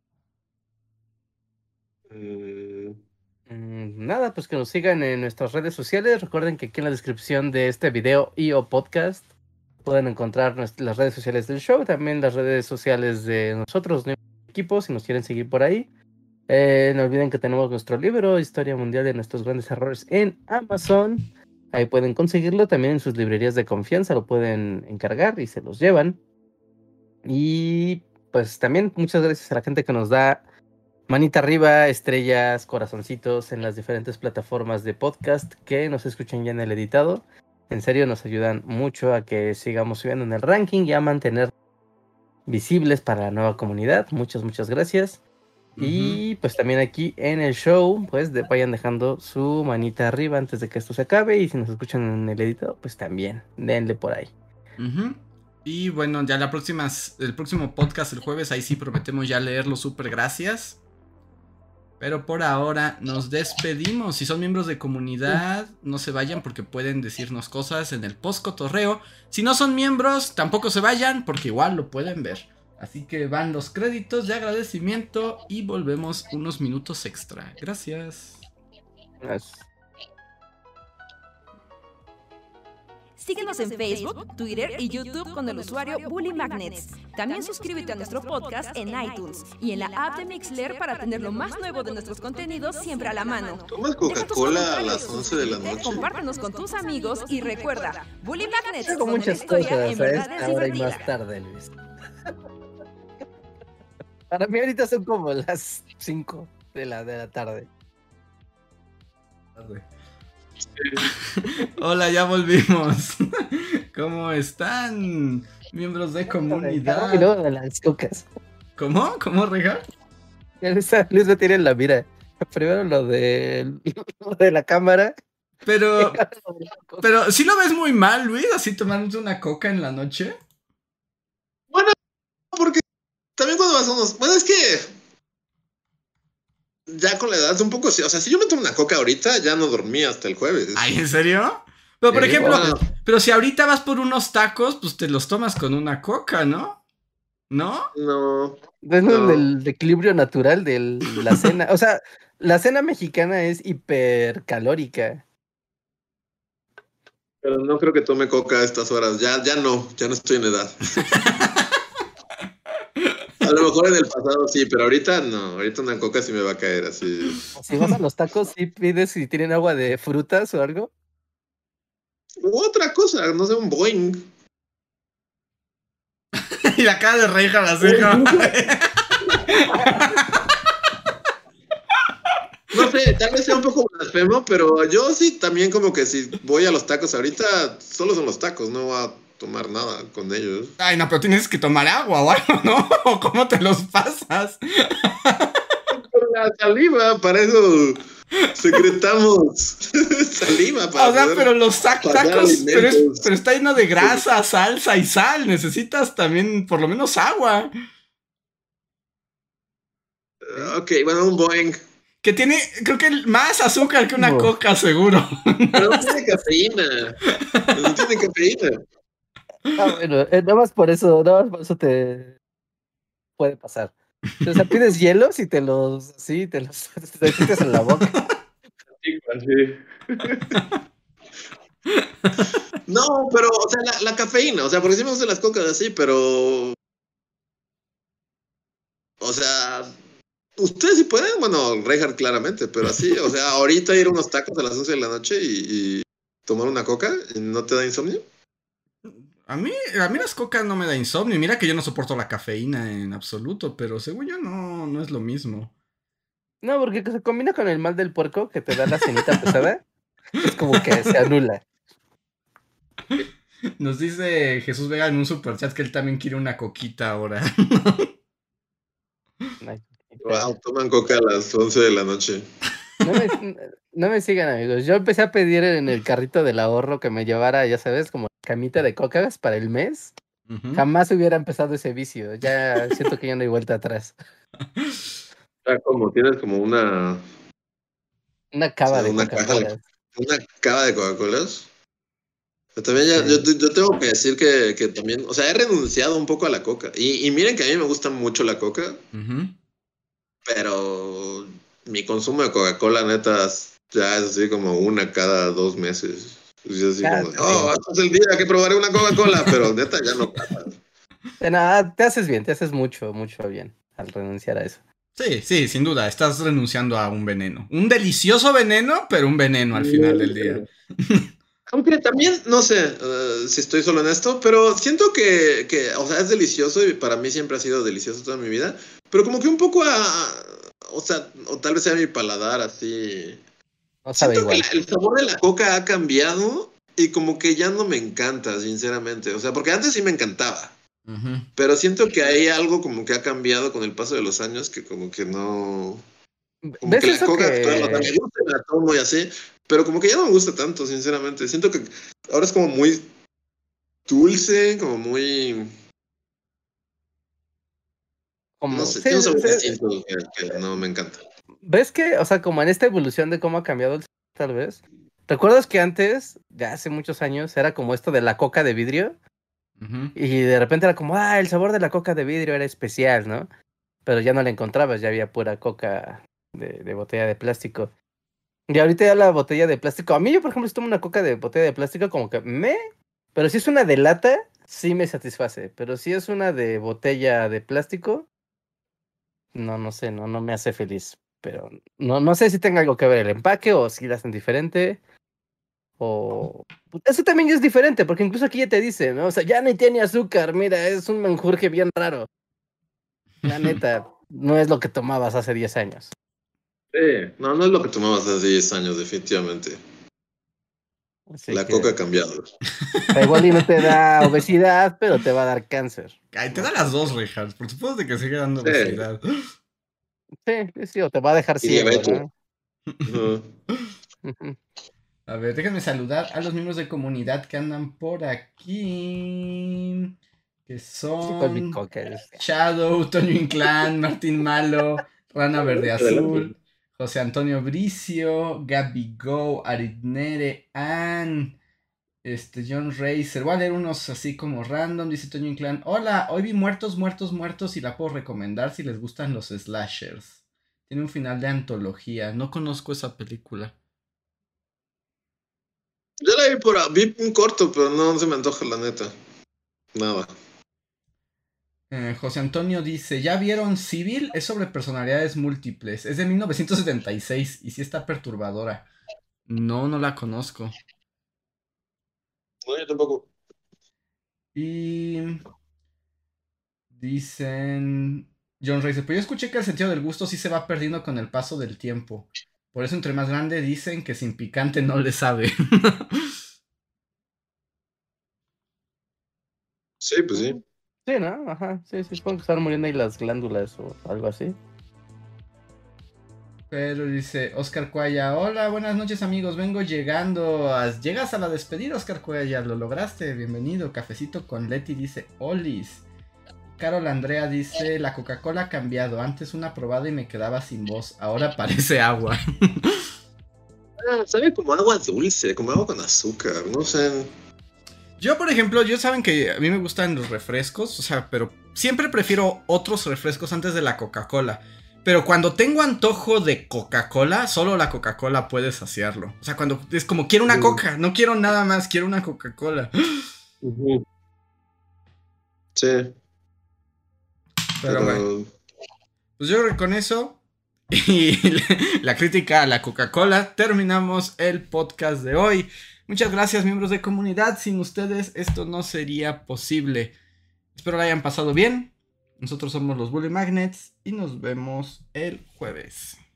Nada, pues que nos sigan en nuestras redes sociales. Recuerden que aquí en la descripción de este video y o podcast pueden encontrar las redes sociales del show, también las redes sociales de nosotros, nuestro equipo, si nos quieren seguir por ahí. No olviden que tenemos nuestro libro, Historia Mundial de Nuestros Grandes Errores, en Amazon. Ahí pueden conseguirlo, también en sus librerías de confianza lo pueden encargar y se los llevan. Y pues también muchas gracias a la gente que nos da manita arriba, estrellas, corazoncitos en las diferentes plataformas de podcast que nos escuchan ya en el editado. En serio nos ayudan mucho a que sigamos subiendo en el ranking y a mantener visibles para la nueva comunidad. Muchas gracias. Y pues también aquí en el show, pues vayan dejando su manita arriba antes de que esto se acabe. Y si nos escuchan en el editado, pues también denle por ahí. Y bueno, ya el próximo podcast el jueves, ahí sí prometemos ya leerlo. Súper gracias. Pero por ahora nos despedimos. Si son miembros de comunidad, no se vayan porque pueden decirnos cosas en el post cotorreo. Si no son miembros, tampoco se vayan porque igual lo pueden ver. Así que van los créditos de agradecimiento y volvemos unos minutos extra. Gracias. Síguenos en Facebook, Twitter y YouTube con el usuario Bully Magnets. También suscríbete a nuestro podcast en iTunes y en la app de Mixler para tener lo más nuevo de nuestros contenidos siempre a la mano. ¿Tomas Coca-Cola a las 11 de la noche? Compártenos con tus amigos y recuerda, Bully Magnets. Tengo muchas cosas a esta hora y más tarde, Luis. Para mí ahorita son como las 5 de la tarde. Hola, ya volvimos. ¿Cómo están, miembros de comunidad? Y luego de las cocas. ¿Cómo? ¿Cómo, Reja? Luis me tiene en la mira. Primero lo de la cámara. Pero ¿sí lo ves muy mal, Luis? ¿Así tomándote una coca en la noche? Bueno, porque también cuando vas a unos... Bueno, es que... Ya con la edad un poco... O sea, si yo me tomo una coca ahorita, ya no dormí hasta el jueves. Ay, ¿en serio? Pero, por ejemplo, pero si ahorita vas por unos tacos, pues te los tomas con una coca, ¿no? ¿No? No. Es el equilibrio natural de la cena. O sea, la cena mexicana es hipercalórica. Pero no creo que tome coca a estas horas. Ya no estoy en edad. A lo mejor en el pasado sí, pero ahorita no. Ahorita una coca sí me va a caer así. Si vas a los tacos, ¿sí pides si tienen agua de frutas o algo? U otra cosa, no sé, un Boing. Y la cara de Reja la ceja. No sé, tal vez sea un poco blasfemo, pero yo sí también como que si voy a los tacos ahorita, solo son los tacos, no voy a tomar nada con ellos. Ay, no, pero tienes que tomar agua o algo, ¿no? ¿O cómo te los pasas? Con la saliva, para eso secretamos saliva para O sea, poder pero los pasar tacos, alimentos. pero está lleno de grasa, salsa y sal. Necesitas también por lo menos agua. Ok, bueno, un Boeing. Que tiene, creo que más azúcar que una coca, seguro. Pero no tiene cafeína. No tiene cafeína. Bueno, nada más por eso te puede pasar. O sea, pides hielos y te los metes en la boca. No, pero, o sea, la cafeína, o sea, porque sí me gustan las cocas así, pero. O sea, ustedes sí pueden, bueno, Reinhardt claramente, pero así, o sea, ahorita ir a unos tacos a las 11 de la noche y tomar una coca y no te da insomnio. A mí las cocas no me da insomnio. Mira que yo no soporto la cafeína en absoluto, pero según yo no es lo mismo. No, porque se combina con el mal del puerco que te da la cenita pesada. Es como que se anula. Nos dice Jesús Vega en un superchat que él también quiere una coquita ahora. Wow, toman coca a las 11 de la noche. No me sigan, amigos. Yo empecé a pedir en el carrito del ahorro que me llevara, ya sabes, como camita de cocas para el mes. Jamás hubiera empezado ese vicio. Ya siento que ya no hay vuelta atrás. Como tienes como una cava de una Coca-Cola. Una cava de Coca-Colas. También yo tengo que decir que también, o sea, he renunciado un poco a la coca. Y miren que a mí me gusta mucho la coca, pero mi consumo de Coca-Cola, neta, ya es así como una cada 2 meses. Es así como, este es el día que probaré una Coca-Cola, pero neta ya no pasa. Nada, te haces bien, te haces mucho bien al renunciar a eso. Sí, sin duda, estás renunciando a un veneno. Un delicioso veneno, pero un veneno al final del día. Aunque también, no sé si estoy solo en esto, pero siento que, o sea, es delicioso y para mí siempre ha sido delicioso toda mi vida, pero como que un poco o sea, o tal vez sea mi paladar así. No sabe Siento igual. que el sabor de la coca ha cambiado y como que ya no me encanta, sinceramente. O sea, porque antes sí me encantaba. Pero siento que hay algo como que ha cambiado con el paso de los años que como que no. Como ¿Ves que la eso coca que... actual, o sea, me gusta, la tomo y así, pero como que ya no me gusta tanto, sinceramente. Siento que ahora es como muy dulce, como muy. No sé, tiene un sabor distinto que no me encanta. ¿Ves que, o sea, como en esta evolución de cómo ha cambiado el sabor, tal vez? ¿Recuerdas que antes, ya hace muchos años, era como esto de la coca de vidrio? Y de repente era como, el sabor de la coca de vidrio era especial, ¿no? Pero ya no la encontrabas, ya había pura coca de botella de plástico. Y ahorita ya la botella de plástico, a mí yo por ejemplo si tomo una coca de botella de plástico como que pero si es una de lata, sí me satisface. Pero si es una de botella de plástico, no sé, no me hace feliz. Pero no sé si tenga algo que ver el empaque o si la hacen diferente. O eso también ya es diferente, porque incluso aquí ya te dice, ¿no? O sea, ya no tiene azúcar, mira, es un menjurje bien raro. La neta, no es lo que tomabas hace 10 años. Sí, no es lo que tomabas hace 10 años, definitivamente. Así la que, coca ha cambiado. O sea, igual y no te da obesidad, pero te va a dar cáncer. Ay, te da las dos, Richard. Por supuesto de que sigue dando obesidad. Sí, o te va a dejar ciego, ¿no? A ver, déjenme saludar a los miembros de comunidad que andan por aquí. Que son Shadow, Toño Inclán, Martín Malo, Rana Verde Azul, José Antonio Bricio, Gaby Go, Aritnere, Ann, John Racer. Voy a leer unos así como random. Dice Toño Inclán: hola, hoy vi Muertos y la puedo recomendar si les gustan los slashers. Tiene un final de antología. No conozco esa película. Yo la vi un corto, pero no se me antoja la neta. Nada. José Antonio dice: ¿ya vieron Civil? Es sobre personalidades múltiples. Es de 1976 y sí está perturbadora. No la conozco. No, yo tampoco. Y dicen John Racer: pero yo escuché que el sentido del gusto sí se va perdiendo con el paso del tiempo. Por eso entre más grande dicen que sin picante no le sabe. Sí, pues sí. Sí, ¿no? Ajá, sí, supongo que están muriendo ahí las glándulas o algo así. Pero dice Oscar Cuaya, hola, buenas noches amigos, vengo llegando. Llegas a la despedida, Oscar Cuaya, lo lograste, bienvenido. Cafecito con Leti dice, Olis. Carol Andrea dice, la Coca-Cola ha cambiado, antes una probada y me quedaba sin voz, ahora parece agua. Sabe como agua dulce, como agua con azúcar, no sé. Yo, por ejemplo, saben que a mí me gustan los refrescos, o sea, pero siempre prefiero otros refrescos antes de la Coca-Cola. Pero cuando tengo antojo de Coca-Cola, solo la Coca-Cola puede saciarlo. O sea, cuando es como, quiero una Coca, no quiero nada más, quiero una Coca-Cola. Sí. Pero bueno, pues yo creo que con eso y la crítica a la Coca-Cola terminamos el podcast de hoy. Muchas gracias, miembros de comunidad. Sin ustedes esto no sería posible. Espero la hayan pasado bien. Nosotros somos los Bully Magnets y nos vemos el jueves.